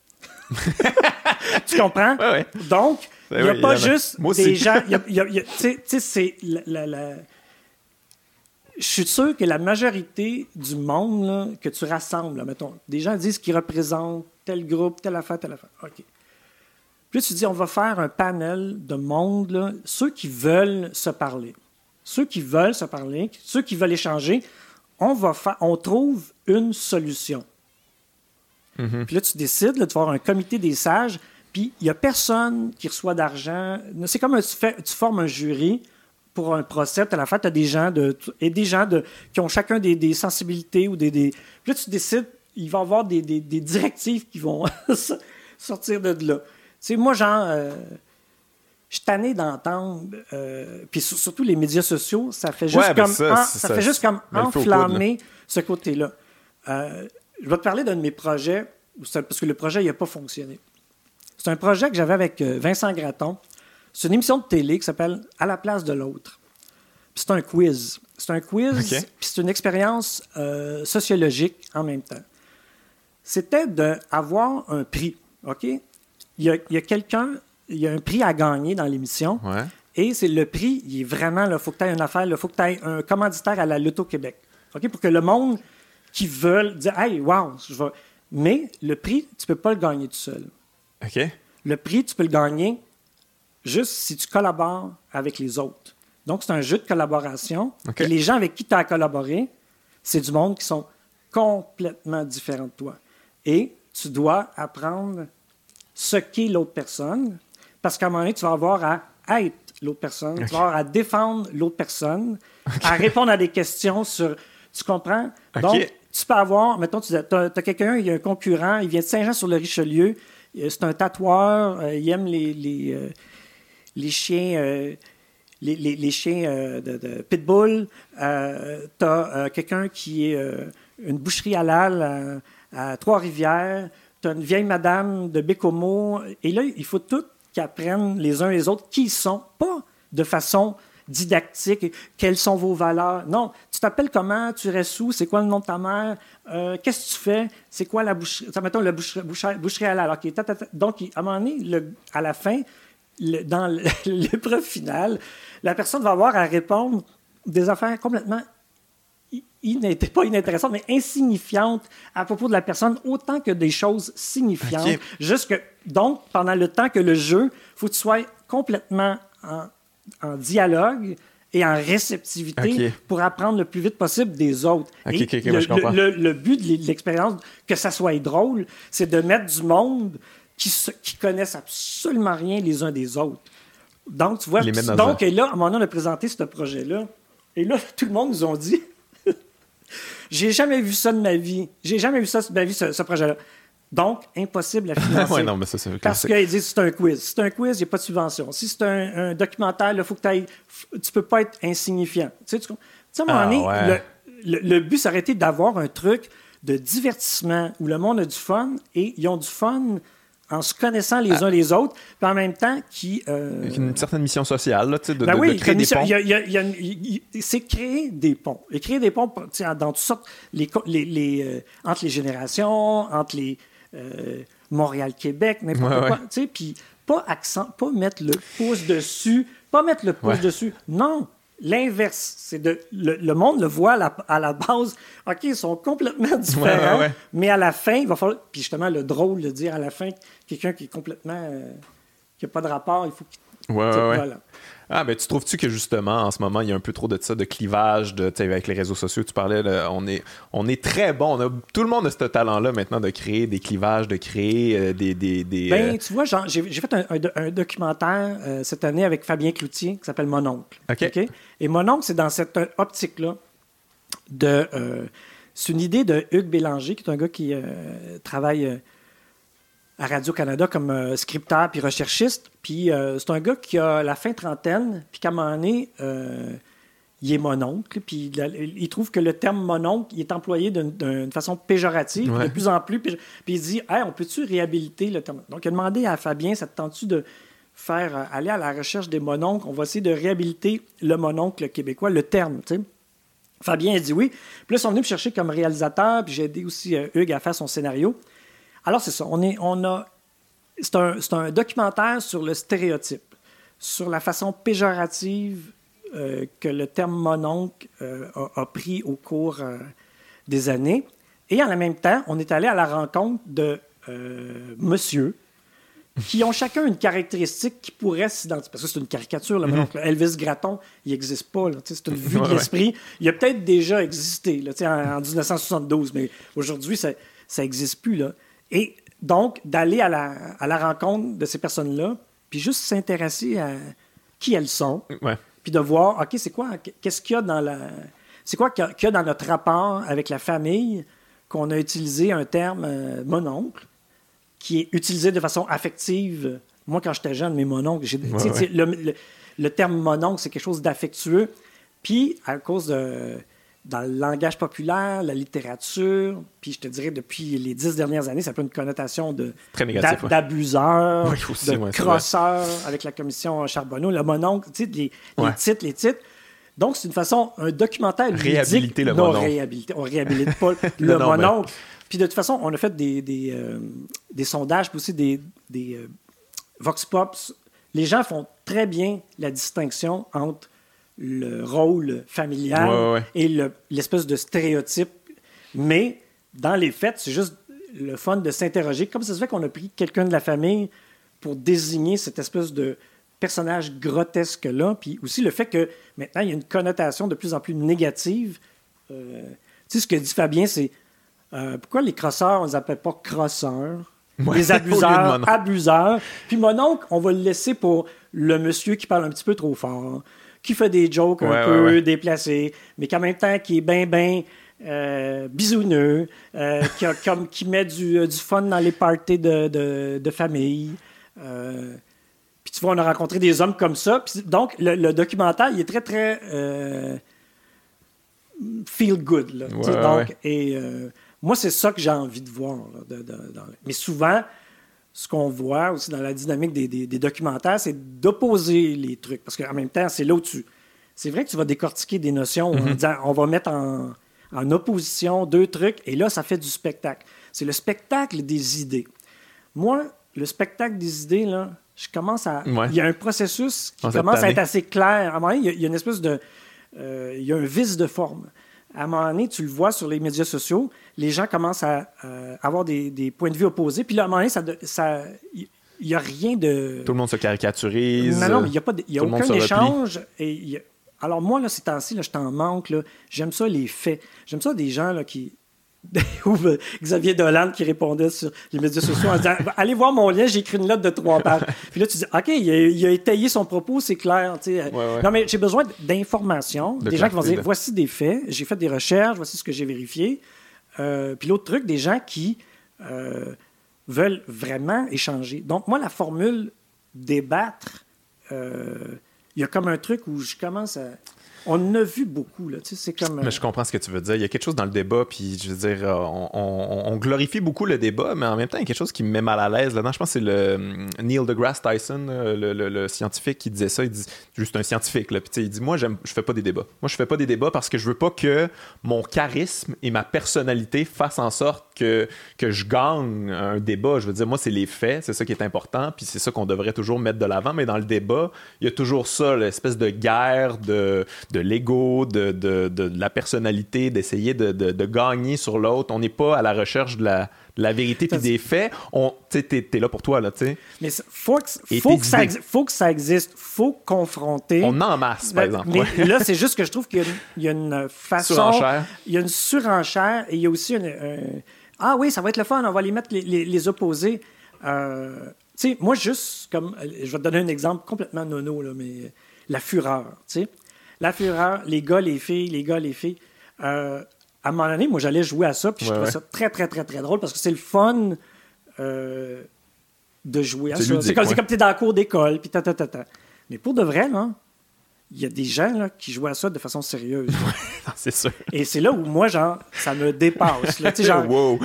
Tu comprends? Ouais. Donc, il n'y a pas juste des gens... Tu sais, c'est... Je suis sûr que la majorité du monde là, que tu rassembles, là, mettons, des gens disent qu'ils représentent tel groupe, telle affaire. OK. Puis là, tu dis, on va faire un panel de monde, là, ceux qui veulent se parler. Ceux qui veulent se parler, ceux qui veulent échanger, on trouve une solution. Puis là, tu décides là, de faire un comité des sages, puis il n'y a personne qui reçoit d'argent. C'est comme tu formes un jury pour un procès, à la fin, tu as des gens, qui ont chacun des sensibilités. Puis là, tu décides, il va y avoir des directives qui vont sortir de là. Tu sais, moi, genre, je suis tanné d'entendre, puis surtout les médias sociaux, ça fait juste comme enflammer ce côté-là. Je vais te parler d'un de mes projets, parce que le projet n'a pas fonctionné. C'est un projet que j'avais avec Vincent Gratton. C'est une émission de télé qui s'appelle « À la place de l'autre ». Puis c'est un quiz. Puis c'est une expérience sociologique en même temps. C'était d'avoir un prix, OK? Il y a un prix à gagner dans l'émission. Ouais. Et c'est le prix, il est vraiment, il faut que tu aies une affaire, il faut que tu aies un commanditaire à la Loto-Québec. OK? Pour que le monde qui veut dire « Hey, wow, je vais... » Mais le prix, tu ne peux pas le gagner tout seul. OK. Le prix, tu peux le gagner juste si tu collabores avec les autres. Donc, c'est un jeu de collaboration. Okay. Et les gens avec qui tu as collaboré, c'est du monde qui sont complètement différents de toi. Et tu dois apprendre ce qu'est l'autre personne, parce qu'à un moment donné, tu vas avoir à être l'autre personne, tu vas avoir à défendre l'autre personne, à répondre à des questions sur... Tu comprends? Donc, tu peux avoir... Mettons, tu as quelqu'un, il y a un concurrent, il vient de Saint-Jean-sur-le-Richelieu, c'est un tatoueur, il aime les chiens... Les chiens de pitbull. Tu as quelqu'un qui est une boucherie halal à Trois-Rivières. Tu as une vieille madame de Bécomo. Et là, il faut tous qu'ils apprennent les uns les autres qui ils sont, pas de façon didactique. Quelles sont vos valeurs? Non. Tu t'appelles comment? Tu restes où? C'est quoi le nom de ta mère? Qu'est-ce que tu fais? C'est quoi la boucherie? Mettons la boucherie halal. Okay. Donc, à un moment donné, à la fin, dans l'épreuve finale, la personne va avoir à répondre des affaires complètement pas inintéressantes, mais insignifiantes à propos de la personne, autant que des choses signifiantes. Ok. Juste que, donc, pendant le temps que le jeu, il faut que tu sois complètement en dialogue et en réceptivité Ok. pour apprendre le plus vite possible des autres. Ok, Et ok, moi, je comprends. le but de l'expérience, que ça soit drôle, c'est de mettre du monde qui connaissent absolument rien les uns des autres. Donc, tu vois, Les mettre dans donc, et là, à un moment donné, on a présenté ce projet-là, et là, tout le monde nous a dit j'ai jamais vu ça de ma vie. J'ai jamais vu ça de ma vie, ce projet-là. Donc, impossible à financer. Ouais, non, mais ça, c'est Parce classique. qu'ils disent c'est un quiz. Si c'est un quiz, il n'y a pas de subvention. Si c'est un documentaire, il faut que tu peux pas être insignifiant. Tu sais, à un moment donné, ouais. le but, ça aurait été d'avoir un truc de divertissement où le monde a du fun et ils ont du fun en se connaissant les uns les autres, puis en même temps Avec une certaine mission sociale, là, tu sais, de créer comme des ponts. c'est créer des ponts. Et créer des ponts tu sais, dans toutes sortes, entre les générations, entre les Montréal-Québec, n'importe quoi. Tu sais, puis pas mettre le pouce dessus, Non, l'inverse. C'est le monde le voit à la base. OK, ils sont complètement différents, mais à la fin, il va falloir. Puis justement, le drôle de dire à la fin, quelqu'un qui est complètement. qui n'a pas de rapport, il faut qu'il. Voilà. Ah, ben, tu trouves-tu que justement, en ce moment, il y a un peu trop de ça, de clivage, avec les réseaux sociaux, tu parlais, là, on est très bon. Tout le monde a ce talent-là maintenant de créer des clivages, de créer Ben, tu vois, j'ai fait un documentaire cette année avec Fabien Cloutier qui s'appelle Mon oncle. OK. Et Mon oncle, c'est dans cette optique-là c'est une idée de Hugues Bélanger, qui est un gars qui travaille à Radio-Canada comme scripteur puis recherchiste. Puis c'est un gars qui a la fin trentaine, puis qu'à un moment donné, il est mon oncle. Puis il trouve que le terme mon oncle, il est employé d'une façon péjorative, de plus en plus. Puis il dit, hey, on peut-tu réhabiliter le terme? Donc il a demandé à Fabien, ça te tente-tu de faire aller à la recherche des mononcles? On va essayer de réhabiliter le mononcle québécois, le terme, tu sais. Fabien a dit oui. Puis là, ils sont venus me chercher comme réalisateur, puis j'ai aidé aussi Hugues à faire son scénario. Alors, c'est ça. C'est un documentaire sur le stéréotype, sur la façon péjorative que le terme mononcle a pris au cours des années. Et en même temps, on est allé à la rencontre de monsieur qui ont chacun une caractéristique qui pourrait s'identifier. Parce que c'est une caricature, le mononcle. Elvis Gratton, il n'existe pas. Là, c'est une vue de l'esprit. Il a peut-être déjà existé là, en 1972, mais aujourd'hui, ça n'existe plus. Là. Et donc, d'aller à la rencontre de ces personnes-là, puis juste s'intéresser à qui elles sont, puis de voir, OK, qu'est-ce qu'il y a c'est quoi qu'il y a dans notre rapport avec la famille qu'on a utilisé un terme mononcle, qui est utilisé de façon affective. Moi, quand j'étais jeune, mes mononcles, le terme mononcle, c'est quelque chose d'affectueux. Puis, à cause dans le langage populaire, la littérature, puis je te dirais, depuis les 10 dernières années, ça peut une connotation très négatif, d'abuseur, aussi, de crosseur avec la commission Charbonneau. Le mononcle, tu sais, les titres. Donc, c'est une façon, un documentaire réhabiliter le mononcle. On réhabilite pas le mononcle. Puis de toute façon, on a fait des sondages, puis aussi des vox pops. Les gens font très bien la distinction entre le rôle familial et l'espèce de stéréotype. Mais dans les faits, c'est juste le fun de s'interroger. Comme ça se fait qu'on a pris quelqu'un de la famille pour désigner cette espèce de personnage grotesque-là. Puis aussi le fait que maintenant, il y a une connotation de plus en plus négative. Tu sais, ce que dit Fabien, c'est pourquoi les crosseurs, on ne les appelle pas crosseurs? Les abuseurs, abuseurs. Puis mon oncle, on va le laisser pour le monsieur qui parle un petit peu trop fort, qui fait des jokes un peu déplacés, mais qu'en même temps, qui est bien bisouneux, qui met du fun dans les parties de famille. Puis tu vois, on a rencontré des hommes comme ça. Puis donc, le documentaire, il est très, très feel good. Là, et moi, c'est ça que j'ai envie de voir. Là, mais souvent, ce qu'on voit aussi dans la dynamique des documentaires, c'est d'opposer les trucs. Parce qu'en même temps, c'est là où c'est vrai que tu vas décortiquer des notions en disant on va mettre en opposition deux trucs, et là, ça fait du spectacle. C'est le spectacle des idées. Moi, le spectacle des idées, là, je commence à... Il y a un processus qui commence à être assez clair. À un moment donné, il y a une espèce de... il y a un vice de forme. à un moment donné, tu le vois sur les médias sociaux, les gens commencent à avoir des points de vue opposés. Puis là, à un moment donné, il n'y a rien de... Tout le monde se caricaturise. Non, mais il n'y a aucun échange. Alors moi, là, ces temps-ci, là, je t'en manque. Là. J'aime ça, les faits. J'aime ça, des gens là, qui... ou Xavier Dolan qui répondait sur les médias sociaux en disant « Allez voir mon lien, j'ai écrit une note de 3 pages. » Puis là, tu dis « OK, il a étayé son propos, c'est clair. » Non, mais j'ai besoin d'informations, des gens qui vont dire « Voici des faits, j'ai fait des recherches, voici ce que j'ai vérifié. » Puis l'autre truc, des gens qui veulent vraiment échanger. Donc, moi, la formule débattre, il y a comme un truc où je commence à... On en a vu beaucoup, là. Tu sais, c'est comme... Mais je comprends ce que tu veux dire. Il y a quelque chose dans le débat, puis je veux dire, on glorifie beaucoup le débat, mais en même temps, il y a quelque chose qui me met mal à l'aise là-dedans. Je pense que c'est le Neil deGrasse Tyson, le scientifique, qui disait ça. Il dit, juste un scientifique, là. Puis tu sais, il dit, moi, je fais pas des débats. Moi, je fais pas des débats parce que je veux pas que mon charisme et ma personnalité fassent en sorte que je gagne un débat. Je veux dire, moi, c'est les faits, c'est ça qui est important, puis c'est ça qu'on devrait toujours mettre de l'avant. Mais dans le débat, il y a toujours ça, l'espèce de guerre de l'ego, de la personnalité, d'essayer de gagner sur l'autre. On n'est pas à la recherche de la vérité puis des faits. T'es là pour toi, là, tu sais. Mais faut que ça existe. Faut confronter. On en masse, par exemple. Mais là, c'est juste que je trouve qu'il y a une façon... Surenchère. Il y a une surenchère et il y a aussi ah oui, ça va être le fun, on va les mettre les opposés. Tu sais, moi, juste comme... Je vais te donner un exemple complètement nono, là, mais la fureur, tu sais. La fureur, les gars, les filles. À un moment donné, moi, j'allais jouer à ça, puis je trouvais ça très, très, très, très drôle, parce que c'est le fun de jouer à ça. Ludique, c'est comme t'es dans la cour d'école, puis Mais pour de vrai, là, il y a des gens là, qui jouent à ça de façon sérieuse. C'est sûr. Et c'est là où moi, genre, ça me dépasse. Là, genre, wow.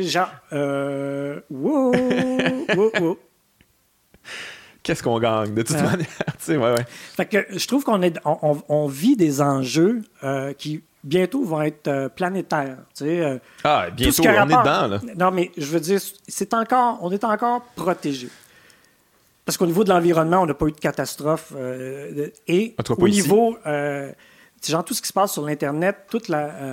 Wow. Qu'est-ce qu'on gagne, de toute manière? Ouais. Fait que je trouve on vit des enjeux qui bientôt vont être planétaires. Bientôt, on est dedans. Là. Non, mais je veux dire, on est encore protégé. Parce qu'au niveau de l'environnement, on n'a pas eu de catastrophe. Et au niveau, genre tout ce qui se passe sur l'Internet, toute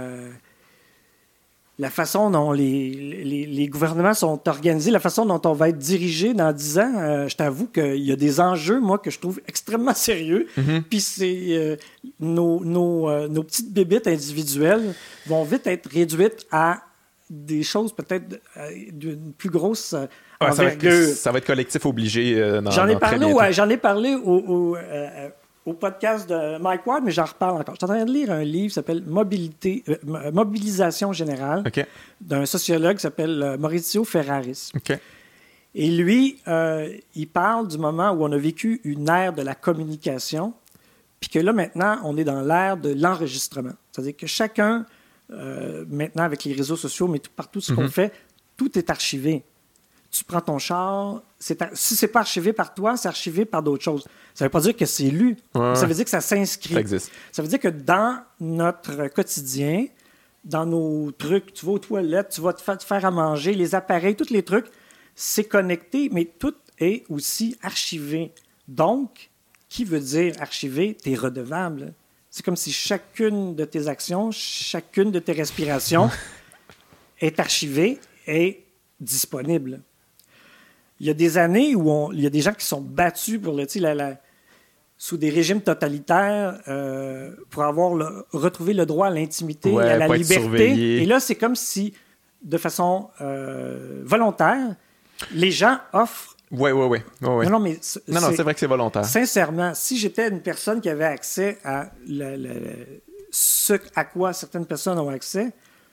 la façon dont les gouvernements sont organisés, la façon dont on va être dirigé dans 10 ans, je t'avoue qu'il y a des enjeux, moi, que je trouve extrêmement sérieux. Mm-hmm. Puis c'est nos petites bébites individuelles vont vite être réduites à des choses peut-être d'une plus grosse envergure. Ça va être collectif obligé. J'en ai parlé au podcast de Mike Ward, mais j'en reparle encore. Je suis en train de lire un livre qui s'appelle Mobilisation générale, d'un sociologue qui s'appelle Maurizio Ferraris. Et lui, il parle du moment où on a vécu une ère de la communication, puis que là, maintenant, on est dans l'ère de l'enregistrement. C'est-à-dire que chacun, maintenant, avec les réseaux sociaux, mais partout ce qu'on fait, tout est archivé. Tu prends ton char, si c'est pas archivé par toi, c'est archivé par d'autres choses. Ça veut pas dire que c'est lu, ça veut dire que ça s'inscrit. Ça existe. Ça veut dire que dans notre quotidien, dans nos trucs, tu vas aux toilettes, tu vas te faire à manger, les appareils, tous les trucs, c'est connecté, mais tout est aussi archivé. Donc, qui veut dire archivé? T'es redevable. C'est comme si chacune de tes actions, chacune de tes respirations est archivée et disponible. Il y a des années où il y a des gens qui sont battus pour sous des régimes totalitaires pour retrouver le droit à l'intimité et à la liberté. Et là, c'est comme si, de façon volontaire, les gens offrent... Oui. Non, mais c'est vrai que c'est volontaire. Sincèrement, si j'étais une personne qui avait accès à ce à quoi certaines personnes ont accès,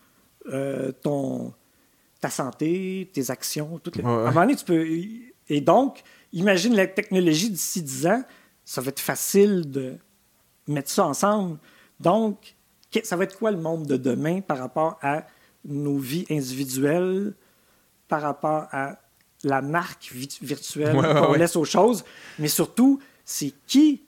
ta santé, tes actions, toutes les... À un moment donné, tu peux... Et donc, imagine la technologie d'ici 10 ans, ça va être facile de mettre ça ensemble. Donc, ça va être quoi le monde de demain par rapport à nos vies individuelles, par rapport à la marque virtuelle qu'on laisse aux choses, mais surtout, c'est qui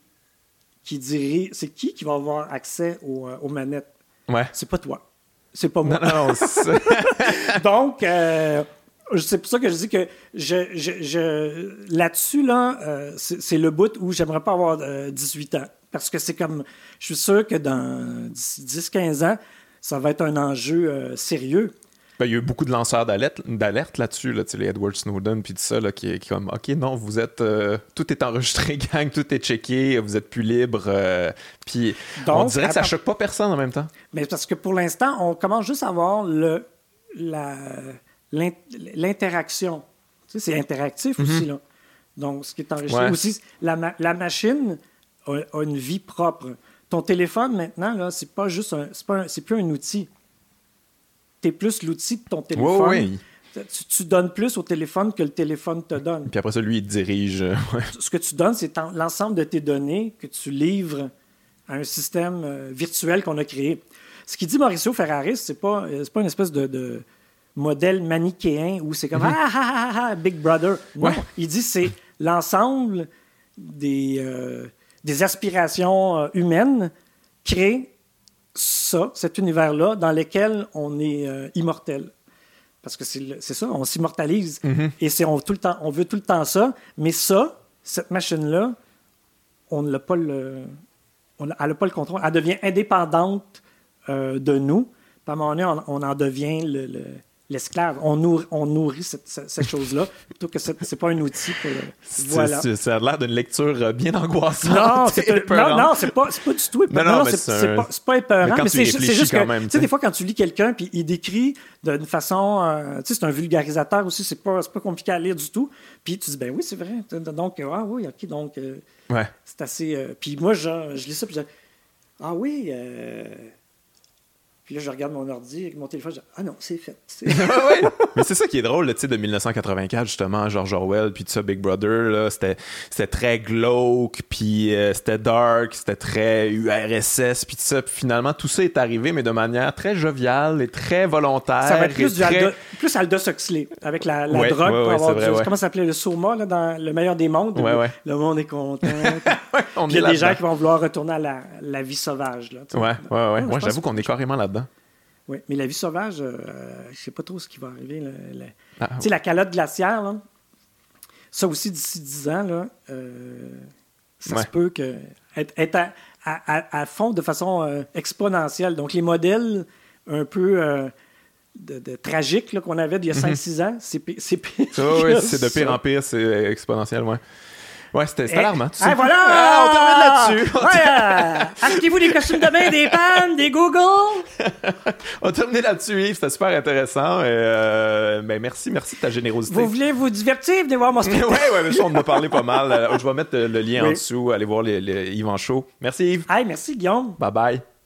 va avoir accès aux manettes? C'est pas toi. C'est pas moi. Non, Donc, c'est pour ça que je dis que là-dessus, c'est le bout où j'aimerais pas avoir 18 ans. Parce que c'est comme... Je suis sûr que dans 10-15 ans, ça va être un enjeu sérieux. Ben, il y a eu beaucoup de lanceurs d'alerte là-dessus, là, les Edward Snowden, puis tout ça, là, qui est comme, OK, non, vous êtes... tout est enregistré, gang, tout est checké, vous êtes plus libre. Puis on dirait que ça choque pas personne en même temps. Mais parce que pour l'instant, on commence juste à voir l'interaction. Tu sais, c'est interactif aussi, là. Donc, ce qui est enregistré aussi, la machine a une vie propre. Ton téléphone, maintenant, là, c'est pas juste c'est plus un outil. Tu es plus l'outil de ton téléphone. Oui. Tu donnes plus au téléphone que le téléphone te donne. Puis après ça, lui, il dirige. Ce que tu donnes, c'est l'ensemble de tes données que tu livres à un système virtuel qu'on a créé. Ce qu'il dit Mauricio Ferraris, c'est pas une espèce de modèle manichéen où c'est comme Big Brother. Non, il dit c'est l'ensemble des aspirations humaines créées cet univers-là, dans lequel on est immortel. Parce que c'est ça, on s'immortalise. Et on veut tout le temps ça. Mais cette machine-là, elle n'a pas le contrôle. Elle devient indépendante de nous. Puis à un moment donné, on en devient l'esclave. On nourrit cette chose-là, plutôt que c'est pas un outil pour voilà. Ça a l'air d'une lecture bien angoissante. Non, c'est pas du tout épeurant. C'est pas épeurant, mais c'est juste que, tu sais, des fois, quand tu lis quelqu'un, puis il décrit d'une façon, tu sais, c'est un vulgarisateur aussi, c'est pas compliqué à lire du tout, puis tu dis, ben oui, c'est vrai. Donc, oui, OK, donc, c'est assez... puis moi, je lis ça, puis je dis, ah oui... Puis là, je regarde mon ordi avec mon téléphone, je dis « Ah non, c'est fait. » Mais c'est ça qui est drôle, tu sais, de 1984, justement, George Orwell, puis tout ça, Big Brother, là, c'était très glauque, puis c'était dark, c'était très URSS, puis tout ça. Puis finalement, tout ça est arrivé, mais de manière très joviale et très volontaire. Ça va être plus Aldous Huxley, avec la drogue, pour avoir comment ça s'appelait, le soma, là, dans Le meilleur des mondes. Le monde est content. Puis il y a des gens qui vont vouloir retourner à la vie sauvage. Là, moi, j'avoue qu'on est carrément là-dedans. Oui, mais la vie sauvage, je ne sais pas trop ce qui va arriver. Tu sais, la calotte glaciaire, là, ça aussi, d'ici 10 ans, là, ça se peut être à fond de façon exponentielle. Donc, les modèles un peu tragiques là, qu'on avait d'il y a 5-6 ans, c'est pire. C'est de pire en pire, c'est exponentiel, Ouais, c'était alarmant. Voilà! On termine là-dessus. Achetez-vous des costumes de bain, des pannes, des Google. On termine là-dessus, Yves. C'était super intéressant. Merci de ta générosité. Vous voulez vous divertir? Venez voir mon spectacle. Oui, on en a parlé pas mal. Je vais mettre le lien en dessous. Allez voir les Yves en show. Merci, Yves. Merci, Guillaume. Bye-bye.